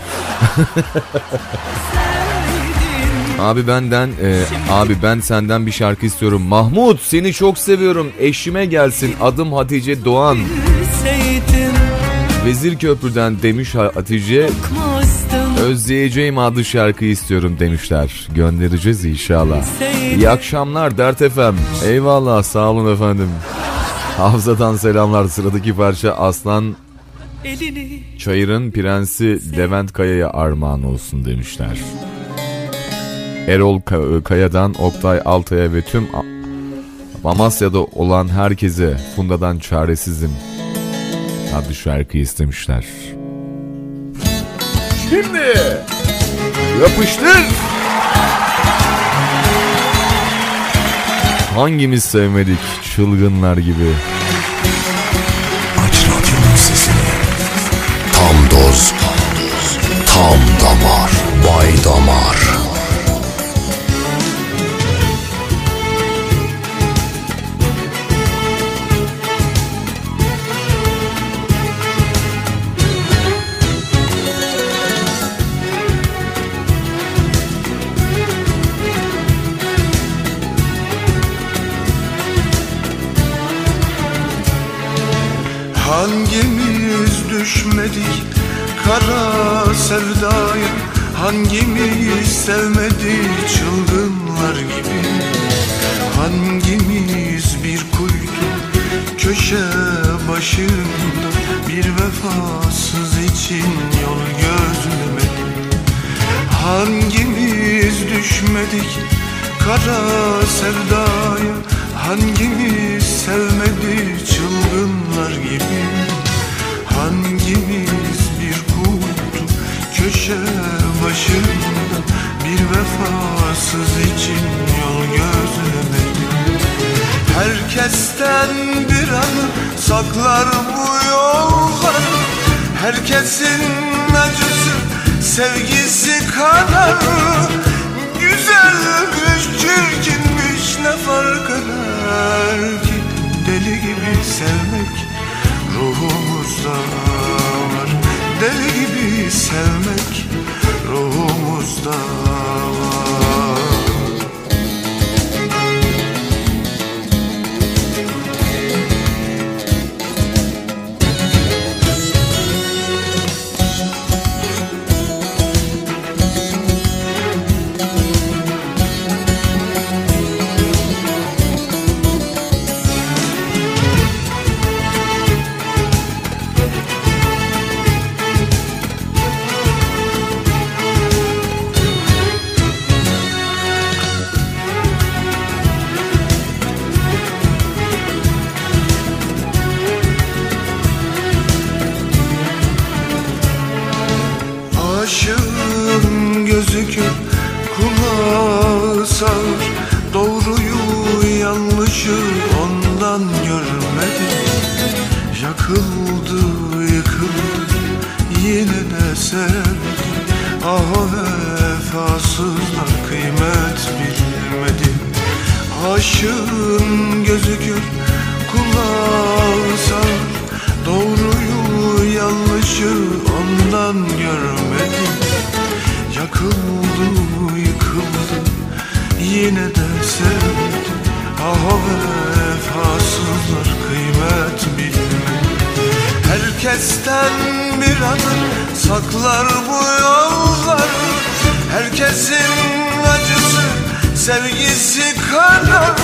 Speaker 1: Abi benden e, abi ben senden bir şarkı istiyorum. Mahmut seni çok seviyorum. Eşime gelsin. Adım Hatice Doğan. Vezirköprü'den demiş Hatice. Özleyeceğim adlı şarkıyı istiyorum demişler. Göndereceğiz inşallah. İyi akşamlar Dert F M. Eyvallah sağ olun efendim. Hafıza'dan selamlar. Sıradaki parça Aslan Çayır'ın Prensi Levent Kaya'ya armağan olsun demişler. Erol Kaya'dan Oktay Altay'a ve tüm Amasya'da olan herkese Funda'dan Çaresizim adlı şarkıyı istemişler. Şimdi yapıştır. Hangimiz sevmedik çılgınlar gibi.
Speaker 2: Aç radyonun sesini. Tam doz, tam damar, Bay Damar.
Speaker 5: Hangimiz düşmedik kara sevdaya, hangimiz sevmedik çılgınlar gibi. Hangimiz bir kuytu köşe başında bir vefasız için yol gözlemedik. Hangimiz düşmedik kara sevdaya, hangimiz sevmedik çılgınlar gibi. Hangimiz bir kutu köşe başında bir vefasız için yol gözlemedik. Herkesten bir anı saklar bu yollar, herkesin acısı sevgisi kadar. Güzelmiş çirkinmiş ne fark eder ki, deli gibi sevmek ruhumuzda var. Deli gibi sevmek ruhumuzda var. Aşığın gözü kör, kulağı sağır, doğruyu yanlışı ondan görmedi. Yakıldı yıkıldı yine de sevdi. Ah o vefasızlar kıymet bilmedi. Aşığın gözü kör, kulağı sağır, doğruyu yanlışı ondan görmedi. Yakıldı yıkıldı yine de sevdi. Ah o vefasızlar kıymet bilmedi. Herkesten bir anı saklar bu yollar, herkesin acısı sevgisi kadar.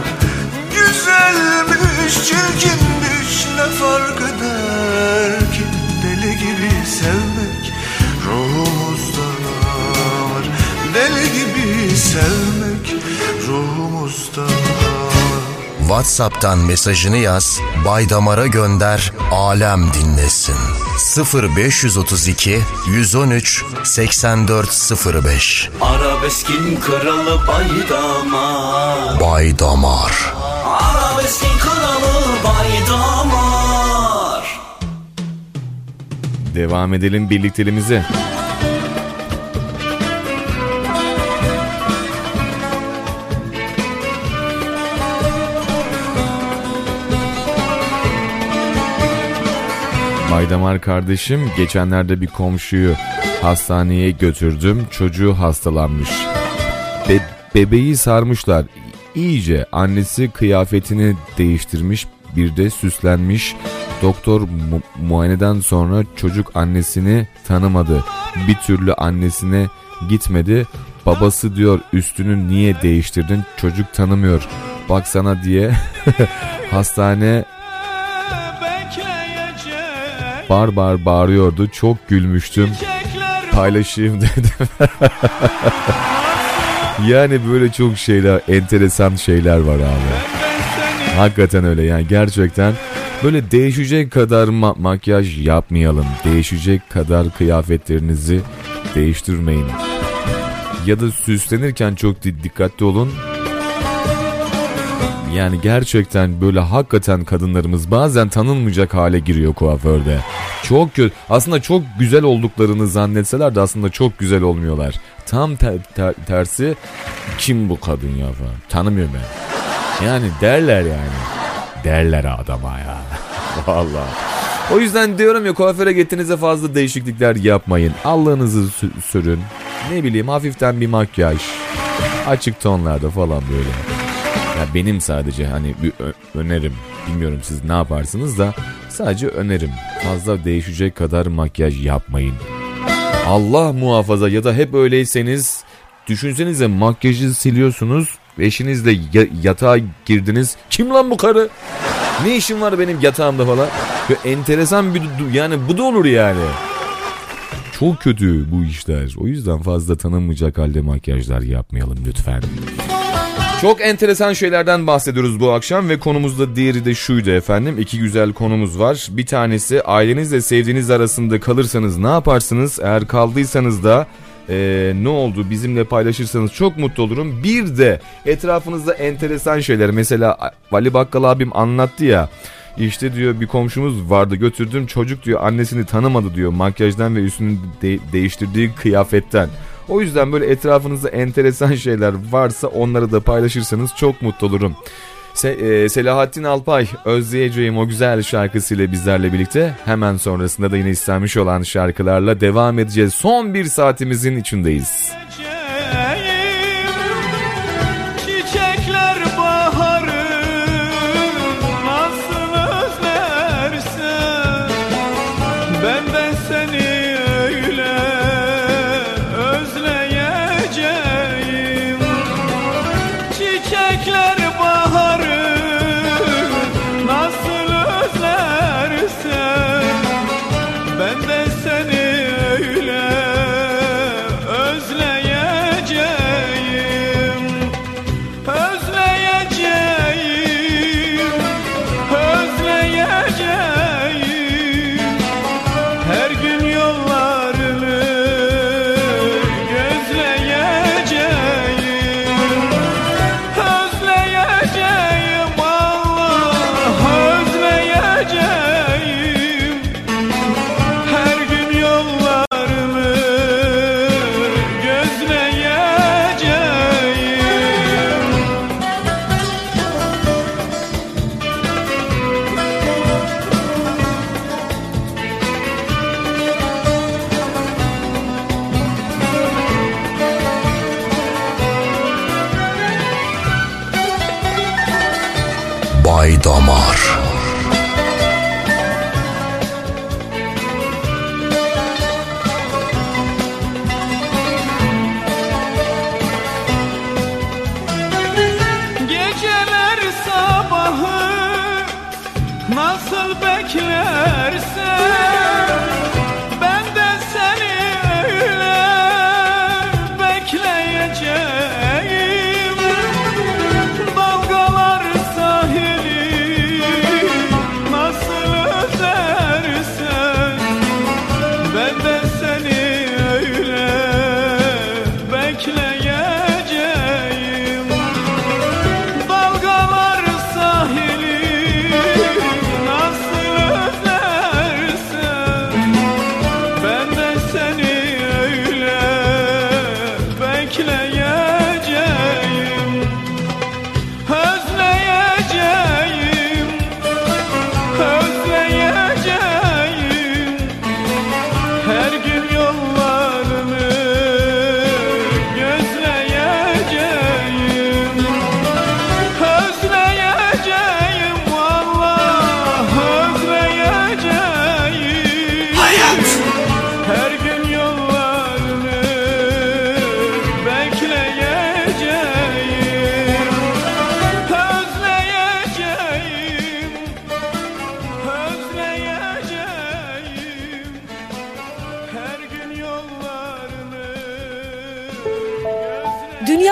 Speaker 5: Güzelmiş çirkinmiş ne fark eder ki, deli gibi sevmek ruhumuzda var. Deli gibi sevmek ruhumuzda var.
Speaker 2: WhatsApp'tan mesajını yaz, Bay Damar'a gönder, alem dinlesin. sıfır beş otuz iki yüz on üç seksen dört sıfır beş.
Speaker 4: Arabeskin kralı Bay Damar.
Speaker 2: Bay Damar.
Speaker 4: Arabeskin kralı Bay Damar.
Speaker 1: Devam edelim birlikteliğimize. Baydamar kardeşim, geçenlerde bir komşuyu hastaneye götürdüm. Çocuğu hastalanmış. Be- bebeği sarmışlar. İyice annesi kıyafetini değiştirmiş, bir de süslenmiş. Doktor mu- muayeneden sonra çocuk annesini tanımadı. Bir türlü annesine gitmedi. Babası diyor, üstünü niye değiştirdin? Çocuk tanımıyor. Baksana diye hastane bar bar bağırıyordu. Çok gülmüştüm. Paylaşayım dedim. Yani böyle çok şeyler, enteresan şeyler var abi. Hakikaten öyle yani, gerçekten böyle değişecek kadar ma- makyaj yapmayalım. Değişecek kadar kıyafetlerinizi değiştirmeyin. Ya da süslenirken çok di- dikkatli olun. Yani gerçekten böyle hakikaten kadınlarımız bazen tanınmayacak hale giriyor kuaförde. Çok kötü. Aslında çok güzel olduklarını zannetseler de aslında çok güzel olmuyorlar. Tam ter- ter- tersi, kim bu kadın ya falan. Tanımıyorum ben. Yani derler yani. Derler adama ya. Vallahi. O yüzden diyorum ya, kuaföre gittiğinizde fazla değişiklikler yapmayın. Allığınızı sü- sürün. Ne bileyim, hafiften bir makyaj. Açık tonlarda falan böyle. Ya benim sadece hani bir ö- önerim. Bilmiyorum siz ne yaparsınız da sadece önerim. Fazla değişecek kadar makyaj yapmayın. Allah muhafaza, ya da hep öyleyseniz düşünsenize, makyajı siliyorsunuz. Eşinizle ya- yatağa girdiniz. Kim lan bu karı? Ne işin var benim yatağımda falan. Böyle enteresan bir, yani bu da olur yani. Çok kötü bu işler. O yüzden fazla tanınmayacak halde makyajlar yapmayalım lütfen. Çok enteresan şeylerden bahsediyoruz bu akşam ve konumuzda diğeri de şuydu efendim. İki güzel konumuz var. Bir tanesi, ailenizle sevdiğiniz arasında kalırsanız ne yaparsınız? Eğer kaldıysanız da ee, ne oldu bizimle paylaşırsanız çok mutlu olurum. Bir de etrafınızda enteresan şeyler. Mesela Vali Bakkal abim anlattı ya. İşte diyor bir komşumuz vardı, götürdüm çocuk diyor annesini tanımadı diyor makyajdan ve üstünü de- değiştirdiği kıyafetten. O yüzden böyle etrafınızda enteresan şeyler varsa onları da paylaşırsanız çok mutlu olurum. Se- e, Selahattin Alpay, Özleyeceğim o güzel şarkısıyla bizlerle birlikte, hemen sonrasında da yine istenmiş olan şarkılarla devam edeceğiz. Son bir saatimizin içindeyiz.
Speaker 10: Çiçekler baharı nasıl özlersen, ben de seni öyle özleyeceğim. Çiçekler baharı nasıl özlersen, ben de seni öyle özleyeceğim. Özleyeceğim, özleyeceğim. Her gün yollarını gözleyeceğim. Özleyeceğim Allah, özleyeceğim. Her gün yollarını gözleyeceğim.
Speaker 2: Bay Damar.
Speaker 10: Geceler sabahı nasıl beklersen, ben de seni öyle bekleyeceğim. Dalgalar sahili nasıl özlersen, ben de seni öyle bekleyeceğim. Dalgalar sahili nasıl özlersen,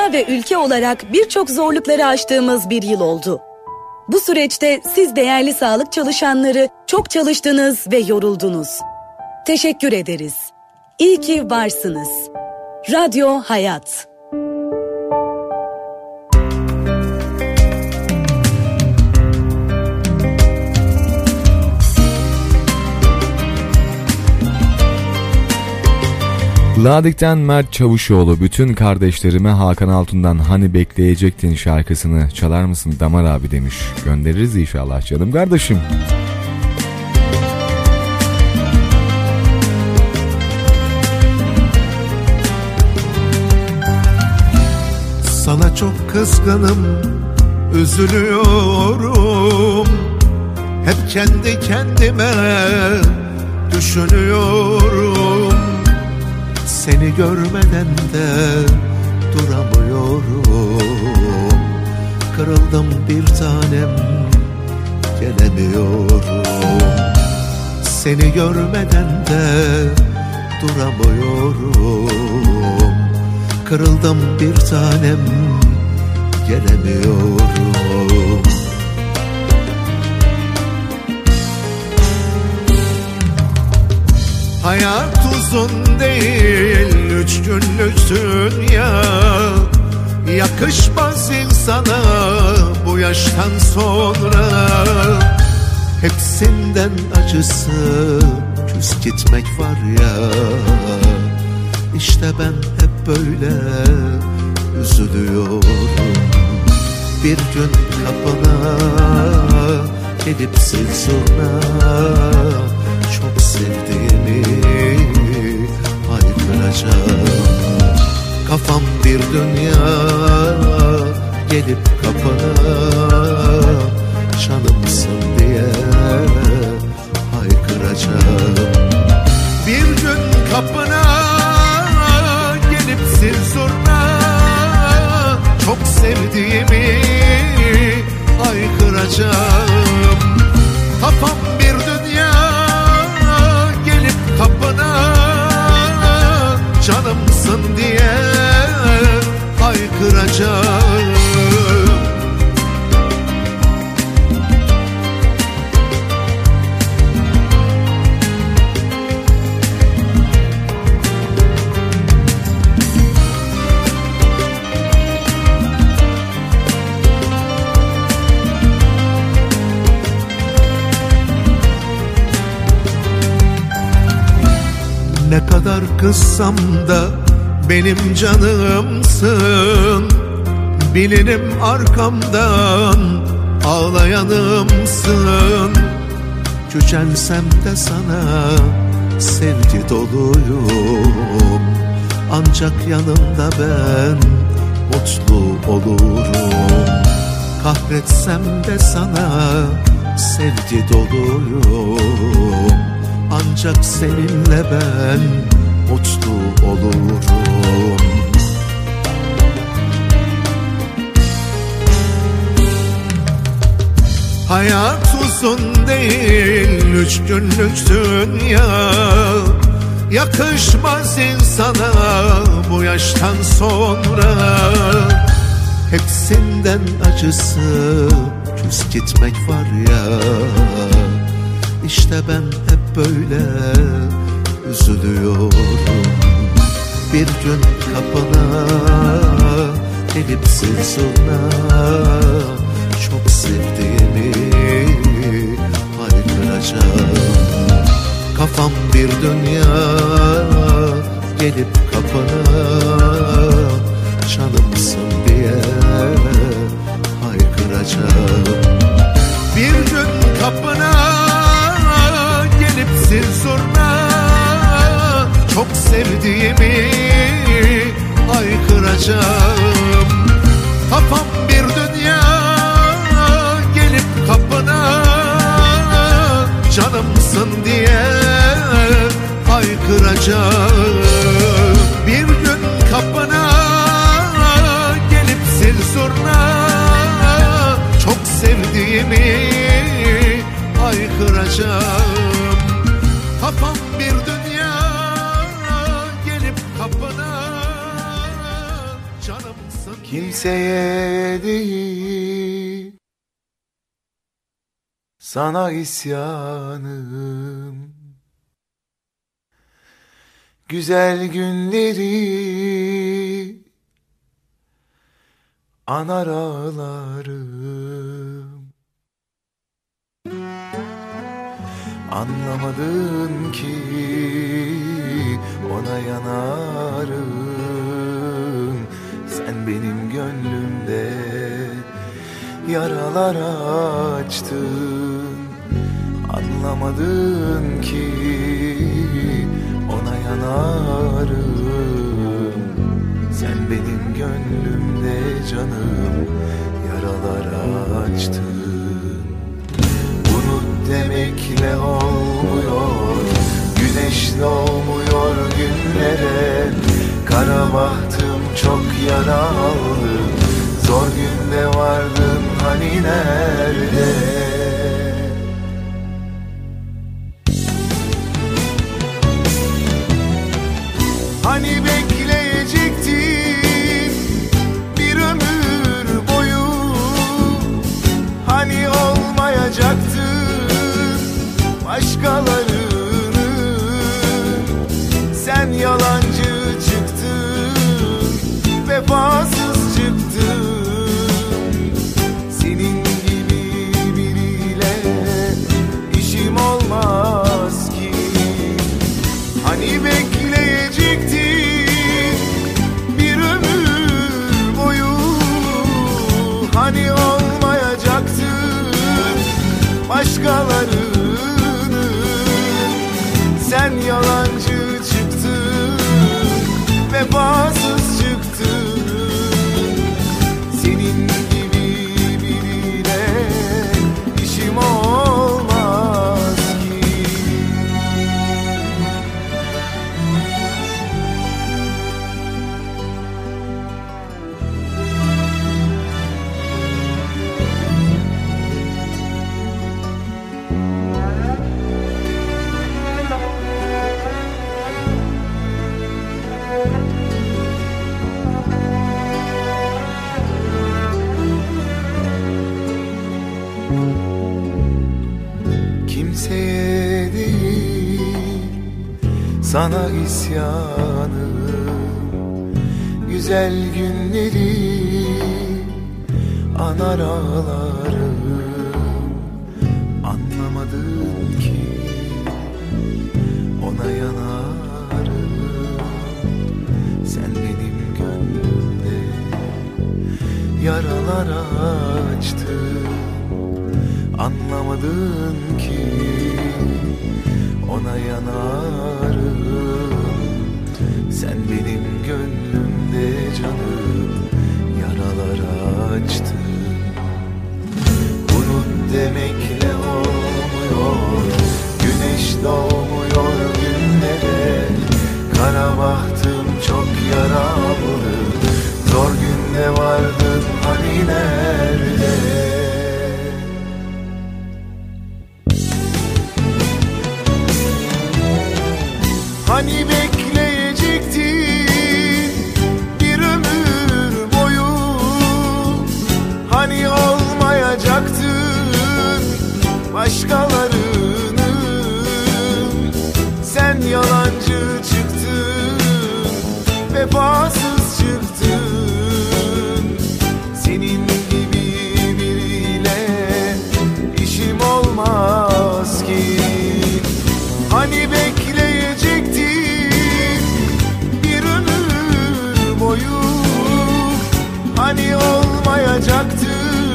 Speaker 8: dünya ve ülke olarak birçok zorlukları aştığımız bir yıl oldu. Bu süreçte siz değerli sağlık çalışanları çok çalıştınız ve yoruldunuz. Teşekkür ederiz. İyi ki varsınız. Radyo Hayat.
Speaker 12: Ladik'ten Mert Çavuşoğlu, bütün kardeşlerime Hakan Altun'dan Hani Bekleyecektin şarkısını çalar mısın Damar abi demiş. Göndeririz inşallah canım kardeşim.
Speaker 13: Sana çok kızgınım, üzülüyorum. Hep kendi kendime düşünüyorum. Seni görmeden de duramıyorum. Kırıldım bir tanem, gelemiyorum. Seni görmeden de duramıyorum. Kırıldım bir tanem, gelemiyorum. Hayat uzun değil, üç günlük dünya. Yakışmaz insana bu yaştan sonra. Hepsinden acısı küs gitmek var ya. İşte ben hep böyle üzülüyorum. Bir gün kapına gelip sil zurna, çok sevdiğimi haykıracağım. Kafam bir dünya gelip kapına, canımsın diye haykıracağım. Bir gün kapına gelip sil zurna, çok sevdiğimi haykıracağım. Kafam bir dünya gelip kapına, canımsın diye haykıracağım. Ne kadar kızsam da benim canımsın. Bilinim arkamdan ağlayanımsın. Küçelsem de sana sevgi doluyum. Ancak yanımda ben mutlu olurum. Kahretsem de sana sevgi doluyum. Ancak seninle ben mutlu olurum. Hayat uzun değil, üç günlük dünya. Yakışmaz insana bu yaştan sonra. Hepsinden acısı küs gitmek var ya. İşte ben hep böyle üzülüyorum. Bir gün kapına gelip sil zurna, çok sevdiğimi haykıracağım. Kafam bir dünya gelip kapına, canımsın diye haykıracağım. Bir gün kapına gelip sil zurna, çok sevdiğimi haykıracağım. Kafam bir dünya gelip kapına, canımsın diye haykıracağım. Bir gün kapına gelip sil zurna, çok sevdiğimi haykıracağım. Kafam bir dünya gelip kapına, canımsın Kimseye değil, sana isyanım. Güzel günleri anar ağlarım. Anlamadın ki ona yanarım. Sen benim gönlümde yaralar açtın. Anlamadın ki ona yanarım. Sen benim gönlümde canım yaralar açtın. Unut demekle olmuyor, güneş doğmuyor günlere. Kara bahtım çok yaralı, zor günde vardın hani nerede? Hani bekleyecektin bir ömür boyu, hani olmayacaktın başkalarının. Sen yalancı çıktın, vefasız çıktın. Senin gibi biriyle işim olmaz ki. Hani bekleyecektin bir ömür boyu, hani olmayacaktın başkalarının. Sen yalancı çıktın, vefasız çıktın. Senin gibi biriyle işim olmaz ki. Kimseye değil, sana isyanım. Güzel günleri anar ağlarım. Anlamadın ki ona yanarım. Sen benim gönlümde yaralar açtın. Anlamadın ki ona yanarım. Sen benim gönlümde canım yaralar açtın. Unut demekle olmuyor, güneş doğmuyor günlere. Kara bahtım çok yaralı, zor günde vardın hani nerede? Hani bekleyecektin bir ömür boyu, hani olmayacaktın başkalarının. Sen yalancı çıktın, vefasız çıktın. Senin gibi biriyle işim olmaz ki. Hani bekleyecektin bir ömür boyu, hani olmayacaktın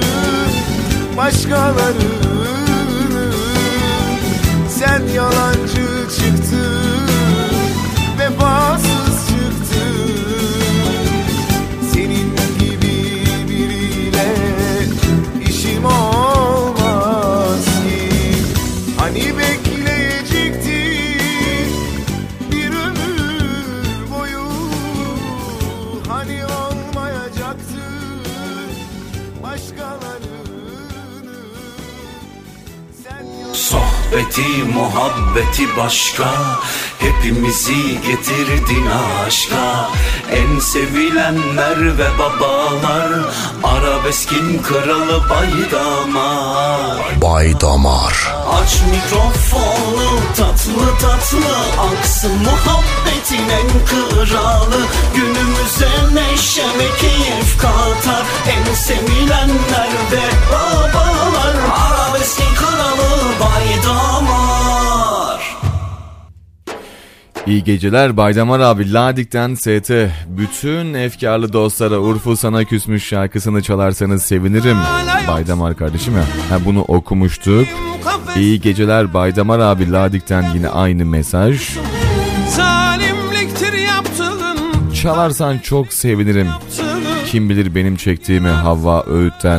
Speaker 13: başkalarının. Sen yalancı çıktın, vefasız çıktın. Senin gibi biriyle işim olmaz ki. Hani bekleyecektin bir ömür boyu, hani olmayacaktın başkalarının. Sen
Speaker 4: sohbeti muhabbeti başka. Hepimizi getirdin aşka. En sevilenler ve babalar, arabeskin kralı Baydamar.
Speaker 2: Baydamar.
Speaker 4: Aç mikrofonu, tatlı tatlı aksın muhabbetin en kralı. Günümüze neşe ve keyif katar en sevilenler ve babalar. Arabeskin kralı Baydamar.
Speaker 12: İyi geceler Baydamar abi. Ladik'ten S T. Bütün efkarlı dostlara Urfu Sana Küsmüş şarkısını çalarsanız sevinirim. Baydamar kardeşim ya. Ha, bunu okumuştuk. İyi geceler Baydamar abi. Ladik'ten yine aynı mesaj.
Speaker 7: Zalimliktir yaptığın.
Speaker 12: Çalarsan çok sevinirim. Kim bilir benim çektiğimi Havva Öğüt'ten.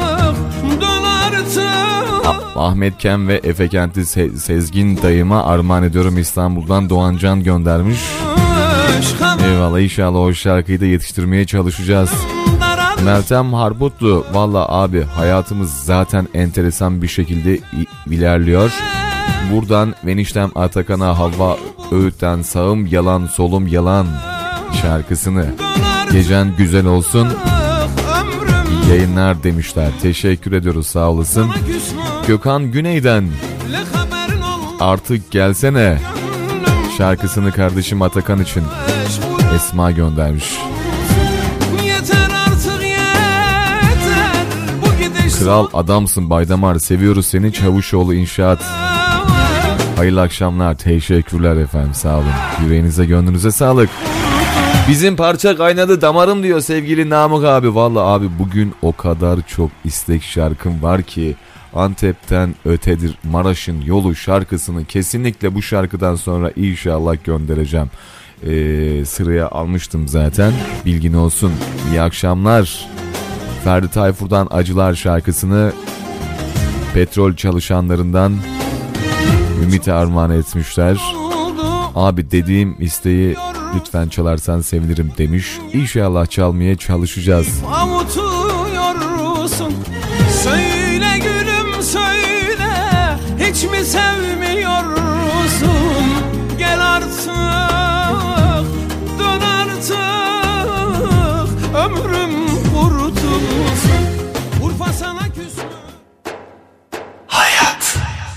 Speaker 12: Ahmet Kem ve Efe Kent'i Se- Sezgin dayıma armağan ediyorum. İstanbul'dan Doğancan göndermiş. Eyvallah, inşallah o şarkıyı da yetiştirmeye çalışacağız. Meltem Harbutlu, valla abi hayatımız zaten enteresan bir şekilde ilerliyor. Buradan Veniştem Atakan'a Havva Öğüt'ten sağım yalan solum yalan şarkısını gecen güzel olsun. İyi yayınlar demişler. Teşekkür ediyoruz, sağ olasın. Gökhan Güney'den Artık Gelsene şarkısını kardeşim Atakan için Esma göndermiş. Kral adamsın Baydamar, seviyoruz seni. Çavuşoğlu İnşaat. Hayırlı akşamlar, teşekkürler efendim, sağ olun. Yüreğinize gönlünüze sağlık. Bizim parça kaynadı damarım diyor sevgili Namık abi. Vallahi abi bugün o kadar çok istek şarkım var ki, Antep'ten ötedir Maraş'ın yolu şarkısını kesinlikle bu şarkıdan sonra inşallah göndereceğim. Ee, sıraya almıştım zaten, bilgin olsun. İyi akşamlar. Ferdi Tayfur'dan Acılar şarkısını petrol çalışanlarından Ümit'e armağan etmişler. Abi dediğim isteği lütfen çalarsan sevinirim demiş. İnşallah çalmaya çalışacağız.
Speaker 7: Avutuyorsun, söyle gülüm söyle, hiç mi sevmiyorsun? Gel artık, dön artık, ömrüm kurtulsun. Urfa sana küsmüş.
Speaker 4: Hayat.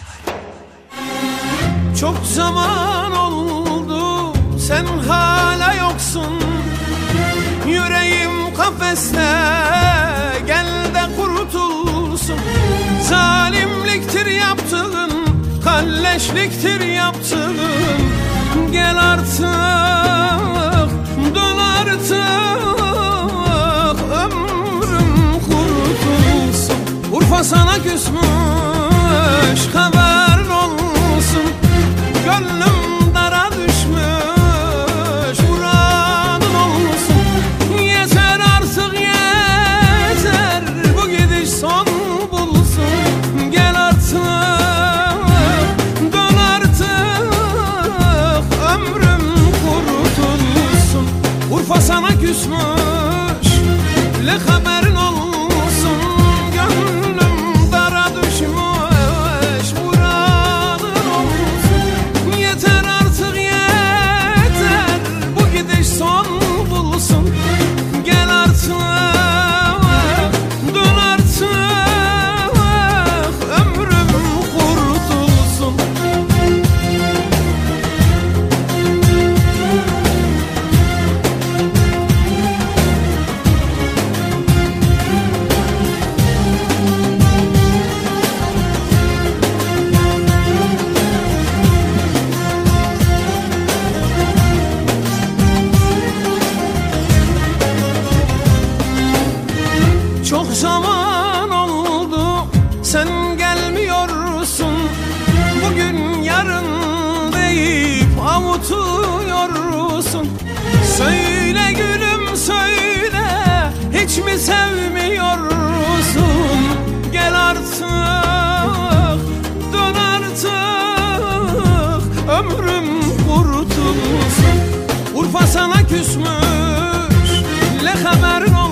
Speaker 7: Çok zaman oldu, sen hala yoksun. Yüreğim kafeste, gel de kurtulsun. Zalimliktir yaptığın, kalleşliktir yaptığın. Gel artık, dön artık, ömrüm kurtulsun. Urfa sana küsmüş, haberin olsun. Gönlüm dara düşmüş, muradın olsun. Yeter artık yeter, bu gidiş son bulsun. Gel artık, dön artık, ömrüm kurtulsun. Urfa sana küsmüş, le haberin olsun. Gönlüm dara düşmüş, muradın olsun. Yeter artık yeter, bu gidiş son bulsun. Gel artık, dön artık, ömrüm kurtulsun. Çok zaman oldu, sen gelmiyorsun. Bugün yarın deyip avutuyorsun. Söyle gülüm söyle, hiç mi sevmiyorsun? Gel artık, dön artık, ömrüm kurtulsun. Urfa sana küsmüş, le haberin olsun.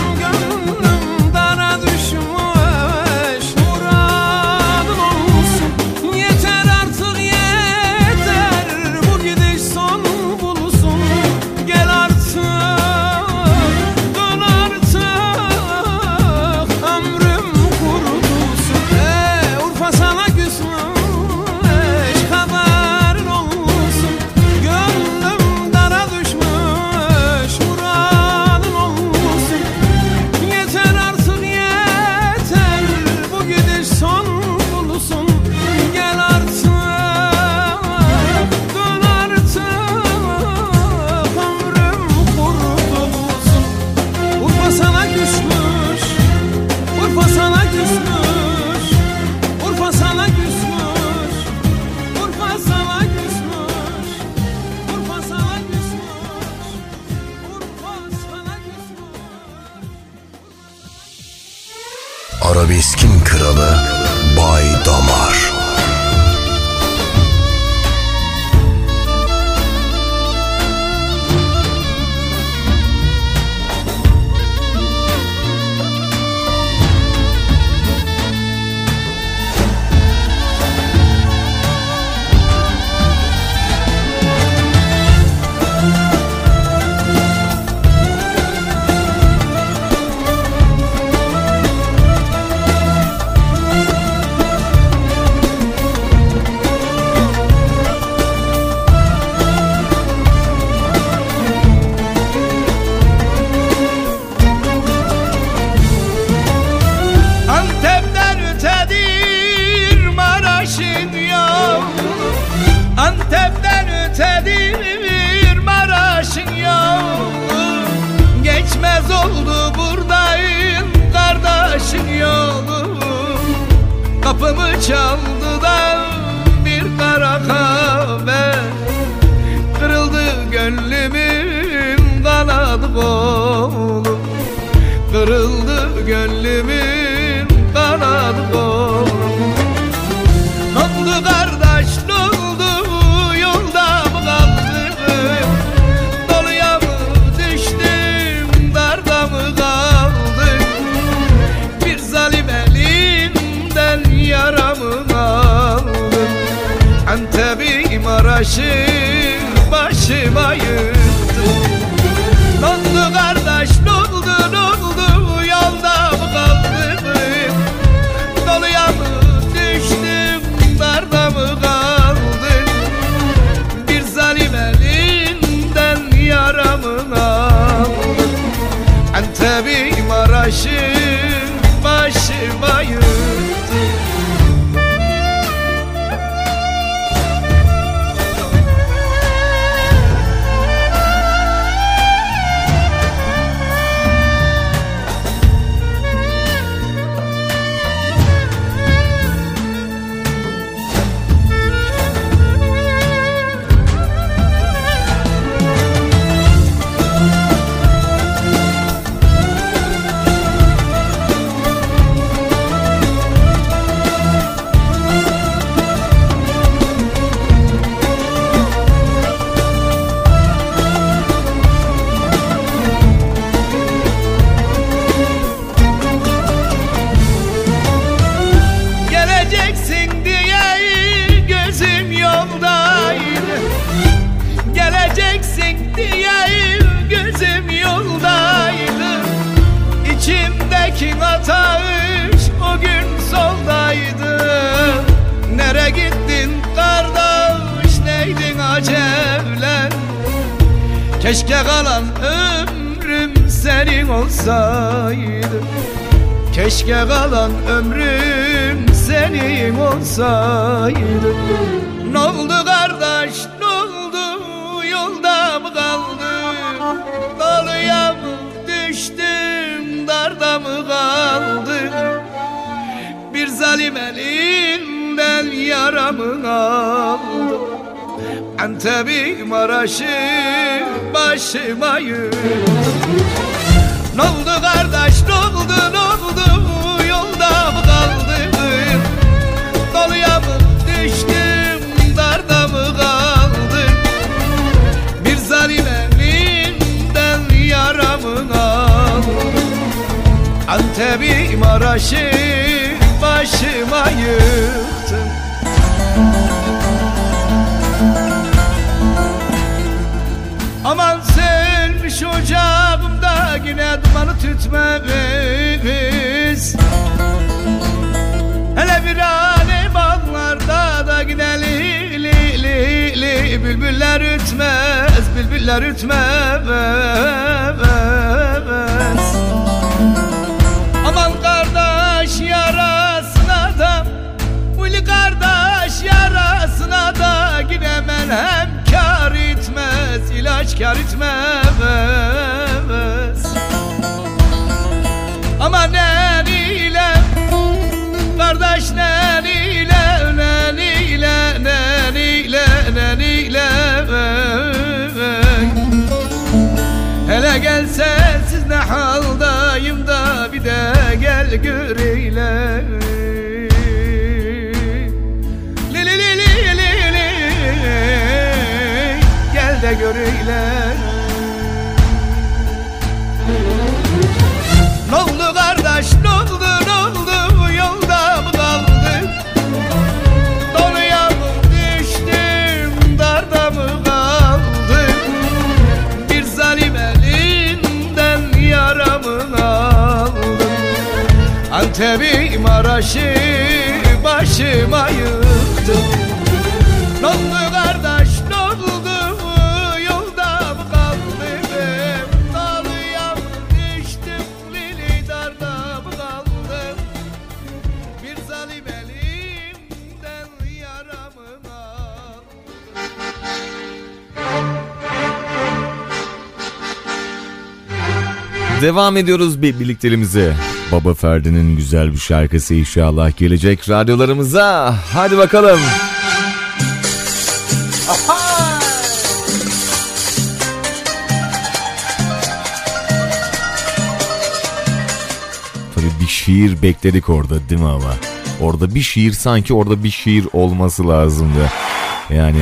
Speaker 7: Gönlüm dara düşmüş, muradın olsun. sana küsmüş, Urfa sana küsmüş, Urfa sana küsmüş, Urfa sana küsmüş.
Speaker 2: Arabeskin kralı Bay Damar.
Speaker 14: Antep'ten ötedir Maraş'ın yolu, Antep'ten ötedir Maraş'ın yolu. Geçmez oldu buradayım kardeşin yolu. Kapımı çaldı da bir kara kahve, kırıldı gönlümün kanadı kolu. Kırıldı gönlümün kanadı kolu. Ne oldu kardeş, ne oldu, yolda mı kaldım? Doluya mı düştüm, darda mı kaldım? Bir zalim elimden yaramı aldım. Antep'i Maraş'ı başıma yıktım. Ne oldu kardeş, ne oldu, ne oldu, yolda mı kaldım? Doluya mı düştüm, darda mı kaldım? Bir zalim elinden yaramı aldım. Antep'i Maraş'ı başıma yıktım. Geleceksin diye gözüm yoldaydı, geleceksin diye gözüm yoldaydı. İçimdeki ateş o gün soldaydı. Nere gittin kardeş, neydin acevlen? Keşke kalan ömrüm senin olsaydı. Keşke kalan ömrüm senin olsaydı. Ne oldu kardeş, ne oldu, yolda mı kaldım? Doluya mı düştüm, darda mı kaldım? Bir zalim elinden yaramı aldım. Antep'i Maraş'ı başıma yıktım. Ne oldu kardeş, ne oldu, ne oldu, yolda mı kaldım? Doluya mı düştüm, darda mı kaldım? Bir zalim elinden yaramı aldım. Antep'i Maraş'ı başıma yıktım. Aman sönmüş ocağımda yine dumanı tütmemiz. Hele bir alem bağlarda da yine li li li li bülbüller ütmez, bülbüller ütmez. Aman kardeş yarasına da, uli kardeş yarasına da yine merhem kar etmez, ilaç kar etmez. Aman ne ile kardeş, ne ile gel gör eyle. Li li li li li li. Gel de gör eyle. Ne oldu kardeş, ne oldu, ne oldu, yolda mı kaldık? Doluya mı düştüm, darda mı kaldık? Bir zalim elinden yaramı aldım. Antep'i, Maraş'ı başıma yıktım. Ne oldu kardeş, ne oldu?
Speaker 12: Devam ediyoruz bir birlikteliğimize. Baba Ferdi'nin güzel bir şarkısı inşallah gelecek radyolarımıza. Hadi bakalım. Tabii bir şiir bekledik orada değil mi ama? Orada bir şiir, sanki orada bir şiir olması lazımdı. Yani...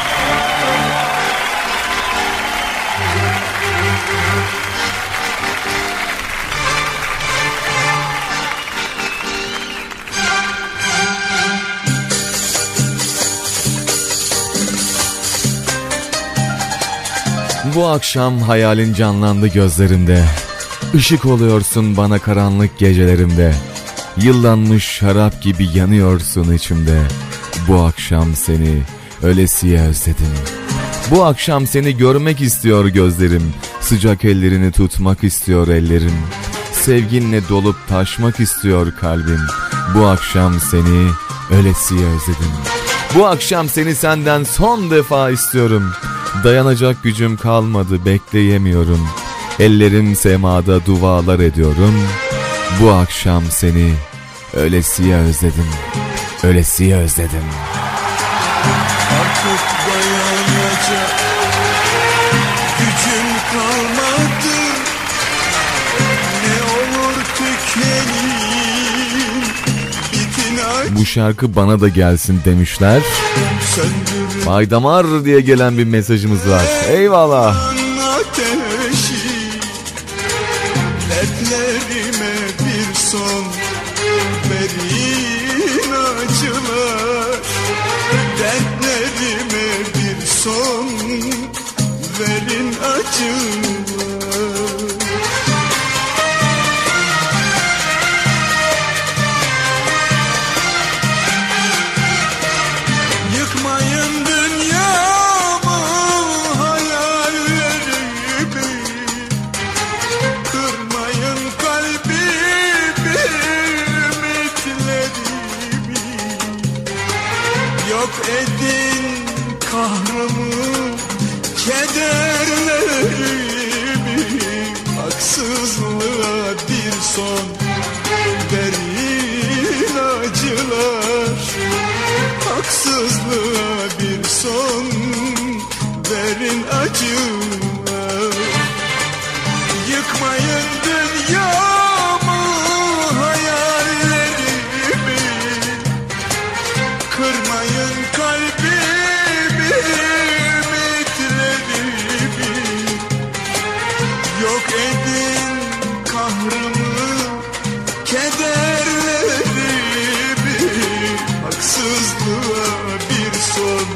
Speaker 12: Bu akşam hayalin canlandı gözlerimde. Işık oluyorsun bana karanlık gecelerimde. Yıllanmış şarap gibi yanıyorsun içimde. Bu akşam seni öylesiye özledim. Bu akşam seni görmek istiyor gözlerim. Sıcak ellerini tutmak istiyor ellerim. Sevginle dolup taşmak istiyor kalbim. Bu akşam seni öylesiye özledim. Bu akşam seni senden son defa istiyorum. Dayanacak gücüm kalmadı, bekleyemiyorum. Ellerim semada dualar ediyorum. Bu akşam seni öylesiye özledim. Öylesiye özledim.
Speaker 5: Artık dayanacak gücüm kalmadı. Ne olur tükenin, bitin aç.
Speaker 12: Bu şarkı bana da gelsin demişler. Baydamar diye gelen bir mesajımız var. Eyvallah.
Speaker 5: Ateşi, dertlerime bir son verin acılar. Dertlerime bir son verin acılar. Haksızlığa bir son verin acılar. Haksızlığa bir son verin acılar. Yıkmayın dünyamı, hayallerimi. Kırmayın kalbimi, ümitlerimi. Yok edin kahrımı, kederlerimi. Haksızlığa bir son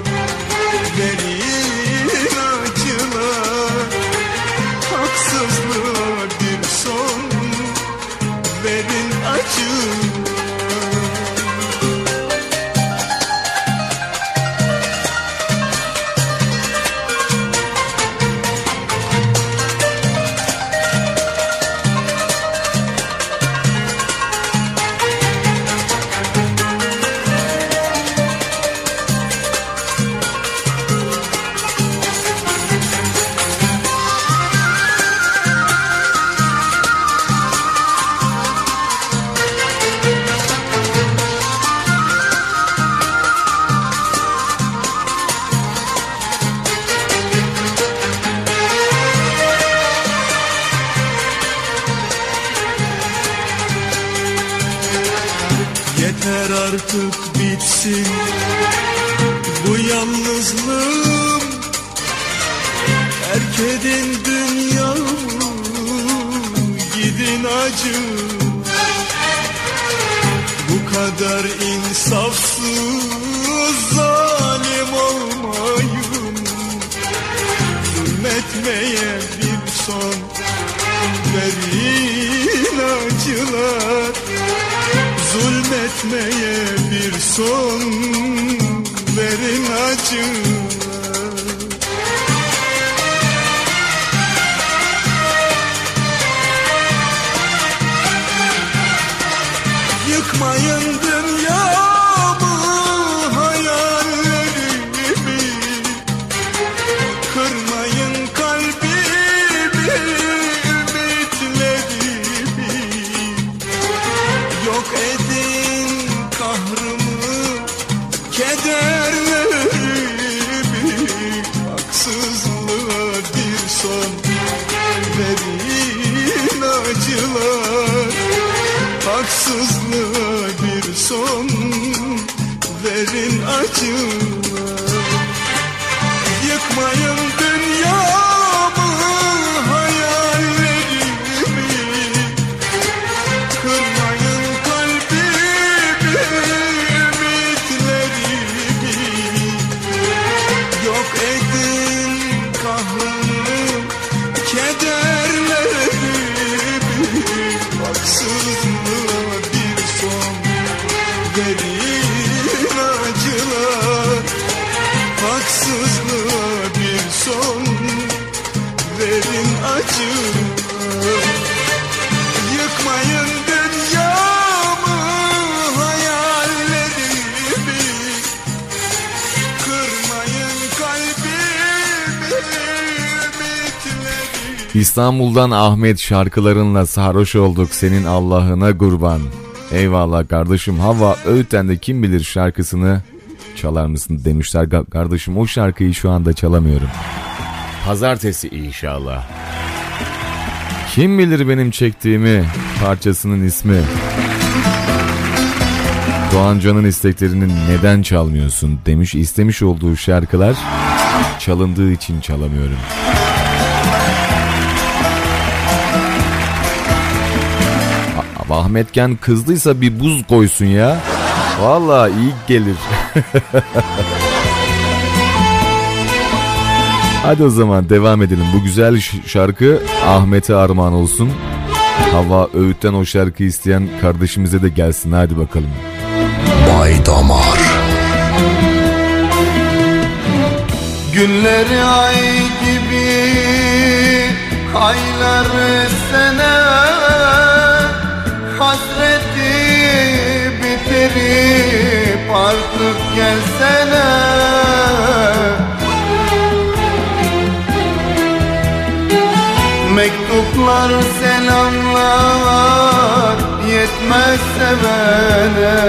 Speaker 5: verin acılar. Haksızlığa bir son verin acılar. mazlum. Terk edin dünyamı, gidin acı. Bu kadar insafsız, zalim olmayın. Zulmetmeye bir son verin acılar. Zulmetmeye bir son verin acılar. Yıkmayın dünyamı, hayallerimi. Kırmayın kalbimi, ümitlerimi. Yok edin kahrımı, kederlerimi. Haksızlığa bir son verin acılar. Haksızlığa bir son verin acılar. Yıkmayın dünyamı, hayallerimi. Kırmayın kalbimi, ümitlerimi. Yok edin kahrımı, kederlerimi. Haksızlığa bir son verin acılar. Haksızlığa bir son verin acılar. Yıkmayın dünyamı, hayallerimi. Kırmayın kalbimi, ümitlerimi.
Speaker 12: İstanbul'dan Ahmet, şarkılarınla sarhoş olduk, senin Allah'ına kurban. Eyvallah kardeşim. Hava Öğüt'ten de kim bilir şarkısını çalar mısın demişler. Kardeşim o şarkıyı şu anda çalamıyorum. Pazartesi inşallah. Kim bilir benim çektiğimi, parçasının ismi. Doğancan'ın isteklerini neden çalmıyorsun demiş. İstemiş olduğu şarkılar çalındığı için çalamıyorum. Ahmetken kızdıysa bir buz koysun ya. Vallahi iyi gelir. Hadi o zaman devam edelim. Bu güzel şarkı Ahmet'e armağan olsun. Hava Öğüt'ten o şarkıyı isteyen kardeşimize de gelsin. Hadi bakalım.
Speaker 2: Bay Damar.
Speaker 15: Günleri ay gibi, ayları sene. Hasreti bitirip artık gelsene. Mektuplar, selamlar yetmez sevene.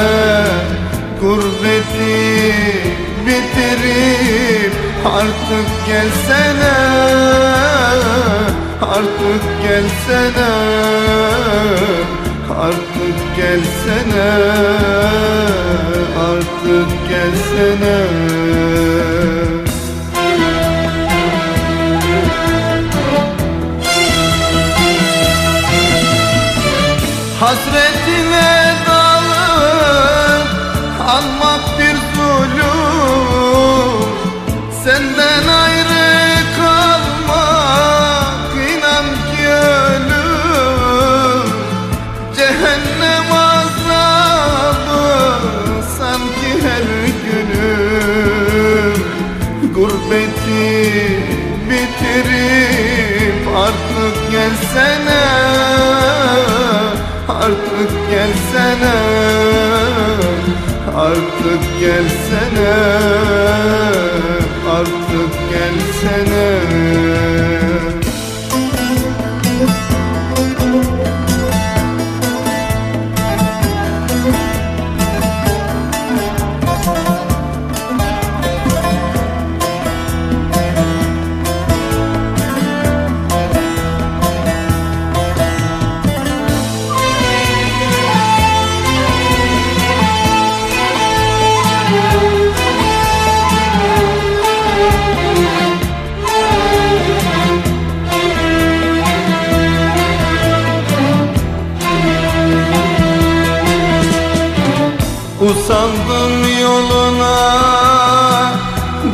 Speaker 15: Gurbeti bitirip artık gelsene. Artık gelsene. Artık gelsene. Artık gelsene. Hasretine dalıp almak bir zulüm. Senden ayrı kalmak inan ki ölüm. Cehennem azabı sanki her günüm. Gurbeti bitirip artık gelsene. Artık gelsene. Artık gelsene. Artık gelsene.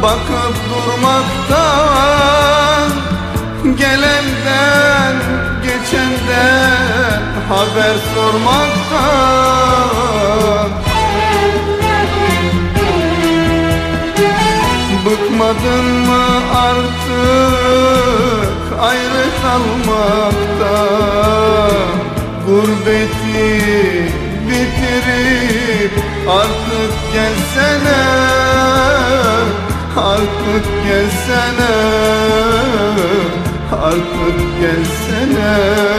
Speaker 15: bakıp durmaktan, gelenden geçenden haber sormaktan. Bıkmadın mı artık ayrı kalmaktan? Gurbeti bitirip artık gelsene, artık gelsene, artık gelsene,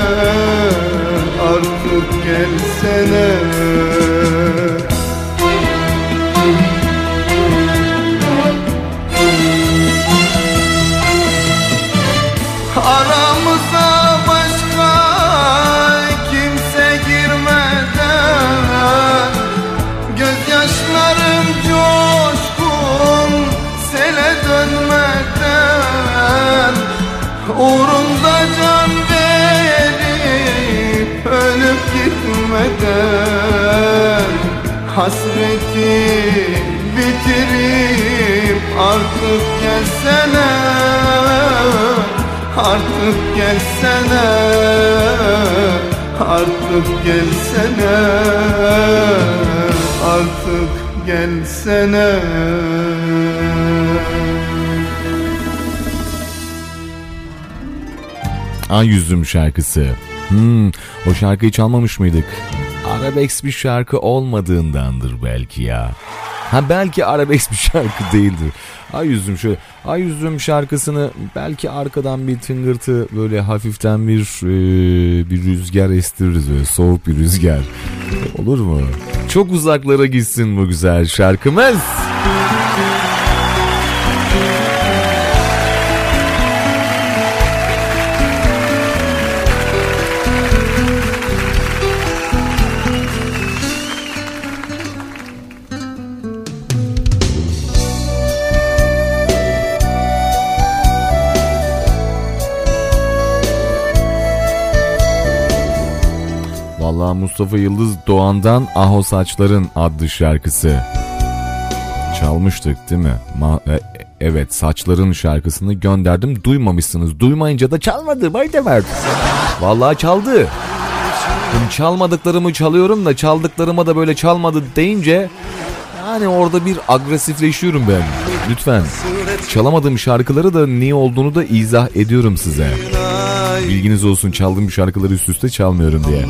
Speaker 15: artık gelsene. Aramıza başka kimse girmeden, gözyaşlarım coşkun sele dönmeden, uğrunda can verip ölüp gitmeden, hasreti bitirip artık gelsene, artık gelsene, artık gelsene, artık gelsene.
Speaker 12: Ay Yüzüm şarkısı. Hmm, o şarkıyı çalmamış mıydık? Arabesk bir şarkı olmadığındandır belki ya. Ha belki arabesk bir şarkı değildir. Ay Yüzüm şöyle. Ay Yüzüm şarkısını belki arkadan bir tıngırtı, böyle hafiften bir e, bir rüzgar estiririz, böyle soğuk bir rüzgar. Olur mu? Çok uzaklara gitsin bu güzel şarkımız. Mustafa Yıldız Doğan'dan Ah O Saçların adlı şarkısı. Çalmıştık değil mi? Ma- e- evet, Saçların şarkısını gönderdim, duymamışsınız. Duymayınca da çalmadı Baydamar. Vallahi çaldı. Çalmadıklarımı çalıyorum da çaldıklarıma da böyle çalmadı deyince yani orada bir agresifleşiyorum ben. Lütfen çalamadığım şarkıları da niye olduğunu da izah ediyorum size. Bilginiz olsun, çaldığım şarkıları üst üste çalmıyorum diye.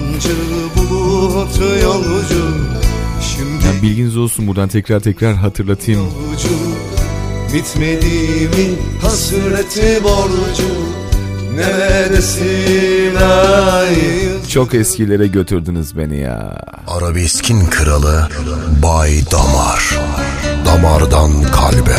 Speaker 12: Yani bilginiz olsun, buradan tekrar tekrar hatırlatayım.
Speaker 5: Bitmediğimin hasreti borcu, neredesin ay?
Speaker 12: Çok eskilere götürdünüz beni ya.
Speaker 2: Arabeskin kralı Bay Damar. Damardan kalbe.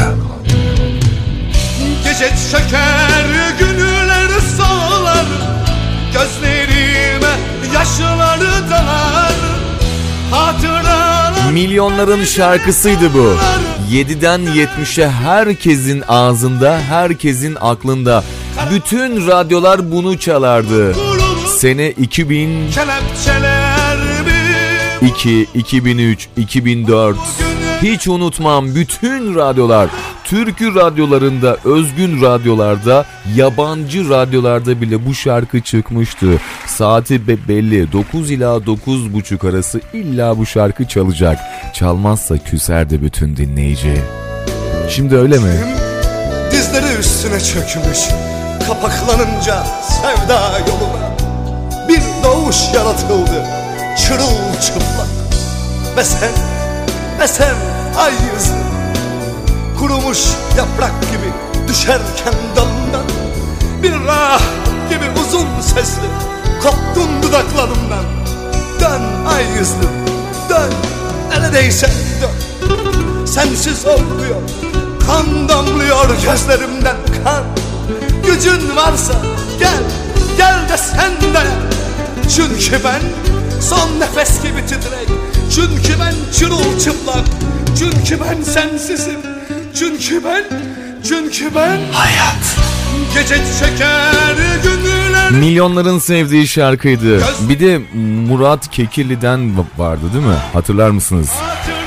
Speaker 5: Gece çeker günleri sağlar, gözlerime yaşları dalar. Hatıralar.
Speaker 12: Milyonların şarkısıydı bu. yediden yetmişe herkesin ağzında, herkesin aklında. Bütün radyolar bunu çalardı. Sene iki bin iki, iki bin üç, iki bin dört. Hiç unutmam, bütün radyolar, türkü radyolarında, özgün radyolarda, yabancı radyolarda bile bu şarkı çıkmıştı. Saati be belli, dokuz ila dokuz buçuk arası illa bu şarkı çalacak. Çalmazsa küserdi bütün dinleyici. Şimdi öyle mi?
Speaker 5: Dizleri üstüne çökmüş, kapaklanınca sevda yoluna bir doğuş yaratıldı, çırılçıplak. Ve sen, ve sen ay yüzü, kurumuş yaprak gibi düşerken dalından, bir rah gibi uzun sesli koptun dudaklarımdan. Dön ay yüzlü, dön, neredeyse dön. Sensiz olmuyor, kan damlıyor gözlerimden kan. Gücün varsa gel, gel de sen de. Çünkü ben son nefes gibi titrek, çünkü ben çırılçıplak, çünkü ben sensizim, çünkü ben, çünkü ben hayat. Gece çeker günler.
Speaker 12: Milyonların sevdiği şarkıydı. Bir de Murat Kekilli'den vardı değil mi? Hatırlar mısınız?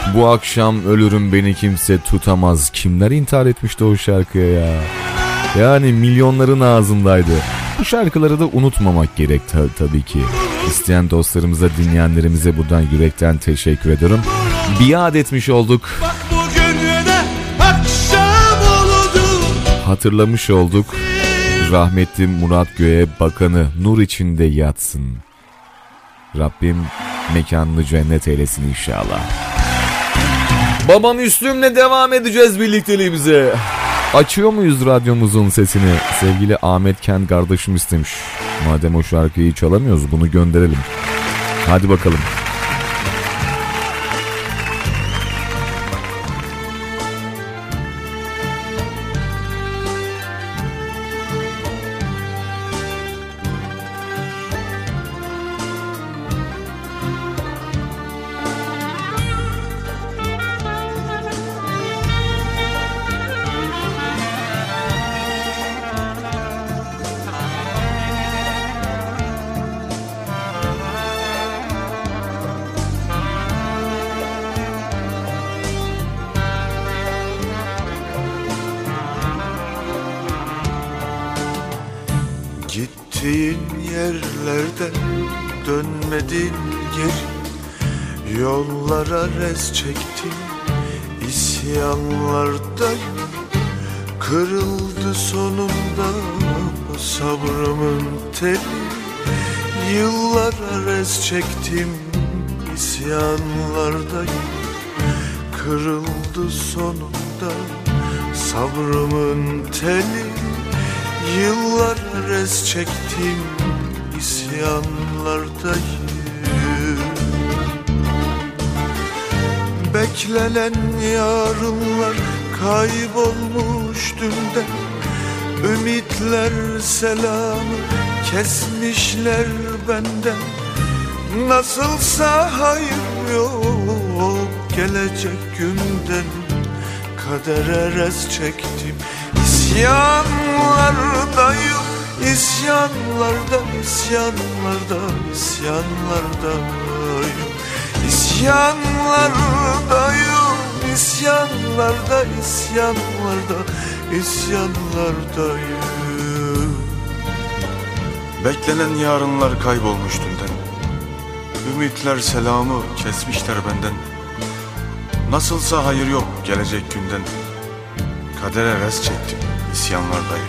Speaker 12: Bu akşam ölürüm beni kimse tutamaz. Kimler intihar etmişti o şarkıya ya? Yani milyonların ağzındaydı. Bu şarkıları da unutmamak gerek tab- tabii ki. İsteyen dostlarımıza, dinleyenlerimize buradan yürekten teşekkür ediyorum. Biat etmiş olduk.
Speaker 7: Bak bugün de akşam oldu.
Speaker 12: Hatırlamış olduk. Rahmetli Murat Göğe Bakanı nur içinde yatsın. Rabbim mekanını cennet eylesin inşallah. Baba Müslüm'le devam edeceğiz birlikteliğimize. Açıyor muyuz radyomuzun sesini? Sevgili Ahmet Ken kardeşim istemiş. Madem o şarkıyı çalamıyoruz, bunu gönderelim. Hadi bakalım.
Speaker 13: Gittiğin yerlerden dönmedin geri. Yollara rez çektim, isyanlardayım. Kırıldı sonunda sabrımın teli. Yıllara rez çektim, isyanlardayım. Kırıldı sonunda sabrımın teli. Yıllar res çektim, isyanlardayım. Beklenen yarınlar kaybolmuş dünden. Ümitler selamı kesmişler benden. Nasılsa hayır yok gelecek günden. Kadere res çektim, İsyanlardayım, isyanlarda, isyanlarda, isyanlardayım. İsyanlardayım, isyanlarda, isyanlarda, isyanlardayım.
Speaker 16: Beklenen yarınlar kaybolmuş dünden. Ümitler selamı kesmişler benden. Nasılsa hayır yok gelecek günden. Kadere res çektim, isyanlardayım.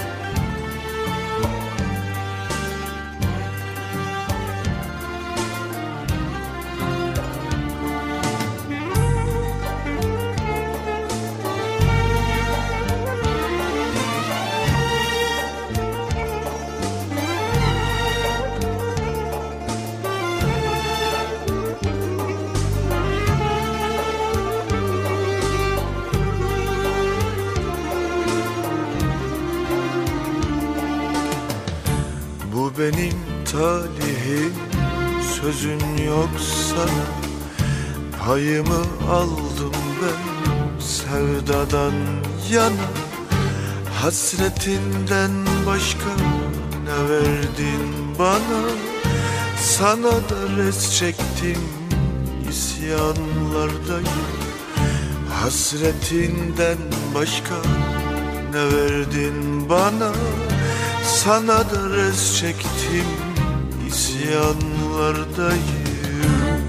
Speaker 13: Benim talihim, sözün yok sana. Payımı aldım ben sevdadan yana. Hasretinden başka ne verdin bana? Sana da res çektim, isyanlardayım. Hasretinden başka ne verdin bana? Sana da res çektim, isyanlardayım.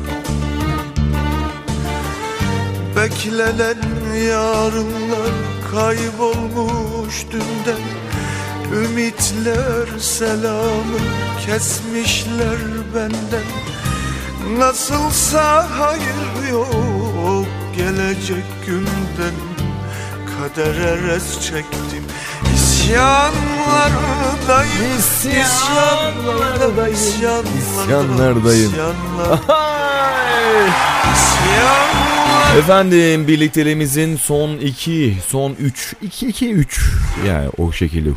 Speaker 13: Beklenen yarınlar kaybolmuş dünden. Ümitler selamı kesmişler benden. Nasılsa hayır yok gelecek günden. Kadere res çektim, İsyanlardayım, isyanlardayım,
Speaker 12: isyanlardayım. Efendim birlikteliğimizin son iki, son üç, iki, iki, üç. Yani o şekilde.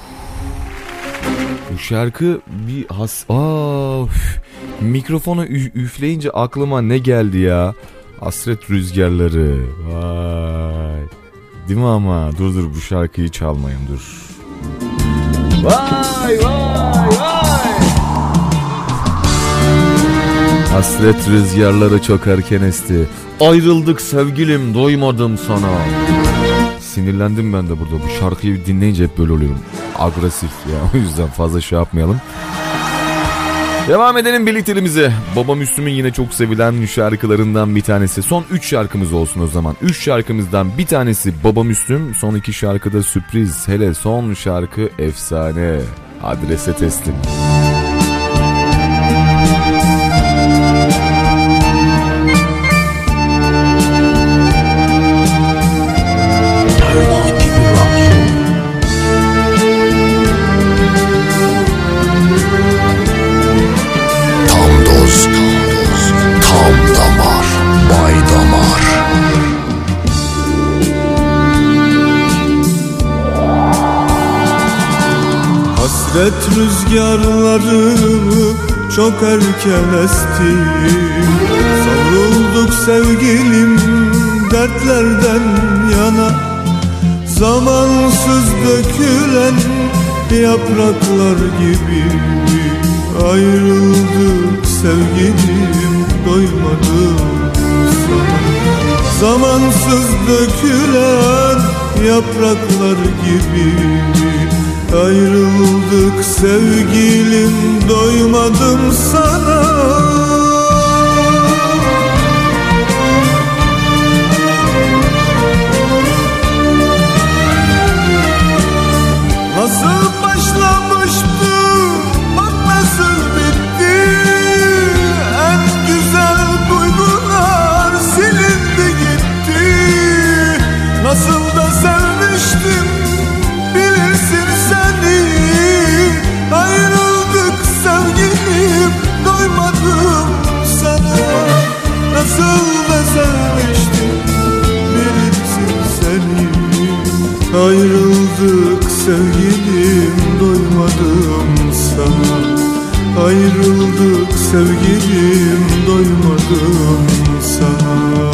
Speaker 12: Bu şarkı bir has... Aa, mikrofonu üf, üfleyince aklıma ne geldi ya? Hasret rüzgarları. Vay. Değil mi ama? Dur dur bu şarkıyı çalmayayım dur. Vay vay vay. Hasret rüzgarları çok erken esti. Ayrıldık sevgilim, doymadım sana. Sinirlendim ben de burada. Bu şarkıyı dinleyince hep böyle oluyorum. Agresif ya. O yüzden fazla şey yapmayalım. Devam edelim birlikteliğimize. Baba Müslüm'ün yine çok sevilen şarkılarından bir tanesi. Son üç şarkımız olsun o zaman. üç şarkımızdan bir tanesi Baba Müslüm. Son iki şarkıda sürpriz. Hele son şarkı efsane. Adrese teslim.
Speaker 10: Hasret rüzgarları çok erken esti. Savrulduk sevgilim dertlerden yana. Zamansız dökülen yapraklar gibi ayrıldık sevgilim, doymadım sana. Zamansız dökülen yapraklar gibi ayrıldık sevgilim, doymadım sana. Nasıl başlamıştı, bak nasıl bitti. En güzel duygular silindi gitti. Nasıl da sevmiştim, bilirsin seni. Ayrıldık sevgilim, doymadım sana. Nasıl da sevmiştim, bilirsin seni. Ayrıldık sevgilim, doymadım sana. Ayrıldık sevgilim, doymadım sana.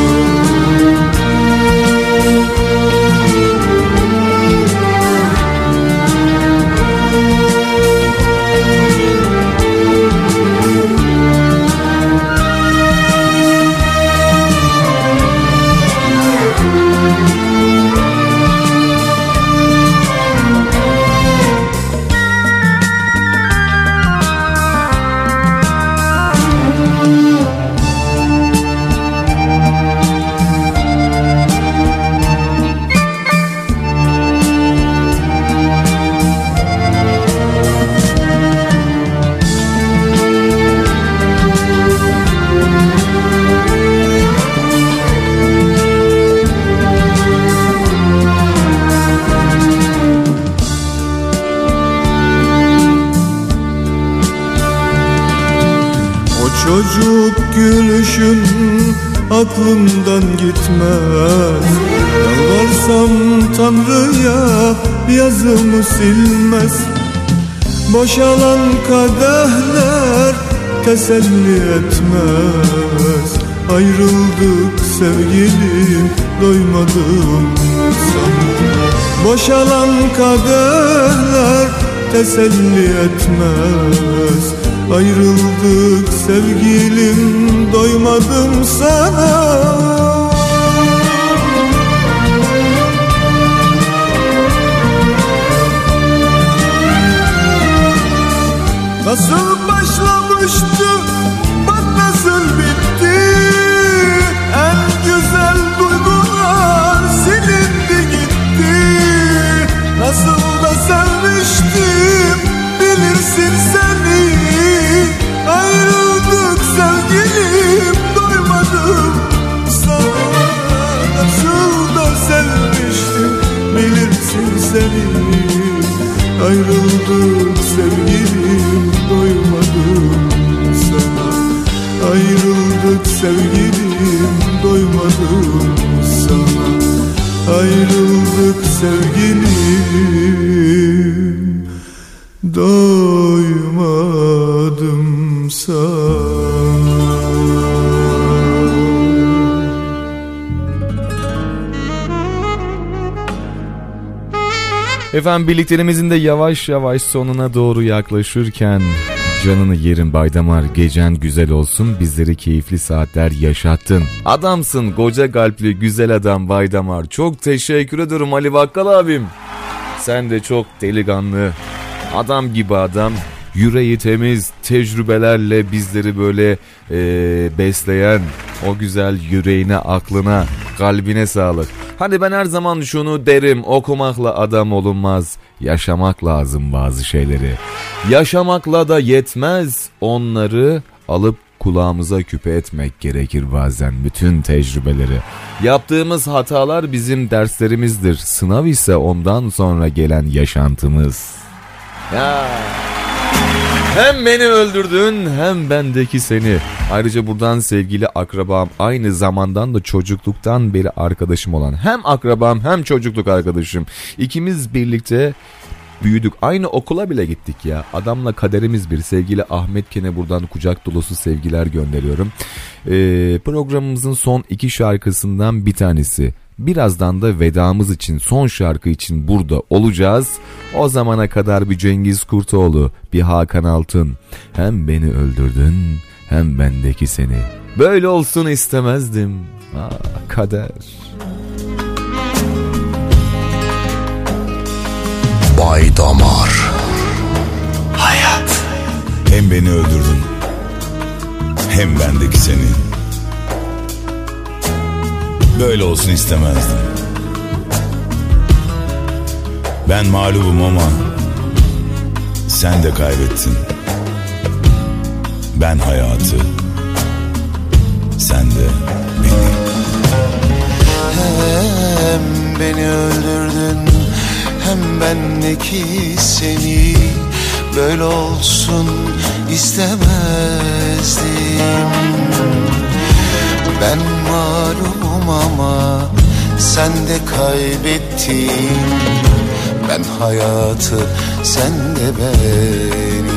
Speaker 10: Çocuk gülüşün aklımdan gitmez. Yalvarsam Tanrı'ya yazımı silmez. Boşalan kadehler teselli etmez. Ayrıldık sevgilim, doymadım sana. Boşalan kadehler teselli etmez. Ayrıldık sevgilim, doymadım sana. Nasıl başlamıştı, bak nasıl bitti. En güzel duygular silindi gitti. Nasıl da sevmiştim, bilirsin seni. Ayrıldık sevgilim, doymadım sana. Nasıl da sevmiştim, bilirsin seni. Ayrıldık sevgilim, doymadım sana. Ayrıldık sevgilim, doymadım sana. Ayrıldık sevgilim, doymadım sana.
Speaker 12: Efendim birlikteliğimizin de yavaş yavaş sonuna doğru yaklaşırken Canını yerim Baydamar, gecen güzel olsun, bizleri keyifli saatler yaşattın. Adamsın koca kalpli güzel adam Baydamar. Çok teşekkür ederim Ali Bakkal abim. Sen de çok delikanlı, adam gibi adam, yüreği temiz, tecrübelerle bizleri böyle e, besleyen o güzel yüreğine, aklına, kalbine sağlık. Hani ben her zaman şunu derim, okumakla adam olunmaz, yaşamak lazım bazı şeyleri. Yaşamakla da yetmez, onları alıp kulağımıza küpe etmek gerekir bazen, bütün tecrübeleri. Yaptığımız hatalar bizim derslerimizdir, sınav ise ondan sonra gelen yaşantımız. Ya... Hem beni öldürdün hem bendeki seni. Ayrıca buradan sevgili akrabam, aynı zamandan da çocukluktan beri arkadaşım olan, hem akrabam hem çocukluk arkadaşım. İkimiz birlikte büyüdük. Aynı okula bile gittik ya. Adamla kaderimiz bir. Sevgili Ahmet Ken'e buradan kucak dolusu sevgiler gönderiyorum. Ee, programımızın son iki şarkısından bir tanesi. Birazdan da vedamız için, son şarkı için burada olacağız. O zamana kadar bir Cengiz Kurtoğlu, bir Hakan Altun. Hem beni öldürdün hem bendeki seni. Böyle olsun istemezdim. Ah, kader.
Speaker 2: Baydamar. Hayat.
Speaker 17: Hem beni öldürdün hem bendeki seni. Böyle olsun istemezdim. Ben mağlubum ama sen de kaybettin. Ben hayatı, sen de beni.
Speaker 13: Hem beni öldürdün hem bendeki seni. Böyle olsun istemezdim. Ben mağlubum ama sen de kaybettin. Ben hayatı, sen de beni.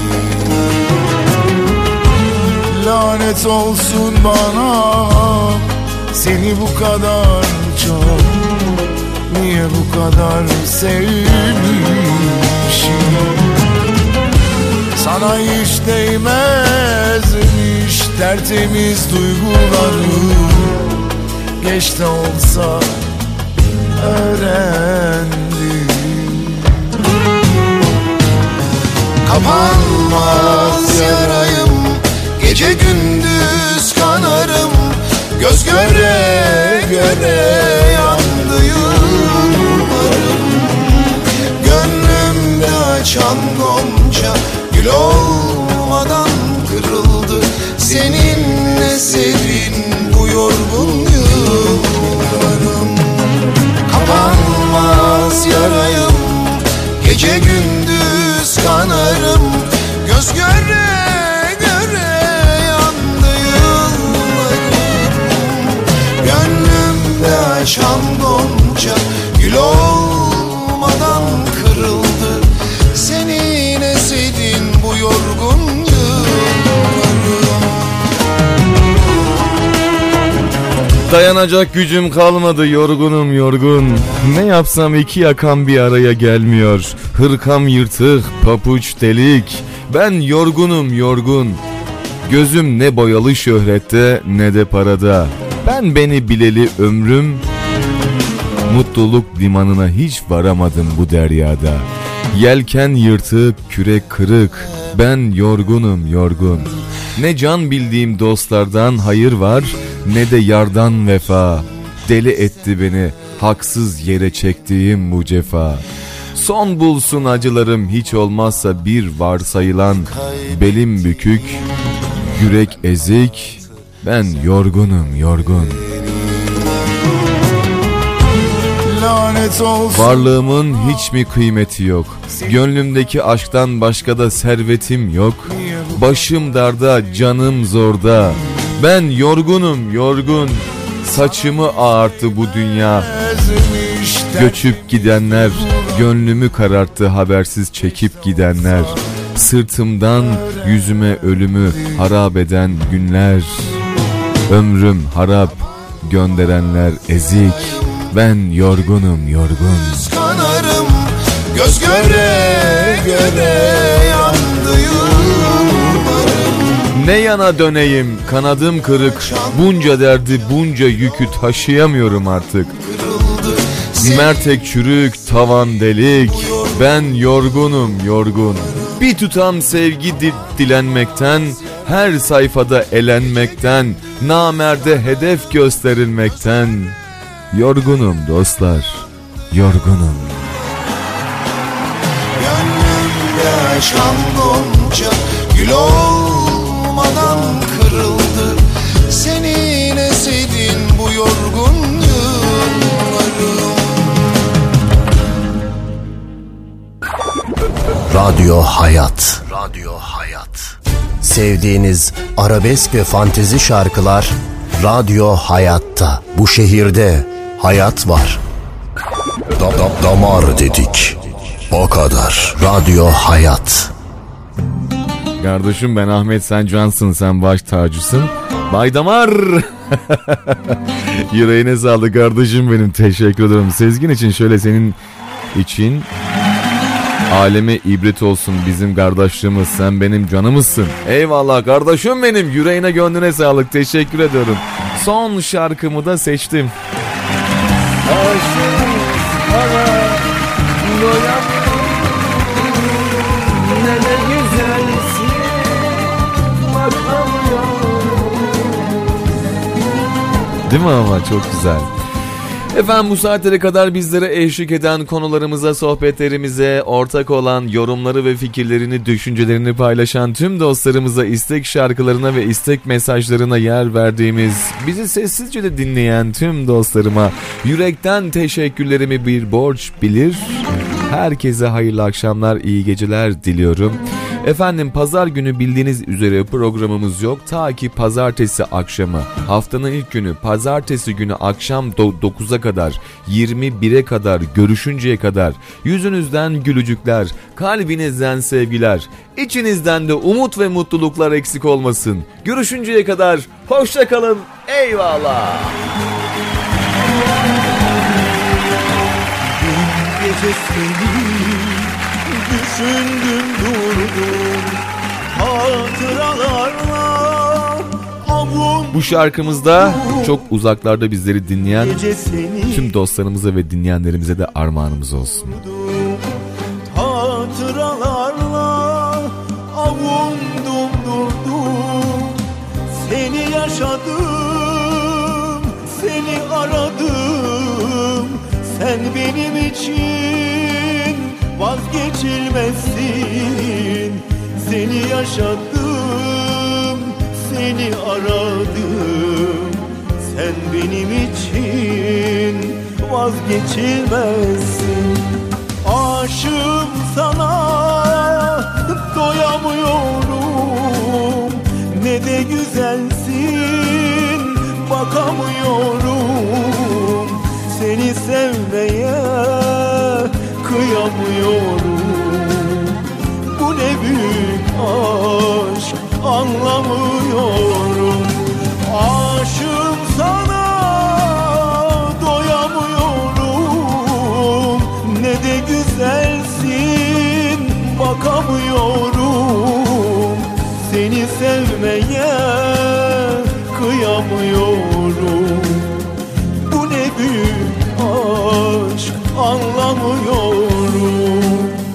Speaker 17: Lanet olsun bana, seni bu kadar çok, niye bu kadar sevmişim. Sana hiç değmezmiş tertemiz duygularım. Geç de olsa öğrendim.
Speaker 13: Kapanmaz yarayım, gece gündüz kanarım. Göz göre göre yandı yıllarım. Gönlümde açan gonca gül olmadan kırıldı. Seninle serin bu yorgun yıllarım. Kapanmaz yarayım, gece gündüz kanarım. Göz göre göre yandı yıllarım. Gönlümde açan gonca gül olmadan kırıldı. Senin esedin bu yorgun yıllarım.
Speaker 12: Dayanacak gücüm kalmadı, yorgunum yorgun. Ne yapsam iki yakam bir araya gelmiyor. Hırkam yırtık, papuç delik. Ben yorgunum yorgun. Gözüm ne boyalı şöhrette ne de parada. Ben beni bileli ömrüm, mutluluk limanına hiç varamadım bu deryada. Yelken yırtık, kürek kırık. Ben yorgunum yorgun. Ne can bildiğim dostlardan hayır var, ne de yardan vefa. Deli etti beni haksız yere çektiğim bu cefa. Son bulsun acılarım, hiç olmazsa bir varsayılan. Belim bükük, yürek ezik. Ben yorgunum yorgun.
Speaker 17: Lanet olsun.
Speaker 12: Varlığımın hiç mi kıymeti yok? Gönlümdeki aşktan başka da servetim yok. Başım darda, canım zorda. Ben yorgunum yorgun. Saçımı ağarttı bu dünya. Göçüp gidenler, gönlümü kararttı habersiz çekip gidenler. Sırtımdan yüzüme ölümü harap eden günler. Ömrüm harap, gönderenler ezik. Ben yorgunum yorgun.
Speaker 13: Kanarım, göz göre göre yandı yıllarım.
Speaker 12: Ne yana döneyim, kanadım kırık, bunca derdi bunca yükü taşıyamıyorum artık. Mertek çürük, tavan delik, ben yorgunum yorgun. Bir tutam sevgi di- dilenmekten, her sayfada elenmekten, namerde hedef gösterilmekten. Yorgunum dostlar, yorgunum.
Speaker 18: Gönlümde şan gonca gül olmadan kırıldı. Senin esedin bu yorgun yıllarım.
Speaker 2: Radyo Hayat. Radyo Hayat. Sevdiğiniz arabesk ve fantezi şarkılar Radyo Hayat'ta. Bu şehirde hayat var. Da, da, damar dedik. O kadar. Radyo Hayat.
Speaker 12: Kardeşim ben Ahmet, sen cansın, sen baş tacısın. Baydamar. Yüreğine sağlık kardeşim benim, teşekkür ederim. Sezgin için şöyle senin için aleme ibret olsun bizim kardeşliğimiz, sen benim canımızsın. Eyvallah kardeşim benim, yüreğine gönlüne sağlık, teşekkür ediyorum. Son şarkımı da seçtim. Aşık bana doyamıyorum, ne de güzelsin bakamıyorum. Değil mi ama çok güzel. Efendim bu saatlere kadar bizlere eşlik eden konularımıza, sohbetlerimize, ortak olan yorumları ve fikirlerini, düşüncelerini paylaşan tüm dostlarımıza, istek şarkılarına ve istek mesajlarına yer verdiğimiz, bizi sessizce de dinleyen tüm dostlarıma yürekten teşekkürlerimi bir borç bilir. Herkese hayırlı akşamlar, iyi geceler diliyorum. Efendim pazar günü bildiğiniz üzere programımız yok. Ta ki pazartesi akşamı, haftanın ilk günü pazartesi günü akşam do- dokuza kadar, yirmi bire kadar görüşünceye kadar yüzünüzden gülücükler, kalbinizden sevgiler, içinizden de umut ve mutluluklar eksik olmasın. Görüşünceye kadar hoşça kalın. Eyvallah.
Speaker 10: Dün gece seni düşündüm durdum hatıralarla avun.
Speaker 12: Bu şarkımızda çok uzaklarda bizleri dinleyen tüm dostlarımıza ve dinleyenlerimize de armağanımız olsun.
Speaker 10: Hatıralarla avundum durdum, seni yaşadım, seni aradım, sen benim için vazgeçilmezsin. Seni yaşadım, seni aradım, sen benim için vazgeçilmezsin. Aşığım sana, doyamıyorum, ne de güzelsin, bakamıyorum, seni sevmeye kıyamıyorum. Bu ne büyük aşk, anlamıyorum. Aşığım sana, doyamıyorum, ne de güzelsin, bakamıyorum, seni sevmeye kıyamıyorum. Bu ne büyük aşk, anlamıyorum.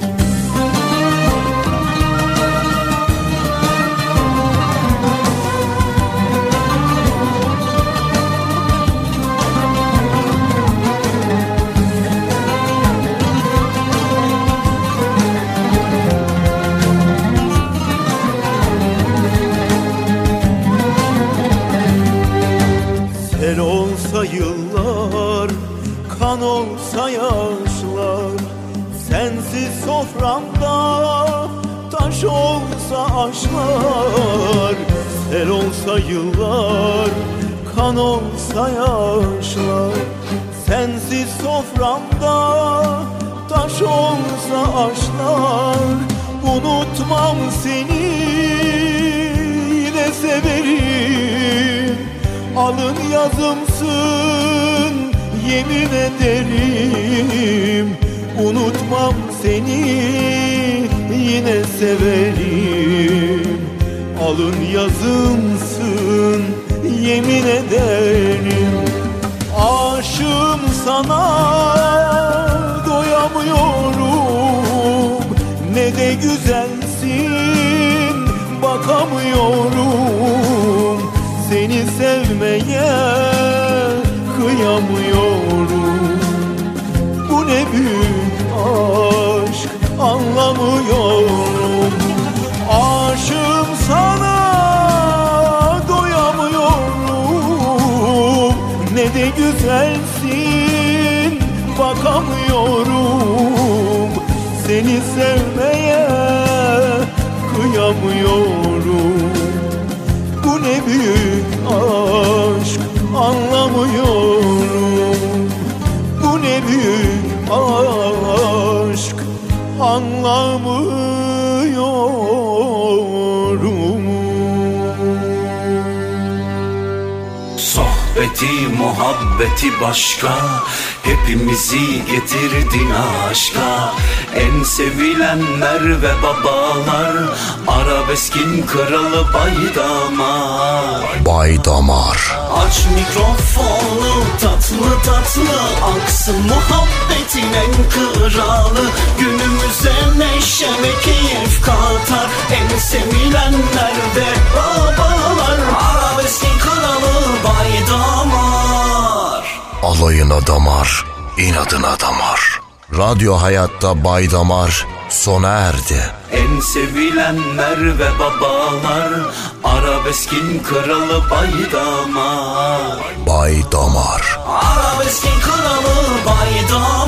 Speaker 10: Sel olsa yıllar, kan olsa yaşlar, sensiz soframda taş olsa aşklar. Sel olsa yıllar, kan olsa yaşlar, sensiz soframda taş olsa aşklar. Unutmam seni, yine severim, alın yazımsın, yemin ederim. Unutmam seni, yine severim, alın yazımsın, yemin ederim. Aşığım sana, doyamıyorum. Ne de güzelsin, bakamıyorum. Seni sevmeye kıyamıyorum. Bu ne büyük aşk, anlamıyorum. Aşığım sana, doyamıyorum. Ne de güzelsin, bakamıyorum. Seni sevmeye kıyamıyorum. Bu ne büyük aşk, anlamıyorum. Bu ne büyük aşk, anlamıyorum.
Speaker 4: Sohbeti, muhabbeti başka, hepimizi getirdin aşka. En sevilenler ve babalar, arabeskin kralı Baydamar.
Speaker 2: Baydamar.
Speaker 4: Aç mikrofonu, tatlı tatlı aksın muhabbetin en kralı. Günümüze neşe ve keyif katar, en sevilenler ve babalar, arabeskin kralı Baydamar.
Speaker 2: Alayına damar, inadına damar. Radyo Hayat'ta Baydamar sona erdi.
Speaker 4: En sevilenler ve babalar, arabeskin kralı Baydamar.
Speaker 2: Baydamar.
Speaker 4: Arabeskin kralı Baydamar.